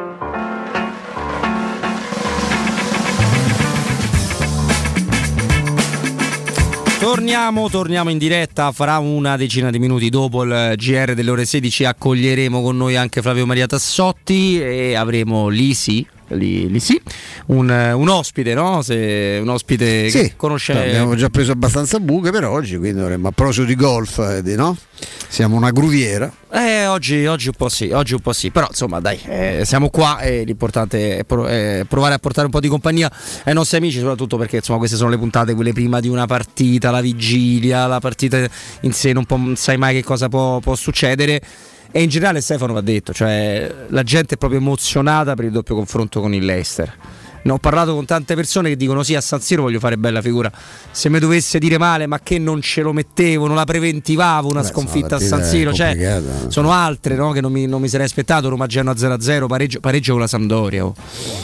Torniamo, torniamo in diretta, farà una decina di minuti dopo il G R delle ore sedici, accoglieremo con noi anche Flavio Maria Tassotti e avremo Lisi, lì, lì sì, un, un ospite, no? Se, un ospite sì, che conosce. No, abbiamo già preso abbastanza buche per oggi, quindi dovremmo, a proposito di golf, eh, no? Siamo una gruviera. Eh, oggi, oggi un po' sì, oggi un po' sì, però insomma dai, eh, siamo qua e l'importante è, pro- è provare a portare un po' di compagnia ai nostri amici, soprattutto perché insomma queste sono le puntate, quelle prima di una partita, la vigilia, la partita in sé, non, può, non sai mai che cosa può, può succedere. E in generale Stefano va detto, cioè la gente è proprio emozionata per il doppio confronto con il Leicester. Ne ho parlato con tante persone che dicono sì, a San Siro voglio fare bella figura. Se mi dovesse dire male, ma che non ce lo mettevo, non la preventivavo una Beh, sconfitta a San Siro, cioè, sono altre, no, che non mi, non mi sarei aspettato. Roma Genoa zero a zero, pareggio, pareggio con la Sampdoria. Oh.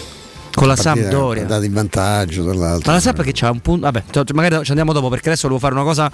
Con la Sampdoria ha dato il vantaggio dall'altro. Ma la Samp che c'ha un punto. Vabbè, magari ci andiamo dopo, perché adesso volevo fare una cosa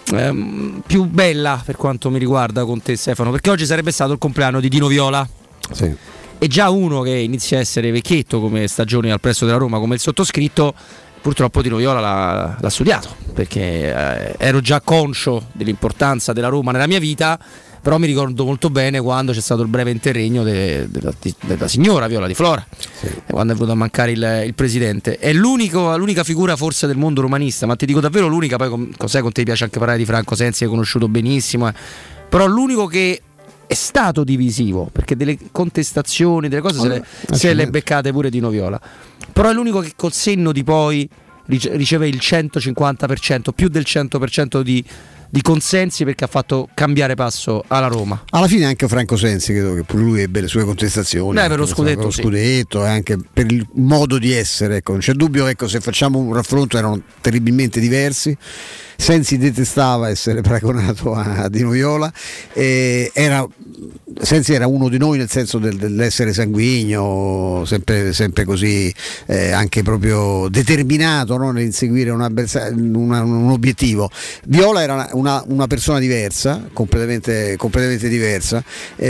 ehm, più bella per quanto mi riguarda con te, Stefano, perché oggi sarebbe stato il compleanno di Dino Viola. Sì. E già uno che inizia a essere vecchietto come stagione al presto della Roma, come il sottoscritto, purtroppo Dino Viola l'ha, l'ha studiato, perché eh, ero già conscio dell'importanza della Roma nella mia vita, però mi ricordo molto bene quando c'è stato il breve interregno de, de, de, de, della signora Viola di Flora, sì. Quando è venuto a mancare il, il presidente. È l'unico, l'unica figura forse del mondo romanista, ma ti dico davvero l'unica, poi con, cos'è, con te piace anche parlare di Franco Sensi, hai conosciuto benissimo, eh. Però l'unico che è stato divisivo, perché delle contestazioni, delle cose allora, se, le, se le beccate pure Dino Viola, però è l'unico che col senno di poi riceve il centocinquanta per cento, più del cento per cento di, di consensi, perché ha fatto cambiare passo alla Roma. Alla fine anche Franco Sensi credo che pure lui ebbe le sue contestazioni. Beh, per lo scudetto, per lo sì. scudetto e anche per il modo di essere, ecco, non c'è dubbio, ecco, se facciamo un raffronto erano terribilmente diversi. Sensi detestava essere paragonato a Dino Viola, e era, Sensi era uno di noi nel senso del, dell'essere sanguigno, sempre, sempre così, eh, anche proprio determinato, no, nell'inseguire un, una, un obiettivo. Viola era una, una persona diversa, completamente, completamente diversa,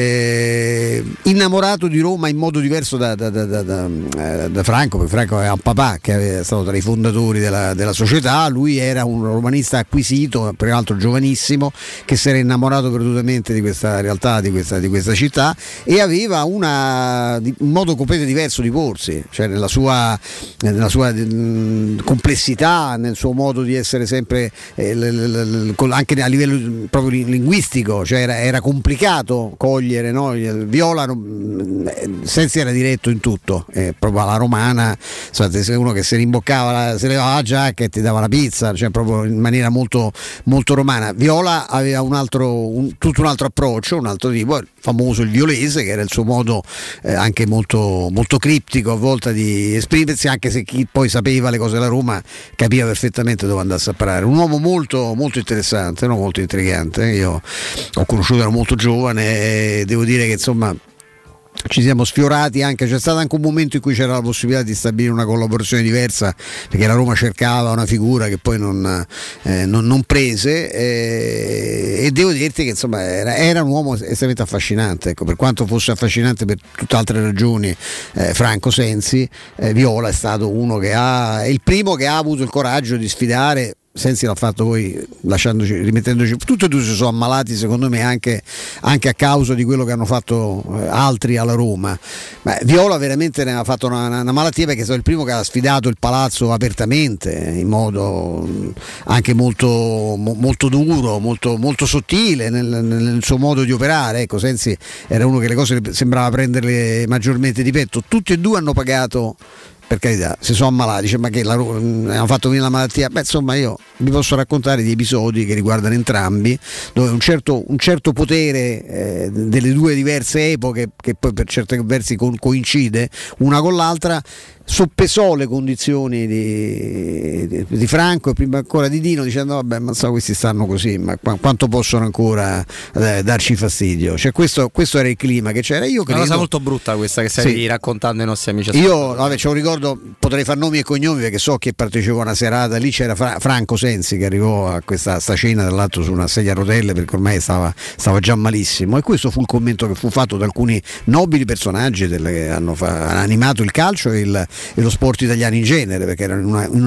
eh, innamorato di Roma in modo diverso da, da, da, da, da, da Franco, perché Franco era un papà che è stato tra i fondatori della, della società, lui era un romanista acquisito, peraltro giovanissimo, che si era innamorato perdutamente di questa realtà, di questa, di questa città, e aveva una, un modo completamente diverso di porsi, cioè nella sua, nella sua mh, complessità, nel suo modo di essere sempre eh, l, l, l, anche a livello proprio linguistico, cioè era, era complicato cogliere, no? Viola Sensi era diretto in tutto, eh, proprio alla romana, sei uno che si rimboccava la, si levava la giacca e ti dava la pizza, cioè proprio in maniera molto, molto romana. Viola aveva un altro, un, tutto un altro approccio, un altro tipo, famoso il violese, che era il suo modo eh, anche molto, molto criptico a volte di esprimersi, anche se chi poi sapeva le cose della Roma capiva perfettamente dove andasse a parare. Un uomo molto, molto interessante, no? Molto intrigante. Io ho conosciuto, ero molto giovane e devo dire che insomma ci siamo sfiorati, anche c'è stato anche un momento in cui c'era la possibilità di stabilire una collaborazione diversa, perché la Roma cercava una figura che poi non, eh, non, non prese, eh, e devo dirti che insomma era, era un uomo estremamente affascinante, ecco, per quanto fosse affascinante per tutt'altre ragioni eh, Franco Sensi, eh, Viola è stato uno che ha, è il primo che ha avuto il coraggio di sfidare. Sensi l'ha fatto poi lasciandoci, rimettendoci, tutti e due si sono ammalati secondo me anche, anche a causa di quello che hanno fatto eh, altri alla Roma, ma Viola veramente ne ha fatto una, una malattia, perché è stato il primo che ha sfidato il palazzo apertamente, in modo mh, anche molto, mo, molto duro, molto, molto sottile nel, nel suo modo di operare, ecco. Sensi era uno che le cose sembrava prenderle maggiormente di petto. Tutti e due hanno pagato, per carità, si sono ammalati, dice, ma che la, hanno fatto venire la malattia? Beh, insomma, io vi posso raccontare di episodi che riguardano entrambi, dove un certo, un certo potere eh, delle due diverse epoche, che poi per certi versi co- coincide una con l'altra, soppesò le condizioni di, di, di Franco e prima ancora di Dino, dicendo vabbè, ma so, questi stanno così, ma qu- quanto possono ancora eh, darci fastidio? Cioè questo, questo era il clima che c'era. Io credo, una cosa molto brutta questa che stai sì, raccontando ai nostri amici. Io vabbè, c'è un ricordo, potrei far nomi e cognomi perché so che partecipò a una serata, lì c'era Fra- Franco Sensi che arrivò a questa sta cena, tra l'altro su una sedia a rotelle, perché ormai stava, stava già malissimo, e questo fu il commento che fu fatto da alcuni nobili personaggi del, che hanno, fa, hanno animato il calcio e il e lo sport italiano in genere, perché era in una, in una residenza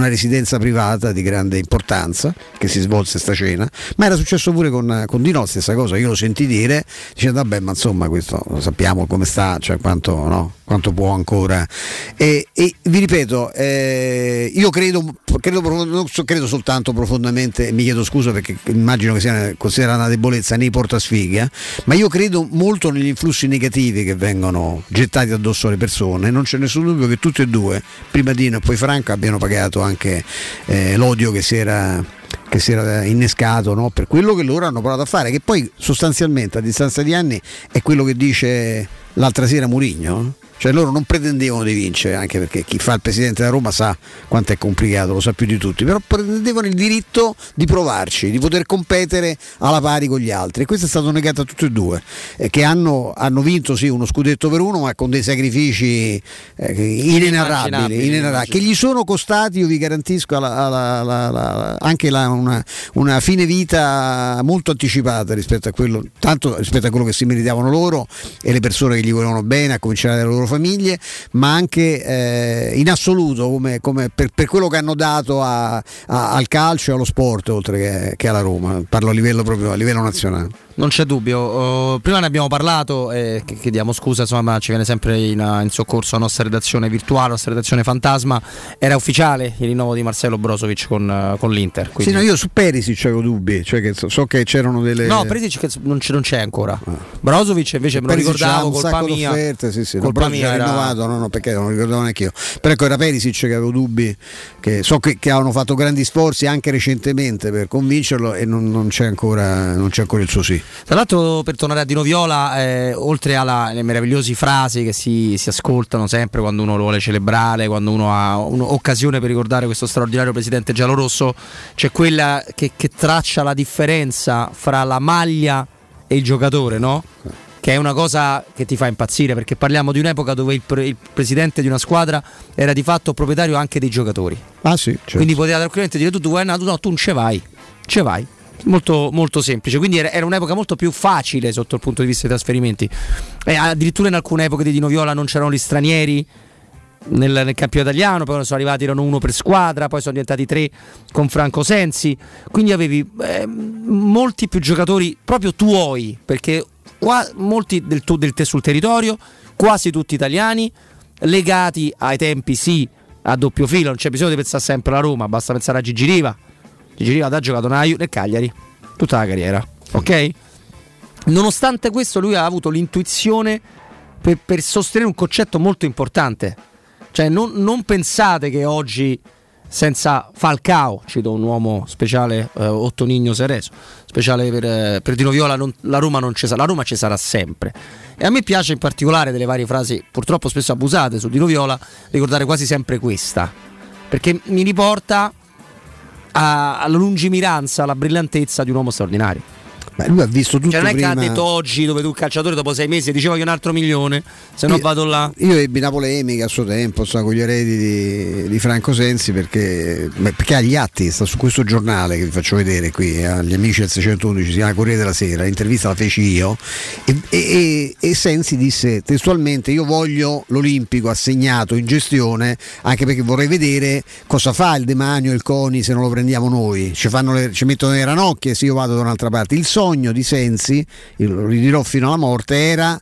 esperienza privata di grande importanza che si svolse sta cena, ma era successo pure con, con Di No, stessa cosa, io lo sentì dire, dicendo vabbè ma insomma questo lo sappiamo come sta, cioè quanto, no, quanto può ancora, e, e vi ripeto, eh, io credo, credo, non credo soltanto profondamente, mi chiedo scusa perché immagino che sia considerata una debolezza nei portasfighe, ma io credo molto negli influssi negativi che vengono gettati addosso alle persone. Non c'è nessun dubbio che tutti e due, prima Dino e poi Franco, abbiano pagato anche eh, l'odio che si era che si era innescato, no? Per quello che loro hanno provato a fare, che poi sostanzialmente a distanza di anni è quello che dice l'altra sera Mourinho. Cioè loro non pretendevano di vincere, anche perché chi fa il presidente della Roma sa quanto è complicato, lo sa più di tutti, però pretendevano il diritto di provarci, di poter competere alla pari con gli altri, e questo è stato negato a tutti e due, eh, che hanno, hanno vinto sì uno scudetto per uno, ma con dei sacrifici eh, inenarrabili, inenarrabili che gli sono costati, io vi garantisco, alla, alla, alla, alla, anche la, una, una fine vita molto anticipata rispetto a quello, tanto rispetto a quello che si meritavano loro e le persone che gli volevano bene, a cominciare dalle loro famiglie, ma anche eh, in assoluto come, come per, per quello che hanno dato a, a, al calcio e allo sport, oltre che, che alla Roma, parlo a livello proprio a livello nazionale. Non c'è dubbio, uh, prima ne abbiamo parlato e eh, chiediamo scusa, insomma ci viene sempre in, in soccorso la nostra redazione virtuale, la nostra redazione fantasma. Era ufficiale il rinnovo di Marcelo Brozovic con, uh, con l'Inter, quindi... Sì, no, io su Perisic avevo dubbi, cioè che so, so che c'erano delle... No, Perisic che non, c'è, non c'è ancora, ah. Brozovic invece me lo Perisic ricordavo, un colpa sacco mia d'offerte, sì, sì, colpa mia era rinnovato, no, no, perché non lo ricordavo neanche io, però ecco era Perisic che avevo dubbi, che so che, che hanno fatto grandi sforzi anche recentemente per convincerlo e non, non, c'è ancora, non c'è ancora il suo sì. Tra l'altro, per tornare a Dino Viola, eh, oltre alle meravigliose frasi che si, si ascoltano sempre quando uno lo vuole celebrare, quando uno ha un'occasione per ricordare questo straordinario presidente giallorosso, c'è quella che, che traccia la differenza fra la maglia e il giocatore, no? Che è una cosa che ti fa impazzire, perché parliamo di un'epoca dove il, pre- il presidente di una squadra era di fatto proprietario anche dei giocatori. Ah sì, certo. Quindi poteva tranquillamente dire tu, tu vuoi, no, tu non ce vai, ce vai. Molto, molto semplice, quindi era, era un'epoca molto più facile sotto il punto di vista dei trasferimenti, e addirittura in alcune epoche di Dino Viola non c'erano gli stranieri nel, nel campionato italiano, poi sono arrivati, erano uno per squadra, poi sono diventati tre con Franco Sensi, quindi avevi eh, molti più giocatori proprio tuoi, perché qua molti del, tu, del te sul territorio, quasi tutti italiani, legati ai tempi sì a doppio filo, non c'è bisogno di pensare sempre alla Roma, basta pensare a Gigi Riva. Gigi Riva ha giocato nel Cagliari tutta la carriera, ok? Nonostante questo lui ha avuto l'intuizione per, per sostenere un concetto molto importante, cioè non, non pensate che oggi senza Falcao, cito un uomo speciale, eh, Ottonigno Sereso, speciale per, eh, per Dino Viola, non, la Roma non ci sarà, la Roma ci sarà sempre. E a me piace in particolare delle varie frasi purtroppo spesso abusate su Dino Viola ricordare quasi sempre questa, perché mi riporta alla lungimiranza, alla brillantezza di un uomo straordinario. Beh, lui ha visto tutto, cioè non è prima... che ha detto oggi, dove tu il calciatore dopo sei mesi diceva che un altro milione, se no vado là. Io ebbi una polemica a suo tempo, so, con gli eredi di, di Franco Sensi, perché, perché ha gli atti, sta su questo giornale che vi faccio vedere qui, agli amici del seicentoundici, si chiama Corriere della Sera, l'intervista la feci io e, e, e Sensi disse testualmente: io voglio l'Olimpico assegnato in gestione, anche perché vorrei vedere cosa fa il Demanio e il CONI se non lo prendiamo noi, ci, fanno le, ci mettono le ranocchie se io vado da un'altra parte. Il sogno di Sensi, lo ridirò fino alla morte, era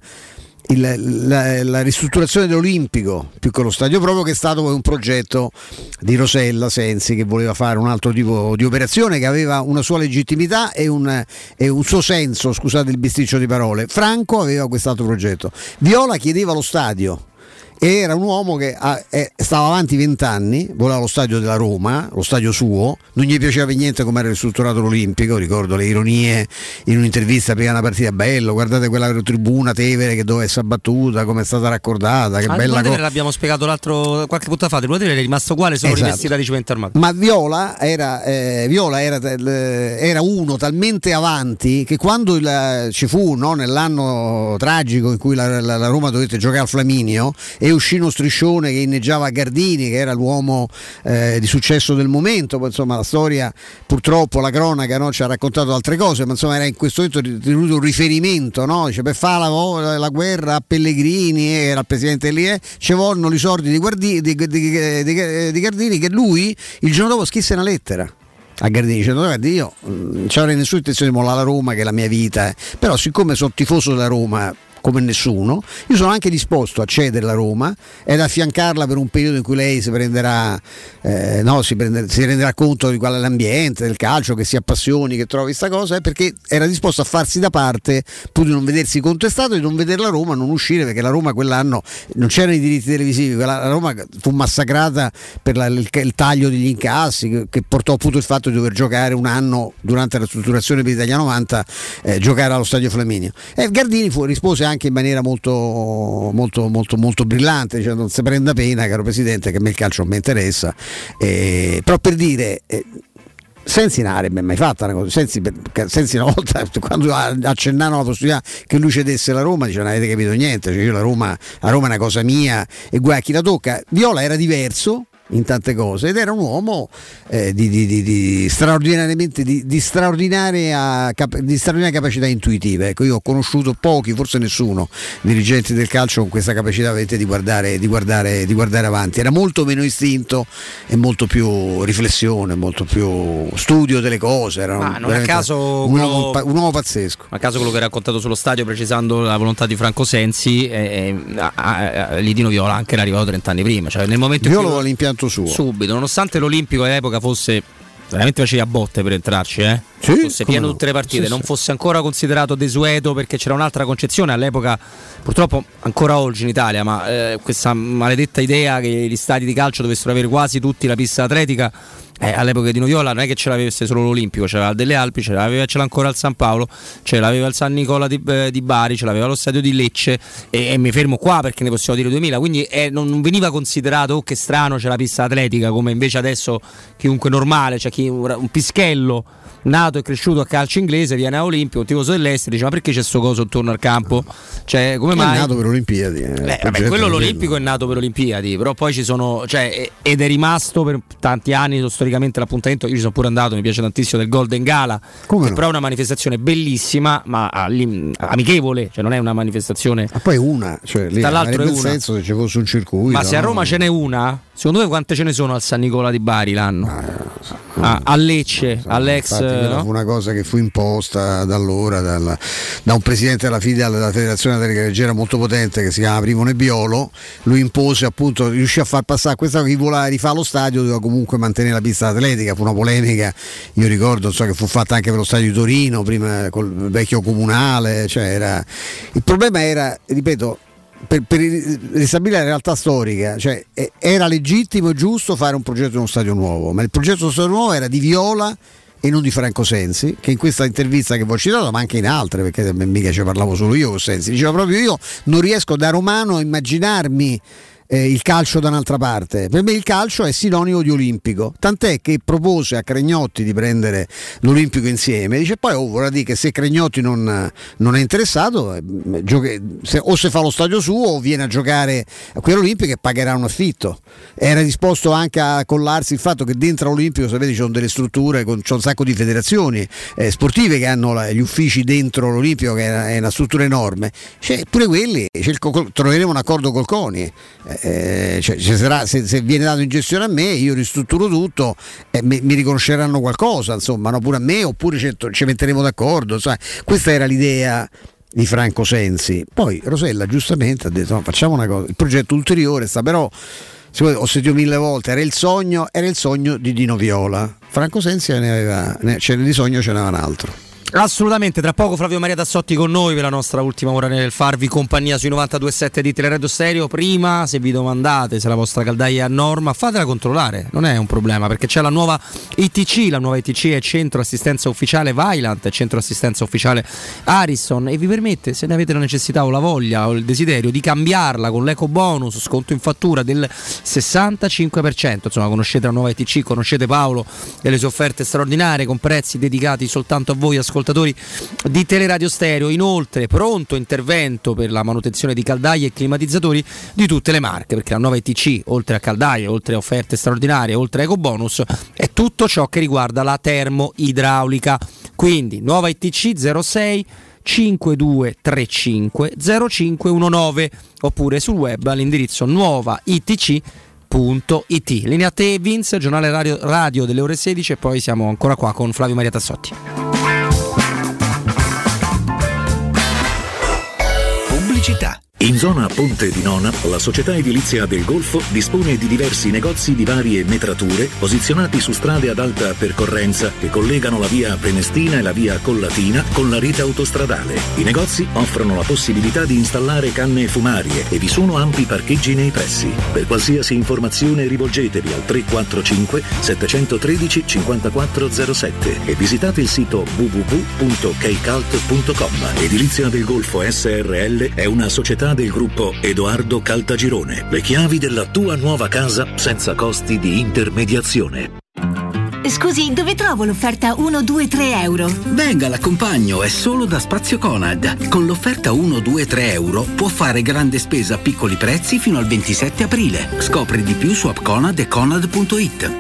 il, la, la ristrutturazione dell'Olimpico più che lo stadio proprio, che è stato un progetto di Rosella Sensi, che voleva fare un altro tipo di operazione che aveva una sua legittimità e un, e un suo senso, scusate il bisticcio di parole. Franco aveva quest'altro progetto, Viola chiedeva lo stadio. Era un uomo che ha, eh, stava avanti vent'anni, voleva lo stadio della Roma, lo stadio suo, non gli piaceva per niente come era ristrutturato l'Olimpico. Ricordo le ironie in un'intervista prima una partita: bello, guardate quella tribuna Tevere che dove è abbattuta, come è stata raccordata, che ah, bella cosa. L'abbiamo spiegato l'altro qualche puntata fa, il Tevere è rimasto uguale, sono esatto. rivestita di cemento armato. Ma Viola era, eh, Viola era, era uno talmente avanti che quando il, ci fu, no, nell'anno tragico in cui la, la, la Roma dovette giocare al Flaminio e e uscì uno striscione che inneggiava Gardini, che era l'uomo eh, di successo del momento. Poi, insomma, la storia, purtroppo la cronaca, no, ci ha raccontato altre cose, ma insomma era in questo momento ritenuto un riferimento, no? Dice, per fare la, la guerra a Pellegrini, era il presidente lì, eh, ci vogliono i soldi di, Guardi, di, di, di, di, di Gardini, che lui il giorno dopo scrisse una lettera a Gardini dicendo, guardi, io non c'avrei nessuna intenzione di mollare la Roma, che è la mia vita, eh. però siccome sono tifoso della Roma come nessuno, io sono anche disposto a cedere la Roma ed affiancarla per un periodo in cui lei si prenderà eh, no, si, prende, si renderà conto di qual è l'ambiente del calcio, che si appassioni, che trovi questa cosa, eh, perché era disposto a farsi da parte pur di non vedersi contestato, di non vedere la Roma, non uscire, perché la Roma quell'anno non c'erano i diritti televisivi, la Roma fu massacrata per la, il, il taglio degli incassi che, che portò appunto il fatto di dover giocare un anno durante la strutturazione per l'Italia novanta, eh, giocare allo Stadio Flaminio, e Gardini fu, rispose anche in maniera molto molto molto molto brillante, cioè, non si prenda pena, caro Presidente, che a me il calcio non mi interessa, eh, però per dire, eh, Sensi non avrebbe mai fatta una cosa. Sensi, Sensi una volta, quando accennavano la possibilità che lui cedesse la Roma, dice non avete capito niente, cioè, io la Roma, la Roma è una cosa mia e guai a chi la tocca. Viola era diverso in tante cose ed era un uomo eh, di, di, di, di straordinariamente di, di, straordinaria, di straordinaria capacità intuitiva. Ecco, io ho conosciuto pochi, forse nessuno, dirigenti del calcio con questa capacità di guardare, di guardare, di guardare avanti. Era molto meno istinto e molto più riflessione, molto più studio delle cose. Era ah, non a caso un, quello, uomo, un uomo pazzesco. A caso quello che ha raccontato sullo stadio, precisando la volontà di Franco Sensi, eh, eh, Lidino Viola anche era arrivato trent'anni prima, cioè nel momento Viola in cui l'impianto suo. Subito, nonostante l'Olimpico all'epoca fosse veramente faceva a botte per entrarci, eh? Sì, fosse pieno no. tutte le partite, sì, non sì. fosse ancora considerato desueto, perché c'era un'altra concezione all'epoca, purtroppo ancora oggi in Italia, ma eh, questa maledetta idea che gli stadi di calcio dovessero avere quasi tutti la pista atletica. Eh, all'epoca di Noviola non è che ce l'avesse solo l'Olimpico, ce l'aveva delle Alpi, ce l'aveva, ce l'ha ancora al San Paolo, ce l'aveva il San Nicola di, eh, di Bari, ce l'aveva lo stadio di Lecce, e, e mi fermo qua perché ne possiamo dire duemila, quindi eh, non, non veniva considerato oh, che strano c'è la pista atletica, come invece adesso chiunque normale, cioè chi, un, un pischello nato e cresciuto a calcio inglese viene a Olimpio, un tifoso dell'Est, dice ma perché c'è sto coso intorno al campo, cioè come mai è nato per Olimpiadi, eh, eh, vabbè, quello l'Olimpico è nato per Olimpiadi, però poi ci sono, cioè, ed è rimasto per tanti anni storicamente l'appuntamento. Io ci sono pure andato, mi piace tantissimo, del Golden Gala, come che no? però è una manifestazione bellissima ma amichevole, cioè non è una manifestazione, ma poi una, cioè lì tra l'altro è nel una, senso se ci fosse un circuito, ma se a no? Roma ce n'è una, secondo voi quante ce ne sono al San Nicola di Bari l'anno? Ah, a Lecce, all'ex, infatti, no? fu una cosa che fu imposta da allora dal, da un presidente della FIDAL, della Federazione Atletica Leggera molto potente, che si chiama Primo Nebbiolo. Lui impose, appunto, riuscì a far passare questa, chi voleva rifare lo stadio doveva comunque mantenere la pista atletica. Fu una polemica, io ricordo, so, che fu fatta anche per lo stadio di Torino prima col vecchio comunale, cioè era, il problema era, ripeto, Per, per ristabilire la realtà storica, cioè era legittimo e giusto fare un progetto di uno stadio nuovo, ma il progetto di uno stadio nuovo era di Viola e non di Franco Sensi, che in questa intervista che vi ho citato, ma anche in altre, perché mica ci parlavo solo io con Sensi, diceva proprio: io non riesco da romano a immaginarmi Eh, il calcio da un'altra parte. Per me il calcio è sinonimo di olimpico, tant'è che propose a Cregnotti di prendere l'Olimpico insieme. Dice poi oh, vorrà dire che se Cregnotti non, non è interessato, eh, giochi, se, o se fa lo stadio suo o viene a giocare a quello olimpico e pagherà un affitto. Era disposto anche a collarsi il fatto che dentro l'Olimpico, sapete, ci sono delle strutture, con, c'è un sacco di federazioni eh, sportive che hanno la, gli uffici dentro l'Olimpico, che è una, è una struttura enorme. Cioè, pure quelli c'è il, troveremo un accordo col CONI. Eh, cioè, ci sarà, se, se viene dato in gestione a me, io ristrutturo tutto e eh, mi, mi riconosceranno qualcosa, insomma, no, pure a me, oppure ci, ci metteremo d'accordo, sai. Questa era l'idea di Franco Sensi. Poi Rosella giustamente ha detto no, facciamo una cosa, il progetto ulteriore sta, però ho sentito mille volte, era il sogno, era il sogno di Dino Viola. Franco Sensi ne aveva, ne, ce ne di sogno ce n'aveva un altro. Assolutamente, tra poco Flavio Maria Tassotti con noi per la nostra ultima ora nel farvi compagnia sui novantadue virgola sette di Teleradio Stereo. Prima, se vi domandate se la vostra caldaia è a norma, fatela controllare, non è un problema, perché c'è la nuova I T C, la nuova I T C è centro assistenza ufficiale Vaillant, è centro assistenza ufficiale Ariston, e vi permette, se ne avete la necessità o la voglia o il desiderio, di cambiarla con l'eco bonus, sconto in fattura del sessantacinque per cento. Insomma, conoscete la nuova I T C, conoscete Paolo e le sue offerte straordinarie con prezzi dedicati soltanto a voi ascoltatori ascoltatori di Teleradio Stereo. Inoltre pronto intervento per la manutenzione di caldaie e climatizzatori di tutte le marche, perché la nuova I T C, oltre a caldaie, oltre a offerte straordinarie, oltre a ecobonus, è tutto ciò che riguarda la termoidraulica. Quindi nuova I T C zero sei cinquantadue trentacinque zero cinque diciannove oppure sul web all'indirizzo nuova I T C punto it. Linea a te Vince, giornale radio, radio delle ore sedici, e poi siamo ancora qua con Flavio Maria Tassotti. Pubblicità. In zona Ponte di Nona, la società edilizia del Golfo dispone di diversi negozi di varie metrature posizionati su strade ad alta percorrenza che collegano la via Prenestina e la via Collatina con la rete autostradale. I negozi offrono la possibilità di installare canne fumarie e vi sono ampi parcheggi nei pressi. Per qualsiasi informazione rivolgetevi al tre quattro cinque sette uno tre cinque zero sette e visitate il sito w w w punto keicalt punto com. Edilizia del Golfo S R L è una società del gruppo Edoardo Caltagirone. Le chiavi della tua nuova casa senza costi di intermediazione. Scusi, dove trovo l'offerta uno, due, tre euro? Venga, l'accompagno, è solo da Spazio Conad. Con l'offerta uno, due, tre euro può fare grande spesa a piccoli prezzi fino al ventisette aprile. Scopri di più su app Conad e conad punto it.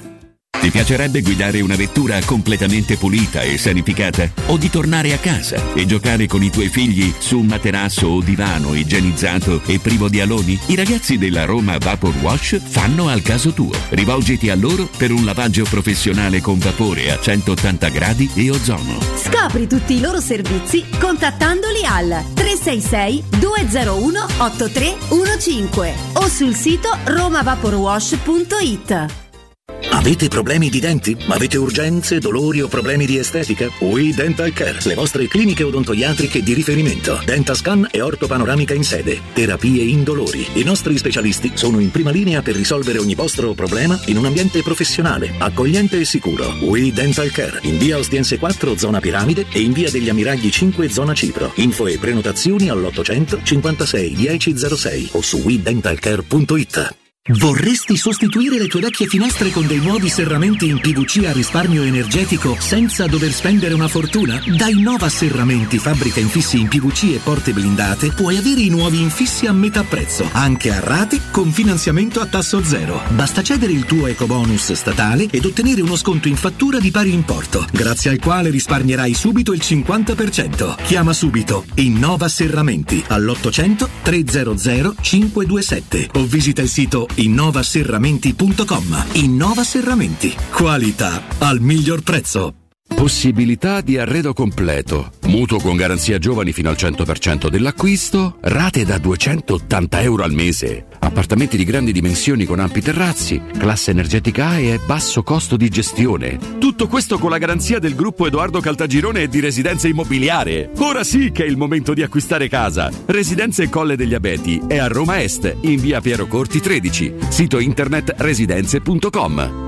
Ti piacerebbe guidare una vettura completamente pulita e sanificata? O di tornare a casa e giocare con i tuoi figli su un materasso o divano igienizzato e privo di aloni? I ragazzi della Roma Vapor Wash fanno al caso tuo. Rivolgiti a loro per un lavaggio professionale con vapore a centottanta gradi e ozono. Scopri tutti i loro servizi contattandoli al tre sei sei due zero uno otto tre uno cinque o sul sito roma vapor wash punto it. Avete problemi di denti? Avete urgenze, dolori o problemi di estetica? We Dental Care, le vostre cliniche odontoiatriche di riferimento. Dentascan e ortopanoramica in sede. Terapie indolori. I nostri specialisti sono in prima linea per risolvere ogni vostro problema in un ambiente professionale, accogliente e sicuro. We Dental Care, in via Ostiense quattro, zona Piramide, e in via degli Ammiragli cinque, zona Cipro. Info e prenotazioni all'ottocento cinquantasei dieci zero sei o su we dental care punto it. Vorresti sostituire le tue vecchie finestre con dei nuovi serramenti in P V C a risparmio energetico senza dover spendere una fortuna? Da Innova Serramenti, fabbrica infissi in P V C e porte blindate, puoi avere i nuovi infissi a metà prezzo, anche a rate con finanziamento a tasso zero. Basta cedere il tuo ecobonus statale ed ottenere uno sconto in fattura di pari importo, grazie al quale risparmierai subito il cinquanta per cento. Chiama subito Innova Serramenti all'ottocento trecento cinque due sette o visita il sito innova serramenti punto com. Innova Serramenti, qualità al miglior prezzo. Possibilità di arredo completo, mutuo con garanzia giovani fino al cento per cento dell'acquisto, rate da duecentottanta euro al mese, appartamenti di grandi dimensioni con ampi terrazzi, classe energetica A e basso costo di gestione. Tutto questo con la garanzia del gruppo Edoardo Caltagirone e di Residenza Immobiliare. Ora sì che è il momento di acquistare casa. Residenze Colle degli Abeti è a Roma Est, in via Piero Corti tredici, sito internet residenze punto com.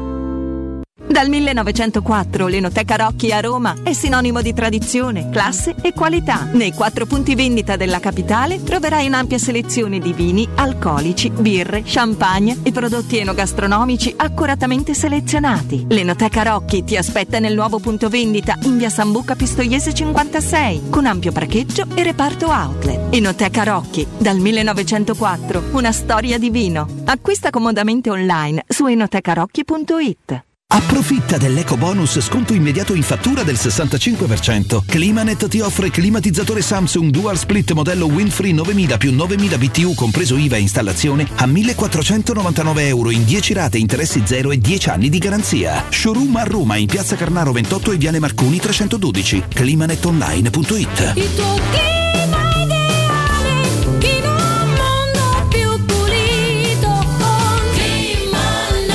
Dal millenovecentoquattro l'Enoteca Rocchi a Roma è sinonimo di tradizione, classe e qualità. Nei quattro punti vendita della capitale troverai un'ampia selezione di vini, alcolici, birre, champagne e prodotti enogastronomici accuratamente selezionati. L'Enoteca Rocchi ti aspetta nel nuovo punto vendita in via Sambuca Pistoiese cinquantasei con ampio parcheggio e reparto outlet. Enoteca Rocchi, dal millenovecentoquattro, una storia di vino. Acquista comodamente online su enotecarocchi punto it. Approfitta dell'eco bonus sconto immediato in fattura del sessantacinque per cento. Climanet ti offre climatizzatore Samsung Dual Split modello Winfree novemila più novemila B T U compreso I V A e installazione a millequattrocentonovantanove euro in dieci rate, interessi zero e dieci anni di garanzia. Showroom a Roma in piazza Carnaro ventotto e viale Marconi trecentododici. climanet online punto it. Il tuo clima ideale in un mondo più pulito con Climanet.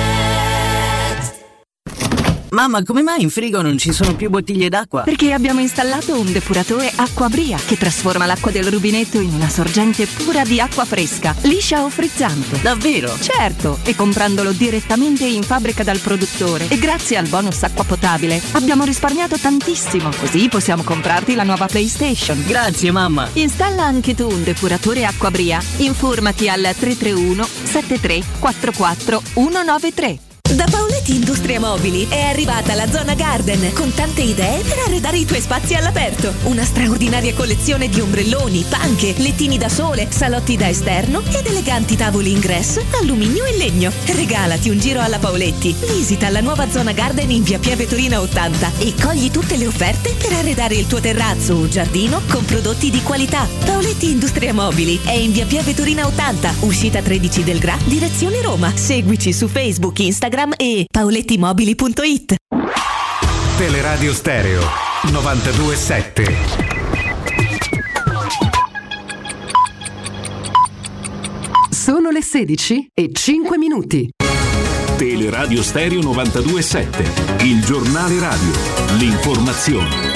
Mamma, come mai in frigo non ci sono più bottiglie d'acqua? Perché abbiamo installato un depuratore Acquabria che trasforma l'acqua del rubinetto in una sorgente pura di acqua fresca, liscia o frizzante. Davvero? Certo, e comprandolo direttamente in fabbrica dal produttore e grazie al bonus acqua potabile abbiamo risparmiato tantissimo, così possiamo comprarti la nuova PlayStation. Grazie mamma. Installa anche tu un depuratore Acquabria. Informati al tre tre uno sette tre quattro quattro uno nove tre. Da Paoletti Paoletti Industria Mobili è arrivata la Zona Garden con tante idee per arredare i tuoi spazi all'aperto. Una straordinaria collezione di ombrelloni, panche, lettini da sole, salotti da esterno ed eleganti tavoli ingresso, alluminio e legno. Regalati un giro alla Paoletti. Visita la nuova Zona Garden in via Pieve Torina ottanta e cogli tutte le offerte per arredare il tuo terrazzo o giardino con prodotti di qualità. Paoletti Industria Mobili è in via Pieve Torina ottanta, uscita tredici del Gra, direzione Roma. Seguici su Facebook, Instagram e paolettimobili punto it. Teleradio Stereo novantadue sette. Sono le sedici e cinque minuti. Teleradio Stereo novantadue sette, il giornale radio, l'informazione.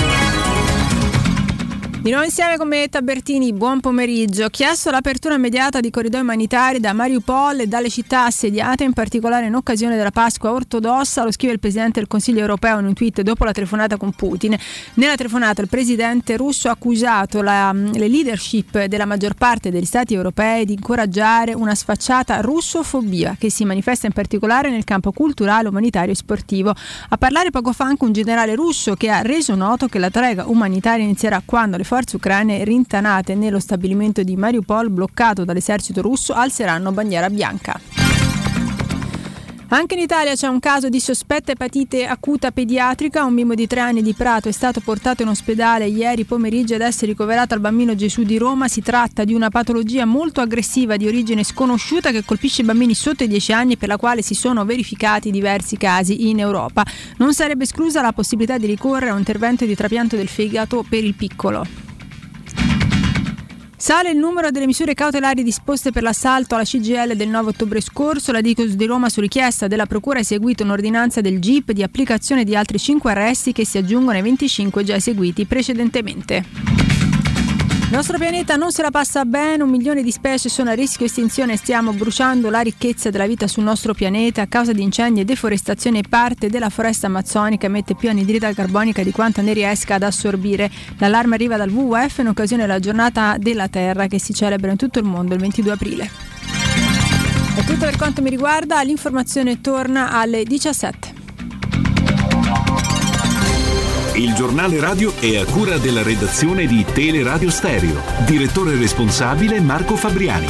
Di nuovo insieme con Metta Bertini, buon pomeriggio. Chiesto l'apertura immediata di corridoi umanitari da Mariupol e dalle città assediate, in particolare in occasione della Pasqua ortodossa, lo scrive il Presidente del Consiglio europeo in un tweet dopo la telefonata con Putin. Nella telefonata il Presidente russo ha accusato la, le leadership della maggior parte degli Stati europei di incoraggiare una sfacciata russofobia che si manifesta in particolare nel campo culturale, umanitario e sportivo. A parlare poco fa anche un generale russo che ha reso noto che la trega umanitaria inizierà quando le forze ucraine rintanate nello stabilimento di Mariupol bloccato dall'esercito russo alzeranno bandiera bianca. Anche in Italia c'è un caso di sospetta epatite acuta pediatrica. Un bimbo di tre anni di Prato è stato portato in ospedale ieri pomeriggio ed essere ricoverato al Bambino Gesù di Roma. Si tratta di una patologia molto aggressiva di origine sconosciuta che colpisce i bambini sotto i dieci anni, per la quale si sono verificati diversi casi in Europa. Non sarebbe esclusa la possibilità di ricorrere a un intervento di trapianto del fegato per il piccolo. Sale il numero delle misure cautelari disposte per l'assalto alla C G I L del nove ottobre scorso. La Dicos di Roma, su richiesta della Procura, ha eseguito un'ordinanza del G I P di applicazione di altri cinque arresti che si aggiungono ai venticinque già eseguiti precedentemente. Il nostro pianeta non se la passa bene, un milione di specie sono a rischio estinzione e stiamo bruciando la ricchezza della vita sul nostro pianeta a causa di incendi e deforestazione. Parte della foresta amazzonica emette più anidride carbonica di quanta ne riesca ad assorbire. L'allarme arriva dal W W F in occasione della giornata della Terra che si celebra in tutto il mondo il ventidue aprile. È tutto per quanto mi riguarda, l'informazione torna alle diciassette. Il giornale radio è a cura della redazione di Teleradio Stereo. Direttore responsabile Marco Fabriani.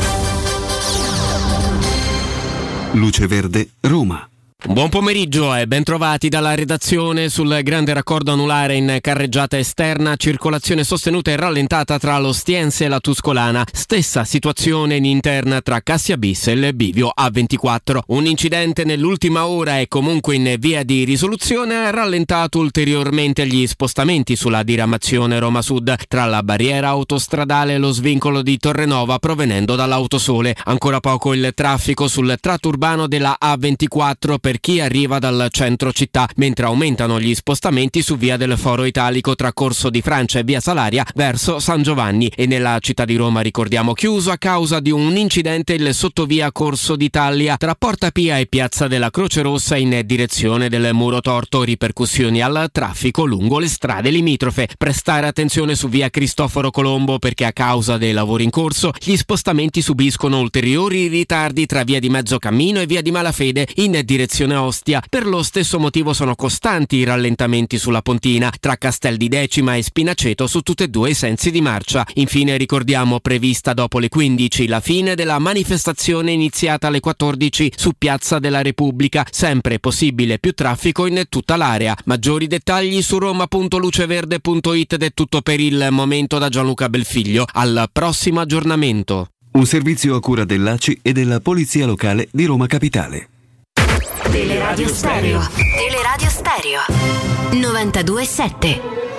Luce Verde, Roma. Buon pomeriggio e ben trovati dalla redazione. Sul grande raccordo anulare in carreggiata esterna, circolazione sostenuta e rallentata tra l'Ostiense e la Tuscolana. Stessa situazione in interna tra Cassia Bis e il bivio A ventiquattro. Un incidente nell'ultima ora e comunque in via di risoluzione ha rallentato ulteriormente gli spostamenti sulla diramazione Roma Sud tra la barriera autostradale e lo svincolo di Torrenova provenendo dall'Autosole. Ancora poco il traffico sul tratto urbano della A ventiquattro per chi arriva dal centro città, mentre aumentano gli spostamenti su via del Foro Italico tra Corso di Francia e via Salaria verso San Giovanni. E nella città di Roma, ricordiamo, chiuso a causa di un incidente il sottovia Corso d'Italia tra Porta Pia e Piazza della Croce Rossa in direzione del Muro Torto. Ripercussioni al traffico lungo le strade limitrofe. Prestare attenzione su via Cristoforo Colombo perché a causa dei lavori in corso gli spostamenti subiscono ulteriori ritardi tra via di Mezzocammino e via di Malafede in direzione Ostia. Per lo stesso motivo sono costanti i rallentamenti sulla Pontina tra Castel di Decima e Spinaceto su tutti e due i sensi di marcia. Infine ricordiamo prevista dopo le quindici la fine della manifestazione iniziata alle quattordici su Piazza della Repubblica. Sempre possibile più traffico in tutta l'area. Maggiori dettagli su roma punto luceverde punto it ed è tutto per il momento da Gianluca Belfiglio. Al prossimo aggiornamento. Un servizio a cura dell'A C I e della Polizia Locale di Roma Capitale. Teleradio Stereo. Teleradio Stereo. novantadue sette.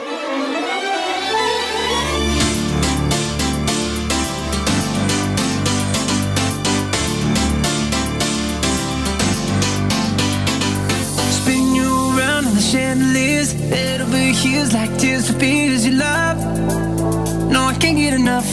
Spin you around on the chandeliers, head over heels like tears for fears you love. No, I can't get enough.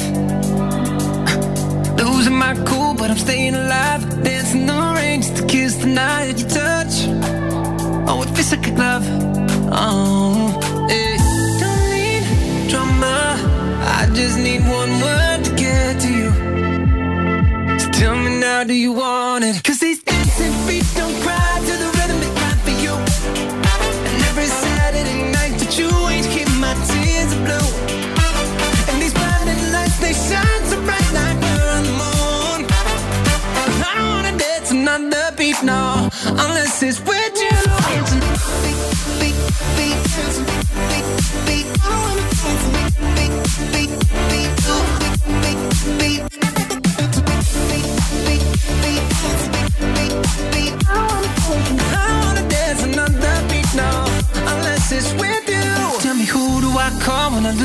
Losing my cool, but I'm staying alive. Dancing the rain just to kiss the night that you touch. Oh, it feels like a glove. Oh, yeah. Don't need drama. I just need one word to get to you. So tell me now, do you want it? 'Cause these dancing feet don't cry to the rhythm.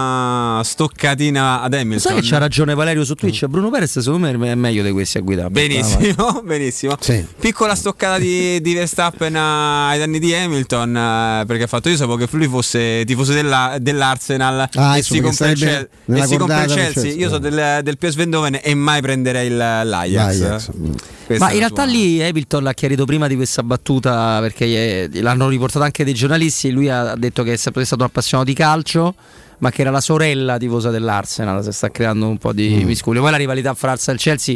piccola stoccatina ad Hamilton. Sai che c'ha ragione Valerio su Twitch? Bruno Perez secondo me è meglio di questi a guidare. Benissimo, benissimo. Sì. Piccola stoccata di, di Verstappen ai danni di Hamilton, eh, perché ha fatto, io sapevo che lui fosse tifoso della, dell'Arsenal ah, e si compra il Chelsea, e si compra il Chelsea. Chelsea. Io sono del, del P S V Eindhoven e mai prenderei il, l'Ajax. L'Ajax. Ma in realtà sua... lì Hamilton l'ha chiarito prima di questa battuta, perché l'hanno riportato anche dei giornalisti e lui ha detto che è sempre stato un appassionato di calcio, ma che era la sorella tifosa dell'Arsenal. Si sta creando un po' di mm. miscuglio. Poi la rivalità fra Arsenal e Chelsea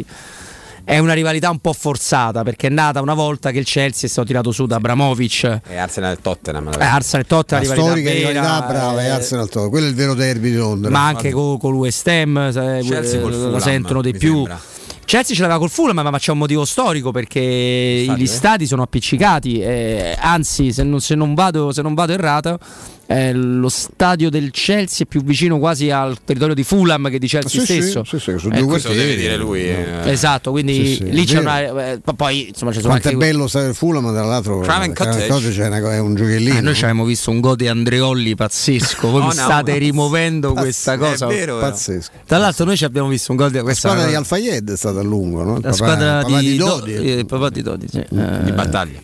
è una rivalità un po' forzata, perché è nata una volta che il Chelsea è stato tirato su da Abramovich e Arsenal e Tottenham. Eh, Arsenal e Tottenham, la rivalità storica vera, rivalità brava, eh, è Arsenal Tottenham. Quello è il vero derby di Londra. Ma anche con, con l'West Ham, Chelsea col Fulham, la sentono di più. Sembra. Chelsea ce l'aveva col Fulham, ma c'è un motivo storico, perché stadi, gli stadi eh? sono appiccicati, eh, anzi se non, se, non vado, se non vado errato, eh, lo stadio del Chelsea è più vicino quasi al territorio di Fulham che di Chelsea sì, stesso. Sì, sì, sì, eh, questo deve dire lui. Eh. Esatto, quindi sì, sì, lì c'è una. Eh, poi insomma c'è quanto anche è bello stare il Fulham, tra l'altro Craven Cottage c'è una, è un giochellino. Eh, noi ci abbiamo visto un gol di Andreolli pazzesco. Voi oh, mi no, state no, rimuovendo pazz- questa cosa. È vero, pazzesco. Tra l'altro noi ci abbiamo visto un gol di questa. La squadra di Al-Fayed è stata a lungo, no? La squadra papà di, di Dodi, Do, eh, papà di Dodi, sì. di battaglia.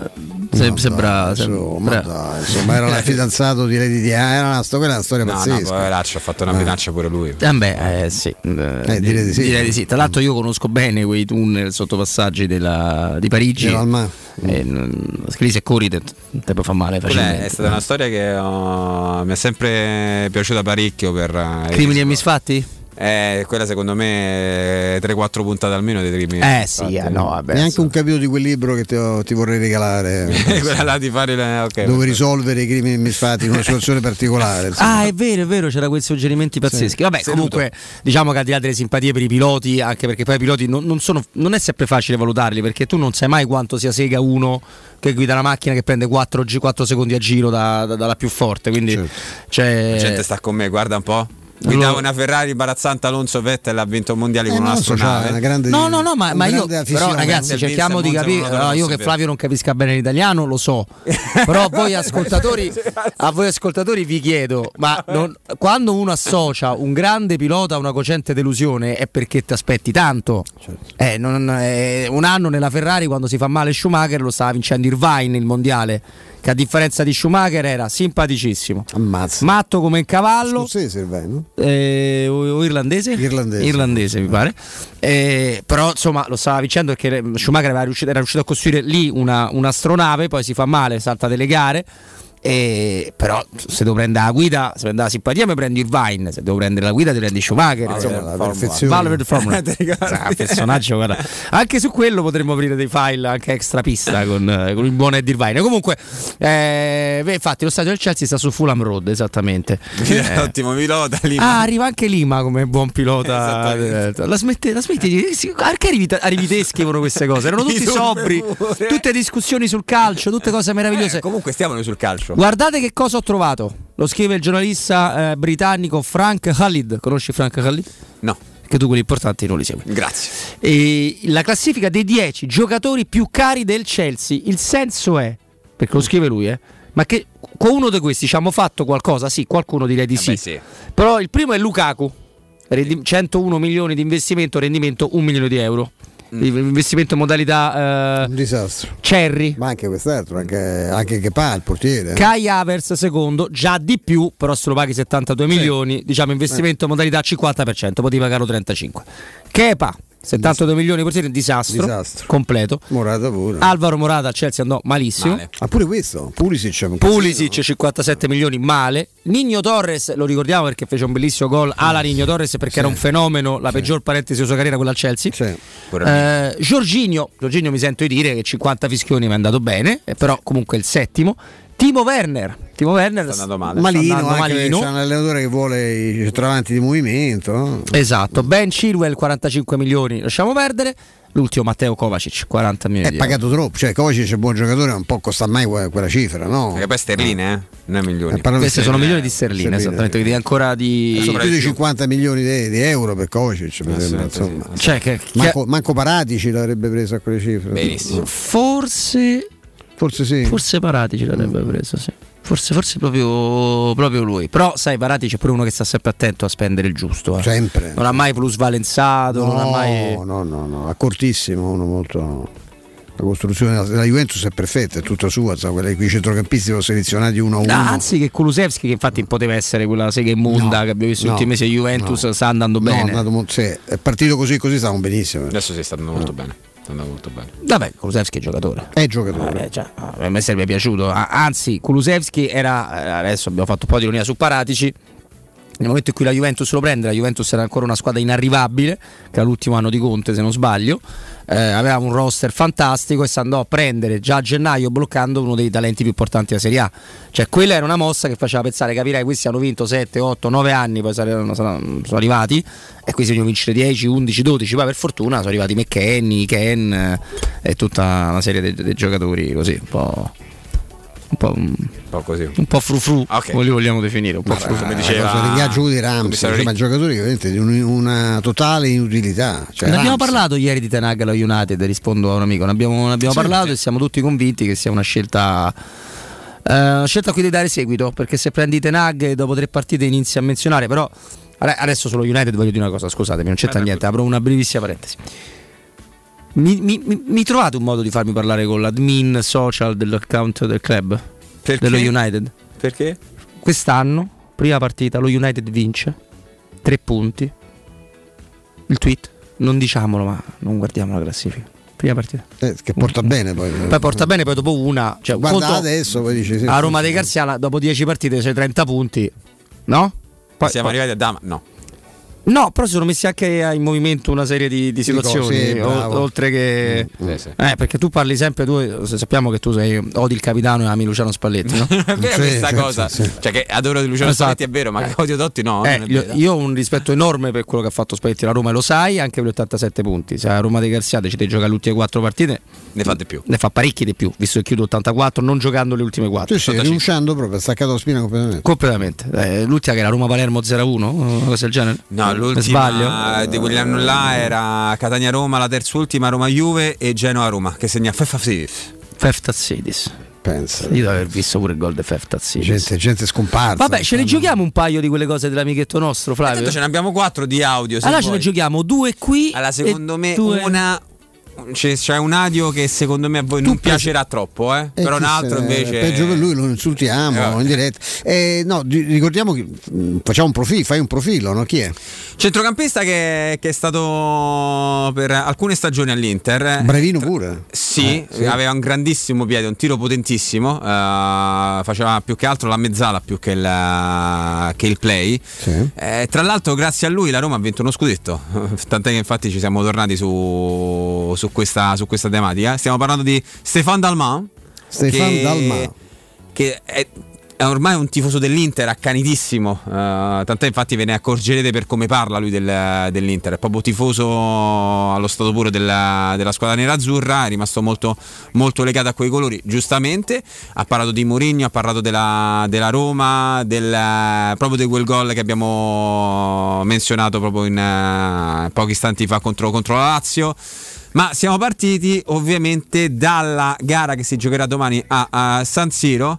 Se, sembra, sembra dai, insomma, era il fidanzato di Lady Diana, era una, quella è una storia no, pazzesca. No, poveraccio, ha fatto una minaccia pure lui. Eh beh, eh, sì. Eh, direi di sì. Direi di sì. Tra l'altro io conosco bene quei tunnel sottopassaggi della, di Parigi. Eh, lì se corri te, te può fa male facilmente. È stata una storia che oh, mi è sempre piaciuta parecchio per Crimini e misfatti? Eh, quella secondo me tre quattro puntate almeno dei crimini. Eh sì, eh, no, vabbè. Neanche so. Un capitolo di quel libro che ti, ho, ti vorrei regalare. Quella là di fare le, okay, dove perfetto. risolvere i crimini misfatti in una situazione particolare. Insomma. Ah, è vero, è vero, c'era quei suggerimenti pazzeschi. Sì. Vabbè, Seduto. comunque diciamo che al di là delle simpatie per i piloti, anche perché poi i piloti non, non sono non è sempre facile valutarli, perché tu non sai mai quanto sia sega uno che guida una macchina che prende quattro secondi a giro da, da, dalla più forte, quindi certo. c'è... La gente sta con me, guarda un po'. Guidava allora, una Ferrari imbarazzante, Alonso Vettel ha vinto il mondiale eh con no, un'astronave. Una grande, no, no, no, ma, ma io però ragazzi cerchiamo di capire. No, io che Flavio non capisca bene l'italiano lo so, però voi ascoltatori, a voi ascoltatori vi chiedo, ma non, quando uno associa un grande pilota a una cocente delusione è perché ti aspetti tanto. Certo. Eh, non, eh, un anno nella Ferrari quando si fa male Schumacher lo stava vincendo Irvine il mondiale, che a differenza di Schumacher era simpaticissimo. Ammazza. Matto come un cavallo. Scozzese, no? Eh, o, o irlandese? Irlandese, irlandese mi pare. Eh, però insomma lo stava vincendo perché Schumacher era riuscito, era riuscito a costruire lì una, un'astronave, poi si fa male, salta delle gare. E, però se devo prendere la guida, se prendo la simpatia mi prendi Irvine, se devo prendere la guida ti prendi Schumacher. Ah, insomma, la perfezione. Per Formula. Ah, personaggio, guarda. Anche su quello potremmo aprire dei file anche extra pista con, con il buon Eddie Irvine. Comunque eh, beh, infatti lo stadio del Chelsea sta su Fulham Road, esattamente. Eh. Ottimo pilota Lima. Ah, arriva anche Lima come buon pilota. La smette, la smette di perché arrivi te scrivono queste cose? Erano tutti sobri, tutte discussioni sul calcio, tutte cose meravigliose. Eh, comunque stiamo noi sul calcio. Guardate che cosa ho trovato. Lo scrive il giornalista eh, britannico Frank Khalid. Conosci Frank Khalid? No. Che tu quelli importanti non li segui. Grazie. E la classifica dei dieci giocatori più cari del Chelsea. Il senso è, perché lo scrive lui, eh, ma che con uno di questi ci hanno fatto qualcosa? Sì, qualcuno direi di sì. Eh beh, sì. Però il primo è Lukaku. Rendi- centouno milioni di investimento, rendimento un milione di euro. Mm. Investimento in modalità eh, un disastro. Cherry. Ma anche quest'altro, anche, anche Kepa, il portiere. Kai Havertz secondo, già di più, però se lo paghi settantadue sì. milioni, diciamo investimento in modalità cinquanta per cento, potevi pagarlo trentacinque. Kepa settantadue milioni per dire, disastro, disastro completo. Morata pure. Alvaro Morata al Chelsea andò malissimo. Male. Ah, pure questo. Pulisic, Pulisic cinquantasette milioni, male. Nigno Torres, lo ricordiamo perché fece un bellissimo gol alla Nigno Torres perché sì. era un fenomeno, la sì. peggior parentesi della sua carriera quella al Chelsea. Sì. Eh, Jorginho, Jorginho mi sento di dire che cinquanta fischioni mi è andato bene, eh, però comunque il settimo. Timo Werner, Timo Werner sta andando male. Malino, sta andando anche malino. C'è un allenatore che vuole i centravanti di movimento, no? Esatto. Ben Chilwell quarantacinque milioni, lasciamo perdere. L'ultimo Matteo Kovacic quaranta milioni. È pagato troppo, cioè Kovacic è un buon giocatore, ma un po' costa mai quella cifra, no? Perché poi sterline, eh? Non è milioni. Queste sono milioni di sterline, esattamente, quindi ancora di sono più di cinquanta milioni di, di euro per Kovacic, mi eh, sembra, sì, insomma. Sì, cioè, che, manco, manco Paratici l'avrebbe preso a quelle cifre. Benissimo. Forse Forse sì. Forse Paratici l'avrebbe preso, sì. Forse, forse proprio, proprio lui. Però sai, Paratici c'è pure uno che sta sempre attento a spendere il giusto. Eh. Sempre. Non ha mai plusvalenzato, no, non ha mai. No, no, no, accortissimo, uno molto. La costruzione della Juventus è perfetta, è tutta sua, so, quei centrocampisti sono selezionati uno a uno. No, anzi che Kulusevski, che infatti poteva essere quella sega immonda no, che abbiamo visto no, negli ultimi mesi a Juventus, no, sta andando bene. No, è, andato, sì, è partito così così stavano benissimo. Adesso si sta andando molto bene. Molto bene. Vabbè, Kulusevski è giocatore. È giocatore. Eh, cioè, a me sarebbe piaciuto. Anzi, Kulusevski era. Adesso abbiamo fatto un po' di ironia su Paratici. Nel momento in cui la Juventus lo prende, la Juventus era ancora una squadra inarrivabile, che era l'ultimo anno di Conte, se non sbaglio. Eh, aveva un roster fantastico e si andò a prendere già a gennaio bloccando uno dei talenti più importanti della Serie A. Cioè, quella era una mossa che faceva pensare, capirai, questi hanno vinto sette, otto, nove anni, poi saranno, saranno, sono arrivati, e qui si vogliono vincere dieci, undici, dodici. Poi per fortuna sono arrivati McKennie, Ken eh, e tutta una serie dei, dei giocatori così, un po'. Un po', un po' così, un po' frufru, okay. Come li vogliamo definire, un po' frufru, come diceva l'ingaggio di Ramsey, insomma, giocatori veramente di un, una totale inutilità. Cioè, ne abbiamo Ramsey. parlato ieri di Ten Hag alla United, rispondo a un amico, ne abbiamo, ne abbiamo sì, parlato sì. E siamo tutti convinti che sia una scelta eh, una scelta a cui devi dare seguito, perché se prendi Ten Hag e dopo tre partite inizi a menzionare, però adesso solo United voglio dire una cosa, scusatemi, non c'entra eh, niente, apro una brevissima parentesi. Mi, mi, mi trovate un modo di farmi parlare con l'admin social dell'account del club? Perché? Dello United? Perché? Quest'anno, prima partita, lo United vince tre punti. Il tweet, non diciamolo, ma non guardiamo la classifica. Prima partita. Eh, che porta mm. bene poi. Poi porta bene, poi dopo una. Cioè, guarda adesso, poi dici, sì, a Roma dei Garziana, dopo dieci partite c'è trenta punti. No? Poi, siamo poi, arrivati a Dama? No. No, però si sono messi anche in movimento una serie di, di situazioni, sì, o, oltre che mm, sì, sì. Eh, perché tu parli sempre, tu sappiamo che tu sei odi il capitano e ami Luciano Spalletti, no? È vero sì, questa sì, cosa, sì, sì. Cioè che adoro di Luciano esatto. Spalletti è vero, ma che odio Totti no, eh, io, io ho un rispetto enorme per quello che ha fatto Spalletti alla Roma, e lo sai, anche per gli ottantasette punti. Se a Roma dei Garziate ci devi giocare le ultime quattro partite, ne fa di più, ne fa parecchi di più, visto che chiudo ottantaquattro non giocando le ultime quattro. Sì, sì, rinunciando proprio, ha staccato la spina completamente. Completamente. Eh, l'ultima che era Roma-Palermo zero a uno, una cosa del genere. No, l'ultima sbaglio. Di quell'anno là era Catania-Roma, la terz'ultima Roma-Juve e Genoa-Roma che segna Fefafsidis. Fefafsidis. Pensa. Io devo aver visto pure il gol di Fefafsidis. Gente, gente scomparsa. Vabbè, ce ne giochiamo un paio di quelle cose dell'amichetto nostro, Flavio. Intanto ce ne abbiamo quattro di audio. Allora ce ne giochiamo due qui. Allora, secondo me due... una. C'è, c'è un audio che secondo me a voi non piacerà troppo, eh? eh però un altro invece peggio per lui, lo insultiamo eh. in diretta. Eh, no, ricordiamo che facciamo un profilo, fai un profilo, no? Chi è? Centrocampista che, che è stato per alcune stagioni all'Inter. Bravino pure. Sì, eh, sì, aveva un grandissimo piede, un tiro potentissimo, uh, faceva più che altro la mezzala più che il, che il play. Sì. Eh, tra l'altro grazie a lui la Roma ha vinto uno scudetto, tant'è che infatti ci siamo tornati su su questa, su questa tematica. Stiamo parlando di Stéphane Dalmat. Stéphane Dalmat che è, è ormai un tifoso dell'Inter accanitissimo, uh, tant'è infatti ve ne accorgerete per come parla lui del, dell'Inter, è proprio tifoso allo stato puro della, della squadra nerazzurra, è rimasto molto, molto legato a quei colori, giustamente. Ha parlato di Mourinho, ha parlato della, della Roma, del, proprio di quel gol che abbiamo menzionato proprio in uh, pochi istanti fa contro, contro la Lazio. Ma siamo partiti ovviamente dalla gara che si giocherà domani a, a San Siro.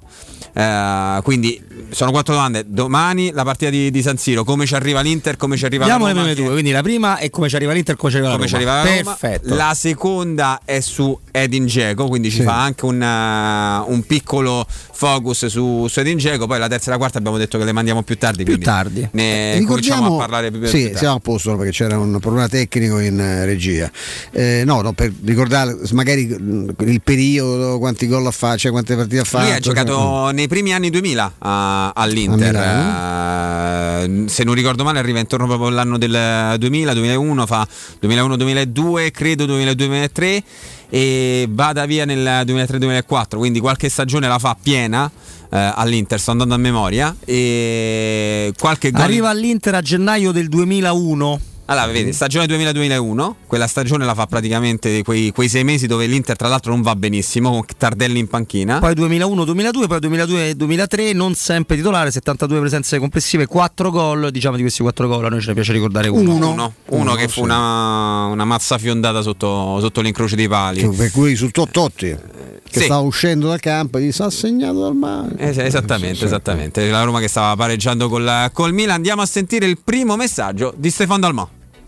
Uh, quindi sono quattro domande. Domani la partita di, di San Siro, come ci arriva l'Inter, come ci arriva Andiamo la Roma. le prime due, quindi la prima è come ci arriva l'Inter, come ci arriva come la Roma. Ci arriva la Roma. Perfetto. La seconda è su Edin Dzeko, quindi ci sì. fa anche un, uh, un piccolo focus su, su Edin Dzeko. Poi la terza e la quarta abbiamo detto che le mandiamo più tardi. Più tardi. Ne eh, cominciamo a parlare più, sì, più tardi. Siamo a posto perché c'era un problema tecnico in uh, regia. Eh, no, no, per ricordare magari il periodo, quanti gol ha fatto, cioè quante partite ha fatto. Lui ha giocato cioè, nei primi anni duemila a, all'Inter, a uh, se non ricordo male arriva intorno proprio all'anno del duemila duemilauno, fa duemilauno duemiladue, credo duemiladue duemilatré, e vada via nel duemilatré duemilaquattro, quindi qualche stagione la fa piena eh, all'Inter, sto andando a memoria, e qualche gol arriva all'Inter a gennaio del duemilauno. Allora, vedi, stagione duemila duemilauno, quella stagione la fa praticamente quei, quei sei mesi dove l'Inter tra l'altro non va benissimo, con Tardelli in panchina. Poi duemilauno duemiladue, poi duemiladue duemilatré, non sempre titolare, settantadue presenze complessive, quattro gol, diciamo di questi quattro gol a noi ce ne piace ricordare uno. Uno, uno, uno, uno che fu sì. una, una mazza fiondata sotto, sotto l'incrocio dei pali. Per cui sul Totti. che sì. stava uscendo dal campo e gli sta segnato dal mare. Eh, esattamente, sì, esattamente. La Roma che stava pareggiando col, col Milan. Andiamo a sentire il primo messaggio di Stefano Dalmà.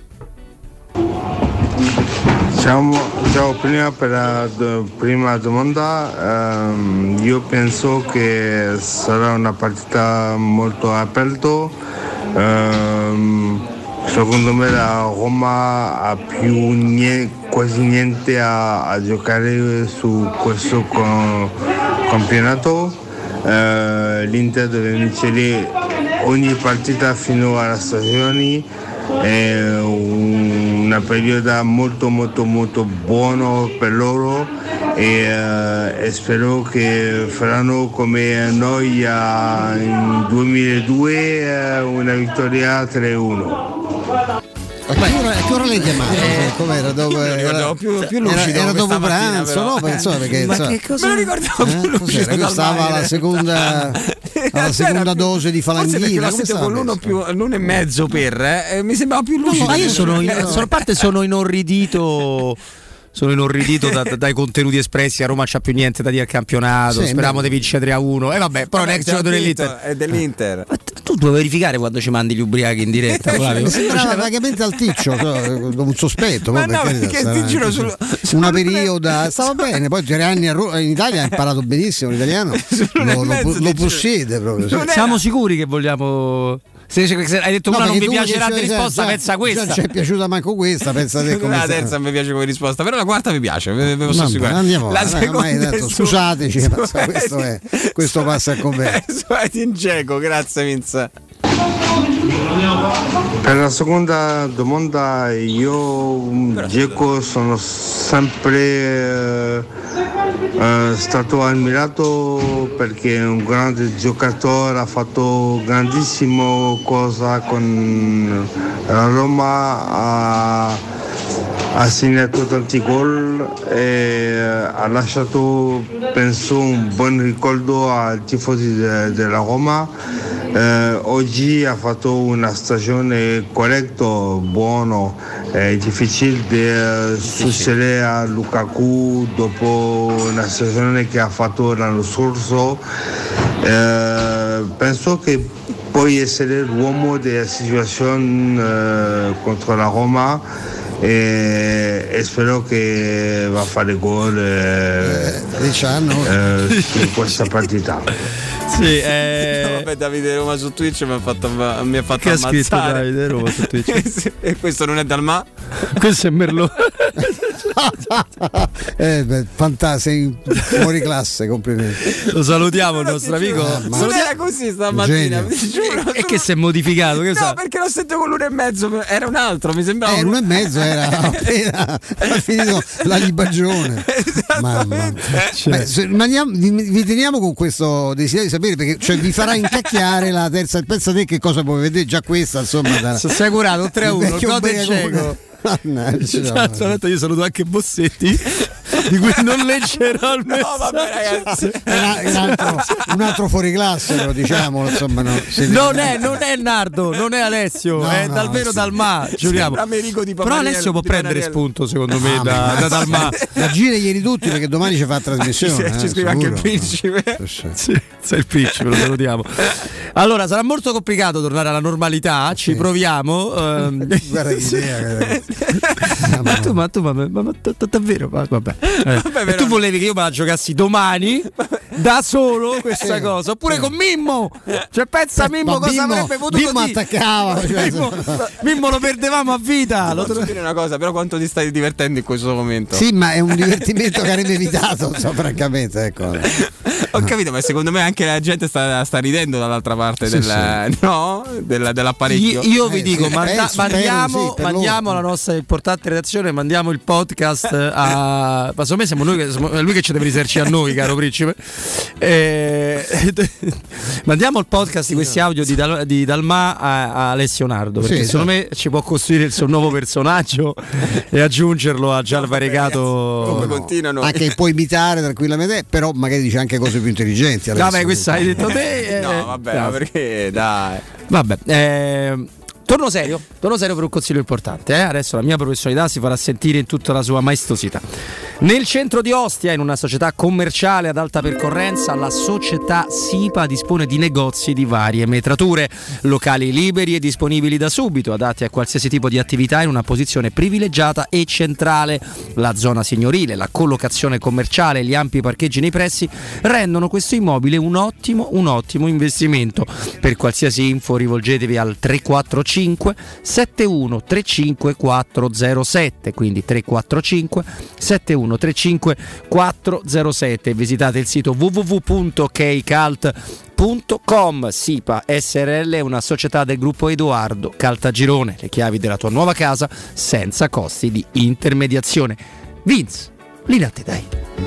Ciao, ciao, prima per la do, prima domanda, ehm, io penso che sarà una partita molto aperta. Ehm, secondo me la Roma ha più nie, quasi niente a, a giocare su questo con, campionato. Ehm, L'Inter deve vincere ogni partita fino alla stagione. È una periodo molto molto molto buono per loro e, uh, e spero che faranno come noi uh, in duemiladue uh, una vittoria tre a uno. A che ora, a che ora l'hai chiamato? Eh, Com'era? Dopo, era, più, più lucido era, era dopo pranzo, però. no? Pensavo perché, ma so, che cosa? Me lo ricordavo più eh? lucido. Stava alla seconda, alla seconda dose di falanghina. Forse con l'uno più l'uno e mezzo per eh, mi sembrava più lucido. No, ma io sono, in, sono a parte sono inorridito. Sono inorridito da, da, dai contenuti espressi. A Roma c'ha più niente da dire al campionato. Sì, speriamo di vincere tre a uno. E eh, vabbè, però vabbè, l'ex giocatore dell'Inter è dell'Inter. Ma tu devi verificare quando ci mandi gli ubriachi in diretta. Mi sembrava vagamente alticcio, un sospetto. Ma no, perché ti giro sul, una perioda stava bene. Poi tre anni a Roma, in Italia ha imparato benissimo l'italiano. Lo, lo, lo possiede proprio. Sì. Siamo sicuri che vogliamo. Se, se hai detto no, una non mi piace la risposta, già, pensa questa. Non ci è piaciuta manco questa, pensa te come la terza mi piace come risposta, però la quarta mi piace, ve lo posso assicurare. Andiamo, la seconda detto, scusateci, su, passa, questo, è, questo passa a convento. in Geco, grazie Vince. Per la seconda domanda io Geco sono sempre Uh, stato ammirato perché è un grande giocatore, ha fatto grandissimo cosa con la Roma, ha, ha segnato tanti gol e ha lasciato penso un buon ricordo ai tifosi de, della Roma. Eh, oggi ha fatto una stagione corretta, buono, è difficile succedere a Lukaku dopo una stagione che ha fatto l'anno scorso. Eh, penso che può essere l'uomo della situazione eh, contro la Roma e, e spero che va a fare gol eh, eh, in questa partita. Sì, eh... no, vabbè, Davide Roma su Twitch mi ha fatto, mi ha fatto che ammazzare. Ha scritto Davide Roma su Twitch? E questo non è Dalmà? Questo è Merlot. eh, beh, fantastico, fuori classe, complimenti. Lo salutiamo il nostro amico. Ah, non era così stamattina, e che si è modificato? Che no, sa? perché l'ho sentito con l'uno e mezzo, era un altro, mi sembrava. Eh, l'uno e mezzo era appena ha finito la libagione. Mamma. Cioè. Beh, se, maniamo, vi, vi teniamo con questo desiderio di sapere, perché cioè, vi farà incacchiare la terza. Pensa te che cosa puoi vedere già questa, insomma. Da, si è assicurato tre a uno, il gol del Cieco. Esatto, io saluto anche Bossetti, di cui non leggerò il messaggio. No, vabbè, ragazzi. Era, era un, altro, un altro fuori classe, lo diciamo, insomma, no, non, è, non è Nardo, non è Alessio, no, è no, Dalvero sì. Dalmà, giuriamo. Di però Alessio può prendere spunto, secondo me, ah, da, da Dalmà. Da giriglieli tutti, perché domani ci fa la trasmissione. Ci, eh, ci scrive anche il principe. Sì, sei il principe, lo salutiamo. Allora, sarà molto complicato tornare alla normalità, ci sì. proviamo. Ehm. Guarda che idea, ma tu, ma tu, ma, ma, ma davvero? Ma, vabbè. Eh. Vabbè, e tu volevi che io me la giocassi domani da solo questa eh, cosa, oppure eh. con Mimmo? Cioè, pensa Mimmo cosa Mimmo, avrebbe potuto Mimmo dire. attaccava. Cioè, Mimmo, Mimmo lo perdevamo a vita. Lo posso dire una cosa, però quanto ti stai divertendo in questo momento? Sì, ma è un divertimento che avrei evitato, so, francamente, ecco. Ho capito, ma secondo me anche la gente sta, sta ridendo dall'altra parte sì, del, sì. No? Della, dell'apparecchio. Io, io vi eh, dico, sì, manda, penso, mandiamo, sì, mandiamo la nostra importante redazione, mandiamo il podcast a. Ma secondo me siamo noi che siamo, è lui che ci deve risarcire a noi, caro principe. Eh, mandiamo il podcast di questi audio di, Dal, di Dalmà a, a Alessio Nardo, perché sì, secondo sì. me ci può costruire il suo nuovo personaggio e aggiungerlo a già variegato. Come continuano. Anche può imitare tranquillamente, però magari dice anche cose più intelligenti. Vabbè, questo hai detto te. Eh, no, vabbè, no. Perché dai. Vabbè, eh, torno serio, torno serio per un consiglio importante. Eh? Adesso la mia professionalità si farà sentire in tutta la sua maestosità. Nel centro di Ostia, in una società commerciale ad alta percorrenza, la società SIPA dispone di negozi di varie metrature, locali liberi e disponibili da subito, adatti a qualsiasi tipo di attività in una posizione privilegiata e centrale. La zona signorile, la collocazione commerciale e gli ampi parcheggi nei pressi rendono questo immobile un ottimo, un ottimo investimento. Per qualsiasi info rivolgetevi al tre quattro cinque sette uno tre cinque quattro zero sette, quindi tre quattro cinque sette uno tre cinque quattro zero sette, e visitate il sito w w w punto keycult punto com. SIPA S R L è una società del gruppo Edoardo Caltagirone, le chiavi della tua nuova casa senza costi di intermediazione. Vince, linea a te, dai.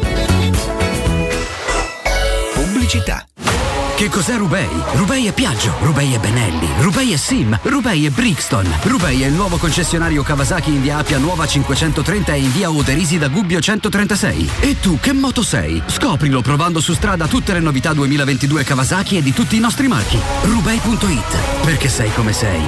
Pubblicità. Che cos'è Rubei? Rubei è Piaggio, Rubei è Benelli, Rubei è Sim, Rubei è Brixton. Rubei è il nuovo concessionario Kawasaki in via Appia Nuova cinquecentotrenta e in via Oderisi da Gubbio centotrentasei. E tu che moto sei? Scoprilo provando su strada tutte le novità duemilaventidue Kawasaki e di tutti i nostri marchi. Rubei punto it, perché sei come sei.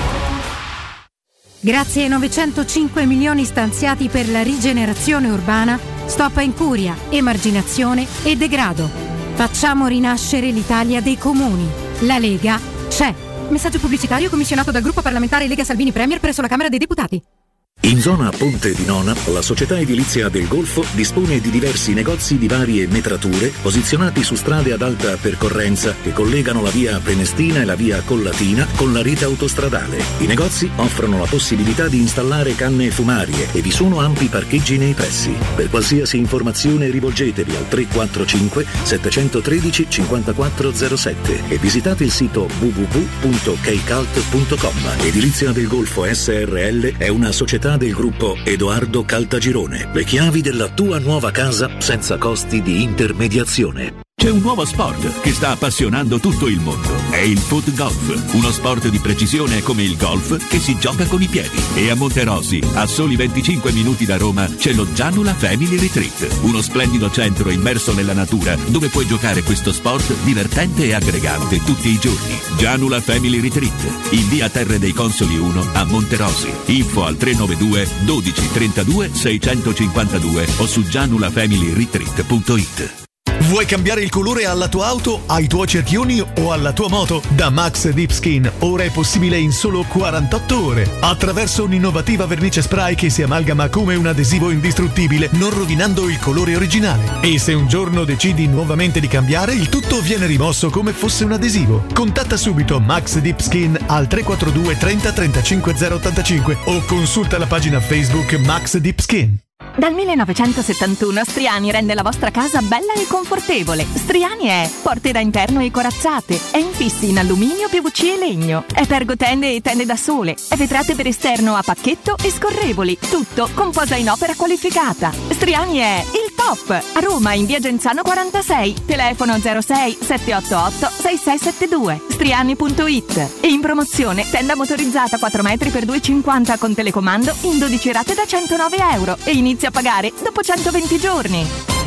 Grazie ai novecentocinque milioni stanziati per la rigenerazione urbana, stop a incuria, emarginazione e degrado. Facciamo rinascere l'Italia dei comuni. La Lega c'è. Messaggio pubblicitario commissionato dal gruppo parlamentare Lega Salvini Premier presso la Camera dei Deputati. In zona Ponte di Nona, la società edilizia del Golfo dispone di diversi negozi di varie metrature posizionati su strade ad alta percorrenza che collegano la via Prenestina e la via Collatina con la rete autostradale. I negozi offrono la possibilità di installare canne fumarie e vi sono ampi parcheggi nei pressi. Per qualsiasi informazione rivolgetevi al tre quattro cinque sette uno tre cinque zero sette e visitate il sito w w w punto keycult punto com. Edilizia del Golfo S R L è una società del gruppo Edoardo Caltagirone. Le chiavi della tua nuova casa senza costi di intermediazione. C'è un nuovo sport che sta appassionando tutto il mondo. È il foot golf, uno sport di precisione come il golf che si gioca con i piedi. E a Monterosi, a soli venticinque minuti da Roma, c'è lo Gianula Family Retreat, uno splendido centro immerso nella natura dove puoi giocare questo sport divertente e aggregante tutti i giorni. Gianula Family Retreat, in via Terre dei Consoli uno a Monterosi. Info al tre nove due dodici trentadue seicentocinquantadue o su gianula family retreat punto it. Vuoi cambiare il colore alla tua auto, ai tuoi cerchioni o alla tua moto? Da Max Deep Skin ora è possibile in solo quarantotto ore attraverso un'innovativa vernice spray che si amalgama come un adesivo indistruttibile, non rovinando il colore originale. E se un giorno decidi nuovamente di cambiare, il tutto viene rimosso come fosse un adesivo. Contatta subito Max Deep Skin al tre quattro due trenta trentacinque zero ottantacinque o consulta la pagina Facebook Max Deep Skin. Dal millenovecentosettantuno Striani rende la vostra casa bella e confortevole. Striani è porte da interno e corazzate, è infissi in alluminio, P V C e legno, è pergotende e tende da sole, è vetrate per esterno a pacchetto e scorrevoli, tutto con posa in opera qualificata. Striani è il top! A Roma in via Genzano quarantasei, telefono zero sei sette otto otto sei sei sette due, striani punto it. E in promozione tenda motorizzata quattro metri per due e cinquanta con telecomando in dodici rate da centonove euro e inizia a pagare dopo centoventi giorni.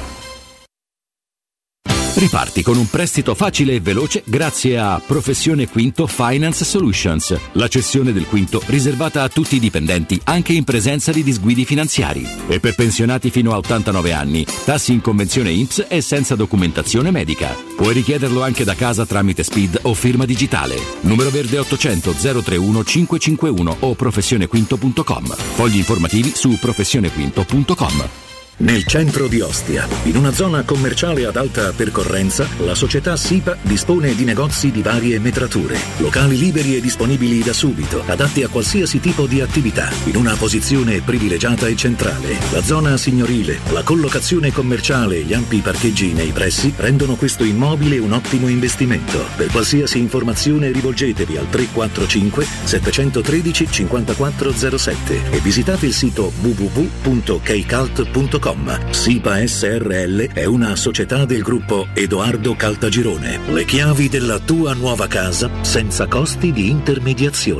Riparti con un prestito facile e veloce grazie a Professione Quinto Finance Solutions, la cessione del quinto riservata a tutti i dipendenti anche in presenza di disguidi finanziari. E per pensionati fino a ottantanove anni, tassi in convenzione I N P S e senza documentazione medica. Puoi richiederlo anche da casa tramite S P I D o firma digitale. Numero verde ottocento zero trentuno cinquecentocinquantuno o professionequinto punto com. Fogli informativi su professionequinto punto com. Nel centro di Ostia, in una zona commerciale ad alta percorrenza, la società SIPA dispone di negozi di varie metrature, locali liberi e disponibili da subito, adatti a qualsiasi tipo di attività, in una posizione privilegiata e centrale. La zona signorile, la collocazione commerciale e gli ampi parcheggi nei pressi rendono questo immobile un ottimo investimento. Per qualsiasi informazione rivolgetevi al tre quattro cinque sette uno tre cinque zero sette e visitate il sito w w w punto keycult punto com. SIPA S R L è una società del gruppo Edoardo Caltagirone. Le chiavi della tua nuova casa senza costi di intermediazione.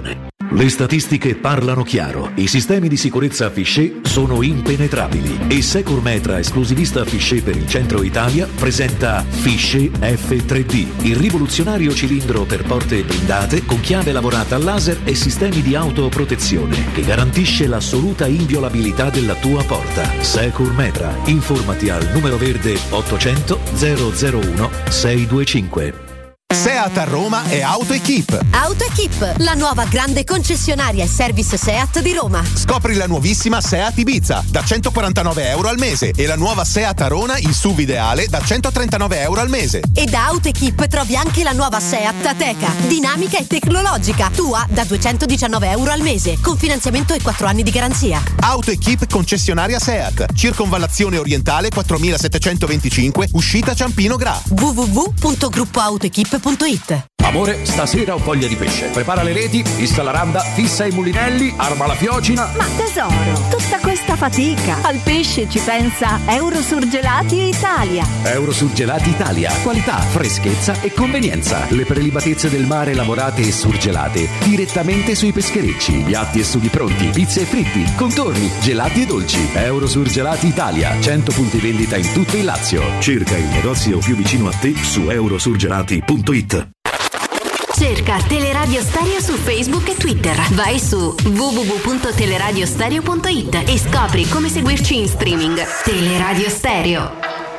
Le statistiche parlano chiaro, i sistemi di sicurezza Fichet sono impenetrabili e Securmetra, esclusivista Fichet per il centro Italia, presenta Fichet F tre D, il rivoluzionario cilindro per porte blindate con chiave lavorata a laser e sistemi di autoprotezione che garantisce l'assoluta inviolabilità della tua porta. Securmetra, informati al numero verde ottocento zero zero uno sei due cinque. Seat a Roma è AutoEquip. AutoEquip, la nuova grande concessionaria e service Seat di Roma. Scopri la nuovissima Seat Ibiza da centoquarantanove euro al mese e la nuova Seat Arona in S U V ideale da centotrentanove euro al mese. E da AutoEquip trovi anche la nuova Seat Ateca, dinamica e tecnologica, tua da duecentodiciannove euro al mese, con finanziamento e quattro anni di garanzia. AutoEquip concessionaria Seat, Circonvallazione Orientale quattromilasettecentoventicinque, uscita Ciampino Gra. w w w punto gruppo autoequip punto it. Amore, stasera ho voglia di pesce. Prepara le reti, fissa la randa, fissa i mulinelli, arma la fiocina. Ma tesoro, tutta questa fatica. Al pesce ci pensa Eurosurgelati Italia. Eurosurgelati Italia. Qualità, freschezza e convenienza. Le prelibatezze del mare lavorate e surgelate direttamente sui pescherecci. Piatti e sughi pronti, pizze e fritti, contorni, gelati e dolci. Eurosurgelati Italia. cento punti vendita in tutto il Lazio. Cerca il negozio più vicino a te su eurosurgelati punto it. Cerca Teleradio Stereo su Facebook e Twitter. Vai su w w w punto teleradiostereo punto it e scopri come seguirci in streaming. Teleradio Stereo.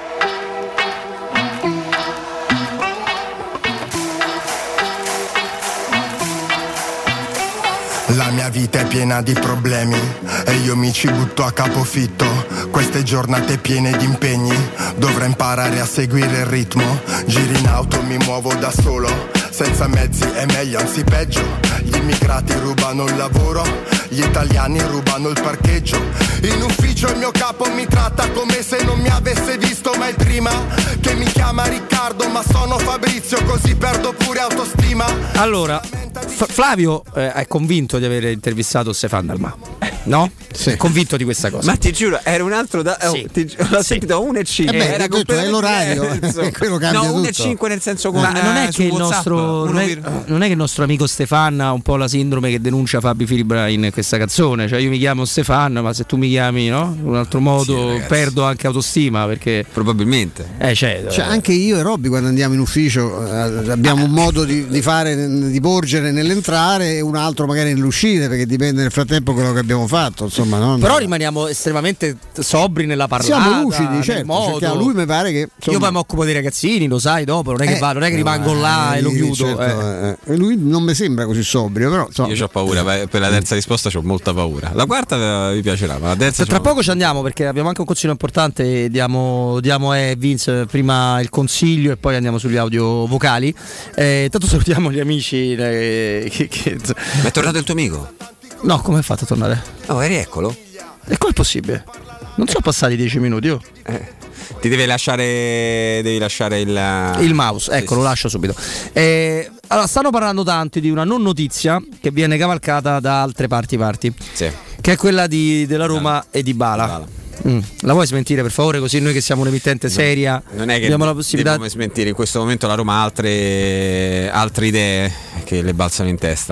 La mia vita è piena di problemi e io mi ci butto a capofitto. Queste giornate piene di impegni, dovrò imparare a seguire il ritmo. Giri in auto, mi muovo da solo, senza mezzi è meglio, anzi peggio. Gli immigrati rubano il lavoro, gli italiani rubano il parcheggio. In ufficio il mio capo mi tratta come se non mi avesse visto mai prima. Che mi chiama Riccardo ma sono Fabrizio, così perdo pure autostima. Allora, F- Flavio eh, è convinto di aver intervistato Stefan Dalmà, no? Sì. È convinto di questa cosa. Ma ti giuro, era un altro da oh, sì. ti, l'ho sì. sentito a uno e cinque. Eh beh, era tutto, è l'orario, quello cambia no, uno e tutto. cinque nel senso con Ma non è eh, che il WhatsApp, nostro non è, non è che il nostro amico Stefan ha un po' la sindrome che denuncia Fabi Filibrain in questa canzone, cioè io mi chiamo Stefan, ma se tu mi chiami, no? In un altro modo sì, perdo anche autostima, perché probabilmente. Eh, cioè, cioè, anche io e Robby quando andiamo in ufficio eh, abbiamo un modo di, di fare, di porgere nell'entrare e un altro magari nell'uscire, perché dipende nel frattempo quello che abbiamo fatto, insomma, no? Però rimaniamo estremamente sobri nella parlata. Siamo lucidi, certo, modo. Lui mi pare che insomma... Io poi mi occupo dei ragazzini, lo sai, dopo non è che, eh, va, non è che rimango eh, là e lo chiudo. Certo, eh. Eh. Lui non mi sembra così sobrio, però insomma. Io ho paura, per la terza risposta ho molta paura. La quarta vi piacerà, ma la terza tra poco ci andiamo perché abbiamo anche un consiglio importante. Diamo, diamo a Vince prima il consiglio e poi andiamo sugli audio vocali. Eh, tanto salutiamo gli amici. Eh, che, che... Ma è tornato il tuo amico? No, come hai fatto a tornare? Oh, eri eccolo. E come è possibile? Non sono passati dieci minuti io. Eh. Ti deve lasciare devi lasciare il il mouse, ecco, sì, lo lascio subito. Eh, allora, stanno parlando tanti di una non notizia che viene cavalcata da altre parti parti. Sì. Che è quella di, della Roma e di Bala. Bala. Mm. La vuoi smentire per favore, così noi che siamo un'emittente seria non è che abbiamo la possibilità di smentire. In questo momento la Roma ha altre, altre idee che le balzano in testa,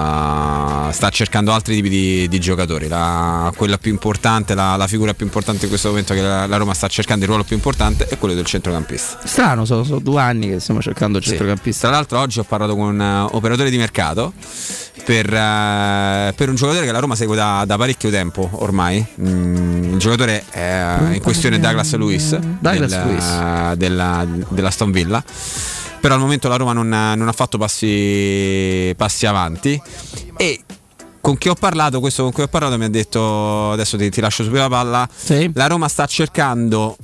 uh, sta cercando altri tipi di, di giocatori. La, quella più importante, la, la figura più importante in questo momento che la, la Roma sta cercando, il ruolo più importante è quello del centrocampista. Strano, sono, sono due anni che stiamo cercando il sì. centrocampista. Tra l'altro oggi ho parlato con un uh, operatore di mercato per, uh, per un giocatore che la Roma segue da, da parecchio tempo ormai. Mm, il giocatore è in questione Douglas Luiz, Douglas del, Luiz. Della, della Aston Villa. Però al momento la Roma non, non ha fatto passi, passi avanti. E con chi ho parlato, questo con cui ho parlato mi ha detto, adesso ti, ti lascio subito la palla, sì. La Roma sta cercando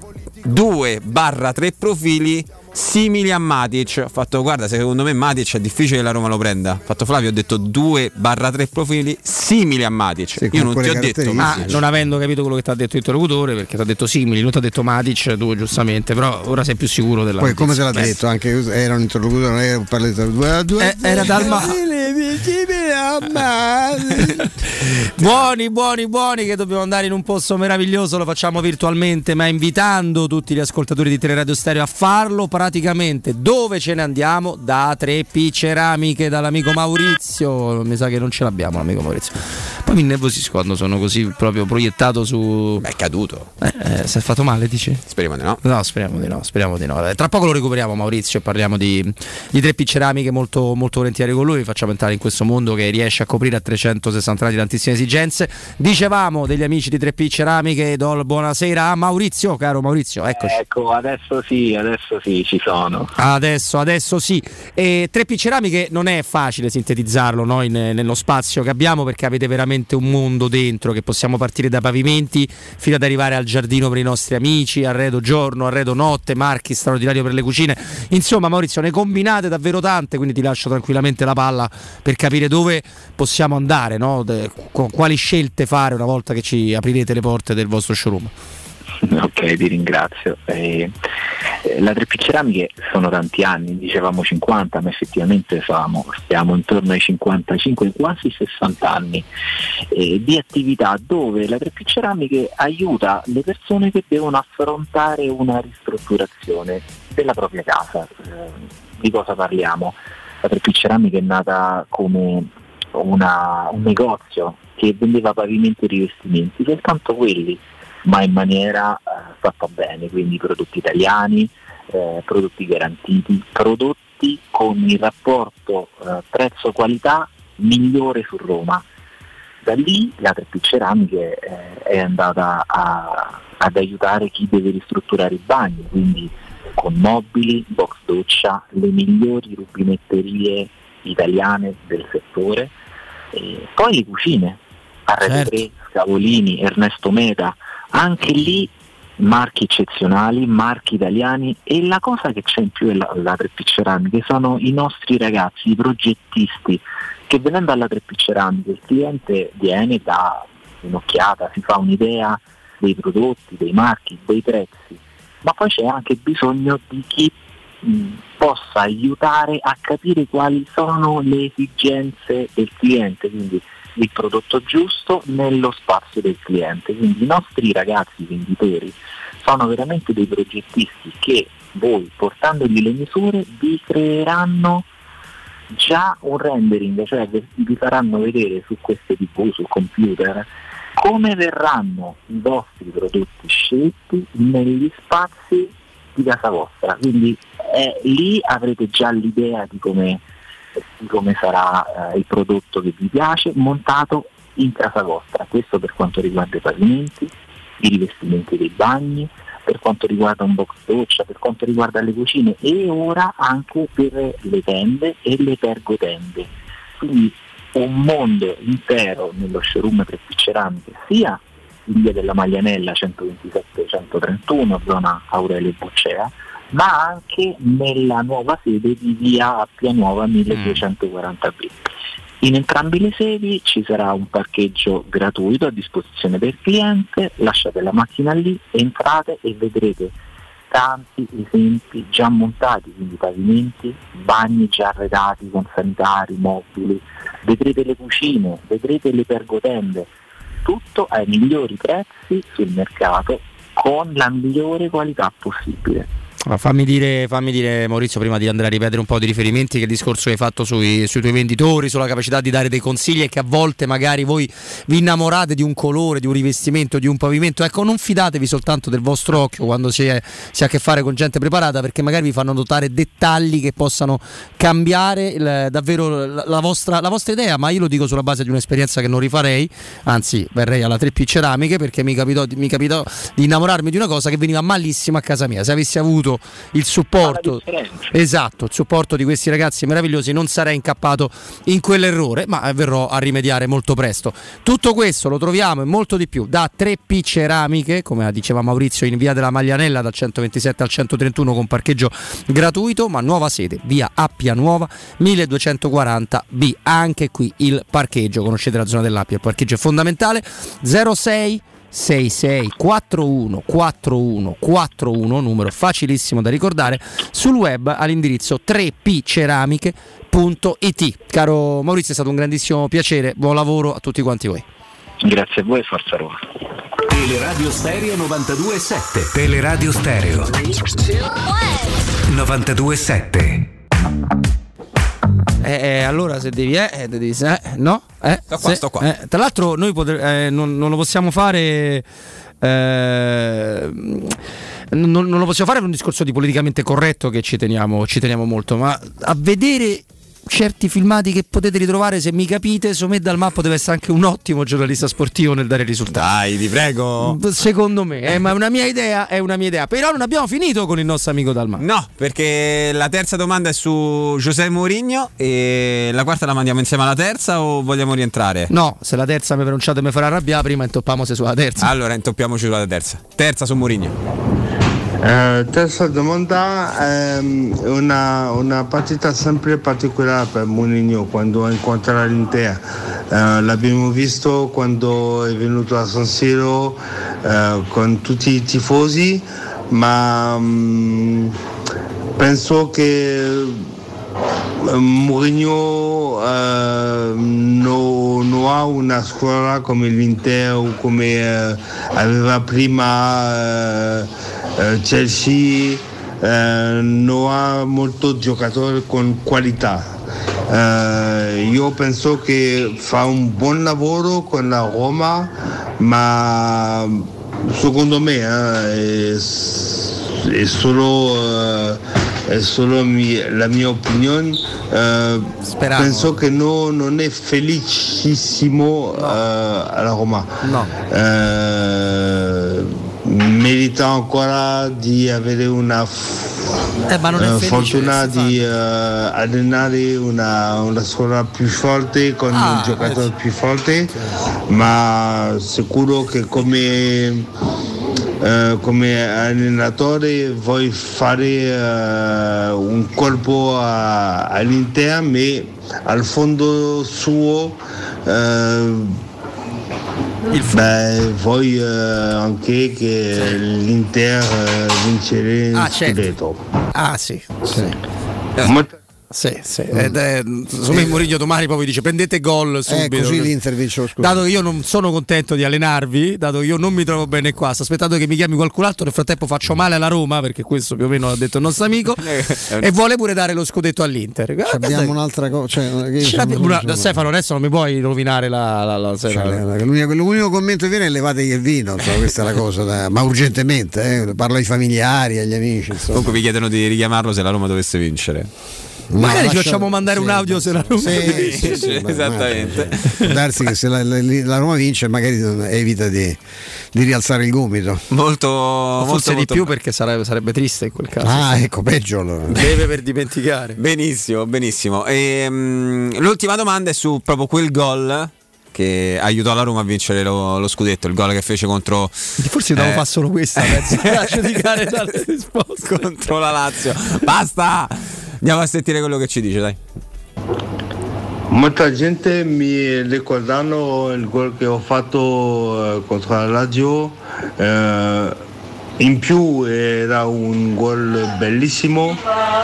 due barra tre profili simili a Matic. Ho fatto, guarda, secondo me Matic è difficile che la Roma lo prenda. Ho fatto, Flavio, ho detto due barra tre profili simili a Matic. Sì, io non ti ho detto ah, non avendo capito quello che ti ha detto l'interlocutore, perché ti ha detto simili, non ti ha detto Matic, tu giustamente, però ora sei più sicuro della poi notizia. Come se l'ha detto, anche era un interlocutore, non era un parletore, due, due, eh, era Dalma Buoni, buoni, buoni, che dobbiamo andare in un posto meraviglioso, lo facciamo virtualmente, ma invitando tutti gli ascoltatori di Teleradio Stereo a farlo praticamente. Dove ce ne andiamo? Da tre P Ceramiche, dall'amico Maurizio. Mi sa che non ce l'abbiamo l'amico Maurizio. Poi mi innervosisco quando sono così proprio proiettato su... Beh, è caduto. Eh, eh, si è fatto male, dici? Speriamo di no. No, speriamo di no, speriamo di no. Eh, tra poco lo recuperiamo Maurizio e parliamo di, di tre P Ceramiche molto, molto volentieri con lui. Facciamo entrare in questo mondo che riesce a coprire a trecentosessanta gradi tantissime esigenze. Dicevamo degli amici di tre P Ceramiche, do il buonasera a Maurizio, caro Maurizio, eccoci. Ecco, adesso sì, adesso sì, ci sono. Adesso, adesso sì. E tre P Ceramiche non è facile sintetizzarlo noi nello spazio che abbiamo, perché avete veramente un mondo dentro, che possiamo partire da pavimenti fino ad arrivare al giardino per i nostri amici, arredo giorno, arredo notte, marchi straordinario per le cucine. Insomma Maurizio, ne combinate davvero tante, quindi ti lascio tranquillamente la palla per capire dove possiamo andare, no? De, quali scelte fare una volta che ci aprirete le porte del vostro showroom. Ok, ti ringrazio. Eh, la tre P Ceramiche sono tanti anni, dicevamo cinquanta, ma effettivamente siamo, stiamo intorno ai cinquantacinque, quasi sessanta anni eh, di attività, dove la tre P Ceramiche aiuta le persone che devono affrontare una ristrutturazione della propria casa. Eh, di cosa parliamo? La tre P Ceramiche è nata come una, un negozio che vendeva pavimenti e rivestimenti, soltanto quelli, ma in maniera eh, fatta bene, quindi prodotti italiani, eh, prodotti garantiti, prodotti con il rapporto eh, prezzo-qualità migliore su Roma. Da lì la tre P Ceramiche eh, è andata a, ad aiutare chi deve ristrutturare i bagni, quindi con mobili, box doccia, le migliori rubinetterie italiane del settore, e poi le cucine, Arredo tre, Scavolini, Ernesto Meta, anche lì marchi eccezionali, marchi italiani. E la cosa che c'è in più è la, la tre P Ceramiche, sono i nostri ragazzi, i progettisti, che venendo alla tre P Ceramiche il cliente viene, dà un'occhiata, si fa un'idea dei prodotti, dei marchi, dei prezzi, ma poi c'è anche bisogno di chi mh, possa aiutare a capire quali sono le esigenze del cliente, quindi il prodotto giusto nello spazio del cliente. Quindi i nostri ragazzi venditori sono veramente dei progettisti che voi, portandogli le misure, vi creeranno già un rendering, cioè vi faranno vedere su queste tivù, sul computer, come verranno i vostri prodotti scelti negli spazi di casa vostra. Quindi eh, lì avrete già l'idea di come di come sarà eh, il prodotto che vi piace montato in casa vostra. Questo per quanto riguarda i pavimenti, i rivestimenti dei bagni, per quanto riguarda un box doccia, per quanto riguarda le cucine, e ora anche per le tende e le pergotende. Quindi un mondo intero nello showroom tre P Ceramiche, sia in via della Maglianella centoventisette centotrentuno, zona Aurelio Buccea, ma anche nella nuova sede di via Appia Nuova milleduecentoquaranta B. In entrambi le sedi ci sarà un parcheggio gratuito a disposizione del cliente, lasciate la macchina lì, entrate e vedrete tanti esempi già montati, quindi pavimenti, bagni già arredati con sanitari, mobili, vedrete le cucine, vedrete le pergotende, tutto ai migliori prezzi sul mercato con la migliore qualità possibile. Fammi dire, fammi dire Maurizio, prima di andare a ripetere un po' di riferimenti, che il discorso che hai fatto sui, sui tuoi venditori, sulla capacità di dare dei consigli, e che a volte magari voi vi innamorate di un colore, di un rivestimento, di un pavimento. Ecco, non fidatevi soltanto del vostro occhio quando si, è, si ha a che fare con gente preparata, perché magari vi fanno notare dettagli che possano cambiare il, davvero la, la, vostra, la vostra idea. Ma io lo dico sulla base di un'esperienza che non rifarei, anzi verrei alla tre P Ceramiche, perché mi capitò, mi capitò di innamorarmi di una cosa che veniva malissimo a casa mia. Se avessi avuto il supporto, esatto, il supporto di questi ragazzi meravigliosi, non sarei incappato in quell'errore, ma verrò a rimediare molto presto. Tutto questo lo troviamo e molto di più da tre P Ceramiche, come diceva Maurizio, in via della Maglianella dal centoventisette al centotrentuno, con parcheggio gratuito, ma nuova sede via Appia Nuova milleduecentoquaranta B. Anche qui il parcheggio, conoscete la zona dell'Appia, il parcheggio è fondamentale. zero sei sei sei quattro uno quattro uno quattro uno, numero facilissimo da ricordare, sul web all'indirizzo tre p ceramiche punto it. Caro Maurizio, è stato un grandissimo piacere, buon lavoro a tutti quanti voi. Grazie a voi, forza Roma. Teleradio Stereo novantadue sette. Teleradio Stereo novantadue sette. Eh, eh, allora se devi eh, devi eh, no eh, sto qua, se, sto qua. Eh, tra l'altro noi potre, eh, non, non lo possiamo fare eh, non, non lo possiamo fare per un discorso di politicamente corretto che ci teniamo, ci teniamo molto, ma a vedere certi filmati che potete ritrovare, se mi capite, secondo me Dalmà deve essere anche un ottimo giornalista sportivo nel dare risultati. Dai, ti prego. Secondo me, eh, ma è una mia idea, è una mia idea. Però non abbiamo finito con il nostro amico Dalmà. No, perché la terza domanda è su José Mourinho e la quarta la mandiamo insieme alla terza o vogliamo rientrare? No, se la terza mi pronunciate mi farà arrabbiare, prima intoppiamo se sulla terza. Allora intoppiamoci sulla terza. Terza su Mourinho. Eh, terza domanda, ehm, una, una partita sempre particolare per Mourinho quando incontra l'Inter. Eh, l'abbiamo visto quando è venuto a San Siro eh, con tutti i tifosi, ma mh, penso che Mourinho eh, non no ha una squadra come l'Inter o come eh, aveva prima eh, Chelsea, eh, non ha molto giocatori con qualità. Eh, io penso che fa un buon lavoro con la Roma, ma secondo me eh, è, è solo, eh, è solo mi, la mia opinione. Eh, penso che no, non è felicissimo no. eh, alla Roma. No. Eh, merita ancora di avere una f- eh, ma non è uh, felice, fortuna di uh, allenare una, una squadra più forte con ah, un giocatore eh. più forte, ma sicuro che come uh, come allenatore vuoi fare uh, un colpo a, all'Inter, ma al fondo suo uh, Beh, vuoi eh, anche che sì. l'Inter eh, vincere il ah, scudetto. Certo. Ah sì, sì. Eh. Molto... Sì, sì. Ed è, secondo me Mourinho domani proprio dice prendete gol subito. Eh, così l'Inter vince lo scudetto. Dato che io non sono contento di allenarvi, dato che io non mi trovo bene qua, sto aspettando che mi chiami qualcun altro, nel frattempo faccio male alla Roma, perché questo più o meno l'ha detto il nostro amico, e vuole pure dare lo scudetto all'Inter. Ci abbiamo un'altra cosa. Cioè, una, Stefano, adesso non mi puoi rovinare la... la, la, cioè, la... L'unico, l'unico commento che viene è levategli il vino, insomma, questa è la cosa, da, ma urgentemente, eh, parlo ai familiari, agli amici. Insomma. Comunque vi chiedono di richiamarlo se la Roma dovesse vincere. No, magari ci facciamo mandare sì, un audio se la Roma sì, sì, sì, esattamente. Può darsi che se la, la, la Roma vince magari evita di, di rialzare il gomito. Molto, o forse molto, di molto più perché sarebbe, sarebbe triste in quel caso. Ah, ecco, peggio allora. Deve per dimenticare. Benissimo, benissimo. E, um, l'ultima domanda è su proprio quel gol che aiutò la Roma a vincere lo, lo scudetto, il gol che fece contro forse devo eh, fare solo questa penso a giudicare dalle risposte contro la Lazio. Basta, andiamo a sentire quello che ci dice, dai. Molta gente mi ricordano il gol che ho fatto eh, contro la Lazio, eh, in più era un gol bellissimo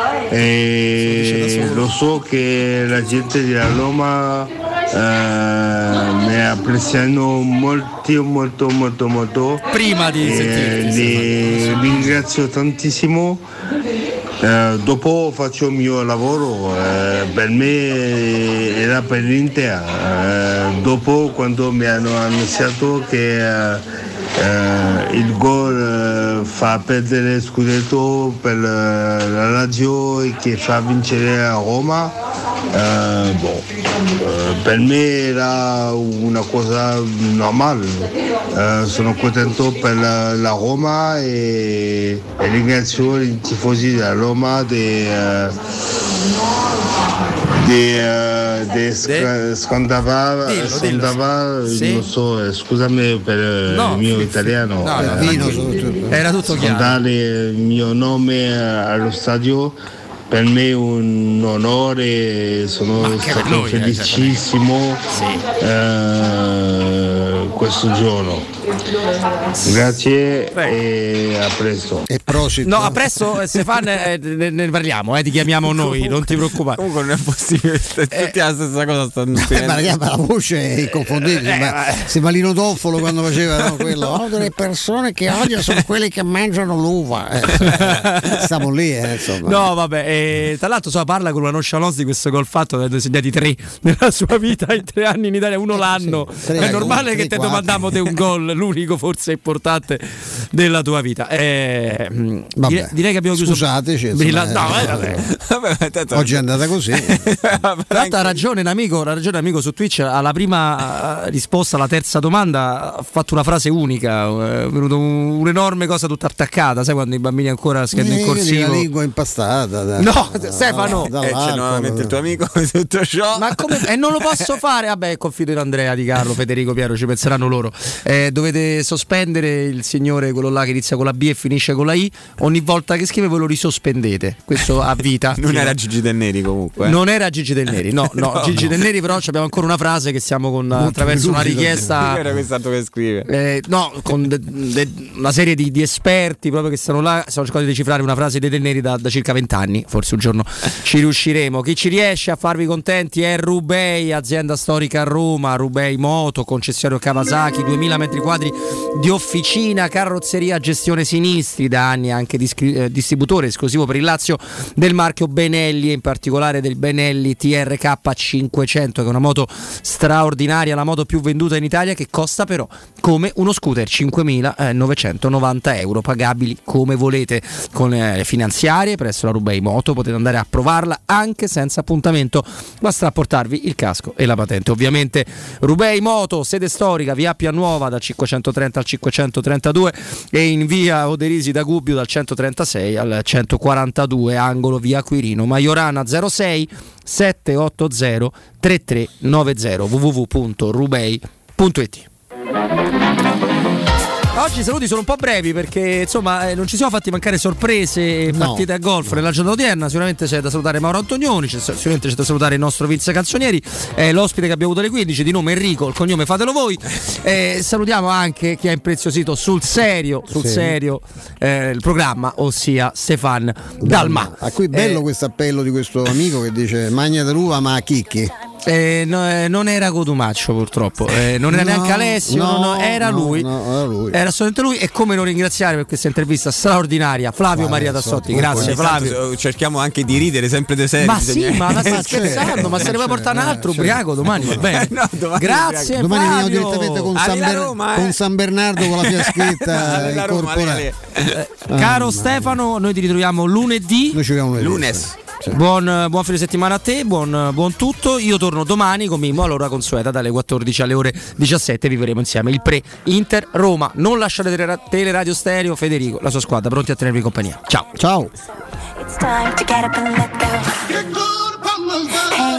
e lo so che la gente della Roma eh, mi apprezzano molto molto molto molto prima di sentirti, li ringrazio tantissimo. Eh, dopo faccio il mio lavoro, eh, per me era per l'Inter, eh, dopo quando mi hanno annunciato che eh, eh, il gol eh, fa perdere il scudetto per la Lazio e che fa vincere la Roma, eh, boh, eh, per me era una cosa normale, eh, sono contento per la, la Roma e, e ringrazio i tifosi della Roma di uh, di, uh, di sc- Scandavar, Scandavar sì. Non so, scusami per no, il mio sì, italiano, no, no, eh, no, era tutto chiaro. Scandare il mio nome allo stadio per me è un onore, sono stato noi, felicissimo. Sì. Eh, questo giorno. Grazie e a presto. E prossimo. No, a presto, Stefan, eh, ne, ne parliamo, eh, ti chiamiamo noi, non ti preoccupare. Comunque non è possibile, tutti eh, la stessa cosa stanno eh, ma la, la voce è inconfondibile. Eh, ma, sembra Lino Toffolo quando faceva no, quello. Oh, delle persone che odio sono quelle che mangiano l'uva. Eh, eh, stiamo lì, eh, insomma. No, vabbè, eh, tra l'altro so, parla con una nonchalance di questo gol fatto, ne ha segnati tre nella sua vita in tre anni in Italia, uno l'anno. Sì, è normale che ti domandiamo di un gol, l'unico forse importante della tua vita. Eh, direi, direi che abbiamo chiuso. Scusateci, insomma, no, eh, eh, vabbè. Vabbè, oggi è andata così. Tra l'altro ha ragione un amico, ha ragione un amico su Twitch, alla prima risposta alla terza domanda ha fatto una frase unica, è venuto un, un'enorme cosa tutta attaccata, sai quando i bambini ancora scrivono in corsivo. La lingua impastata. Da, no, Stefano. Da, e c'è nuovamente il tuo amico tutto ciò. Ma come? E non lo posso fare? Vabbè, confido in Andrea, Di Carlo, Federico, Piero, ci penseranno loro. Eh, dovete sospendere il signore, quello là che inizia con la B e finisce con la I. Ogni volta che scrive voi lo risospendete. Questo a vita. Non era Gigi Del Neri comunque. Eh? Non era Gigi Del Neri, no, no, no Gigi no. Del Neri, però abbiamo ancora una frase che siamo con Molto attraverso una richiesta. Era quest'altro che scrive. Eh, no, con de, de, una serie di, di esperti proprio che stanno là. Stiamo cercando di decifrare una frase dei Del Neri da, da circa vent'anni. Forse un giorno ci riusciremo. Chi ci riesce a farvi contenti è Rubei, azienda storica a Roma. Rubei Moto, concessionario Kawasaki, duemila metri quadri di officina, carrozzeria, gestione sinistri, da anni anche discri- eh, distributore esclusivo per il Lazio del marchio Benelli e in particolare del Benelli T R K cinquecento, che è una moto straordinaria, la moto più venduta in Italia, che costa però come uno scooter cinquemilanovecentonovanta euro, pagabili come volete con eh, le finanziarie presso la Rubei Moto. Potete andare a provarla anche senza appuntamento, basta portarvi il casco e la patente ovviamente. Rubei Moto, sede storica, via Appia Nuova dal cinquecentotrenta al cinquecentotrentadue e in via Oderisi da Gubbio dal centotrentasei al centoquarantadue, angolo via Quirino Maiorana. Zero sei sette otto zero tre tre nove zero w w w punto rubei punto i t. Oggi i saluti sono un po' brevi perché insomma eh, non ci siamo fatti mancare sorprese e no. partite a golf nella giornata odierna. Sicuramente c'è da salutare Mauro Antonioni, c'è, sicuramente c'è da salutare il nostro Vince Canzonieri, eh, l'ospite che abbiamo avuto alle quindici di nome Enrico, il cognome fatelo voi. Eh, salutiamo anche chi ha impreziosito sul serio, sul sì. serio eh, il programma, ossia Stefan Dalma. A cui bello eh, questo appello di questo amico che dice magna dell'uva ma a chicchi. Eh, no, eh, non era Cotumaccio purtroppo, eh, non era no, neanche Alessio, no, no, era, no, lui. No, era lui, era assolutamente lui. E come non ringraziare per questa intervista straordinaria Flavio Vai, Maria Tassotti, grazie Flavio. Cerchiamo anche di ridere sempre dei seri. Ma sì, ma la stai scherzando, ma se ne vuoi portare un altro ubriaco domani, va bene. No, domani grazie domani Flavio. Domani veniamo direttamente con San, Ber- Roma, eh. con San Bernardo con la fiaschetta incorporata. Eh, caro ah, Stefano, noi ti ritroviamo lunedì. Noi ci vediamo lunedì. Lunes. Sì. Buon, buon fine settimana a te, buon, buon tutto. Io torno domani con Mimmo all'ora consueta dalle quattordici alle ore diciassette. Vivremo insieme il pre-Inter Roma. Non lasciate Teleradio Stereo, Federico, la sua squadra pronti a tenervi compagnia. Ciao. Ciao. It's time to get up and let go.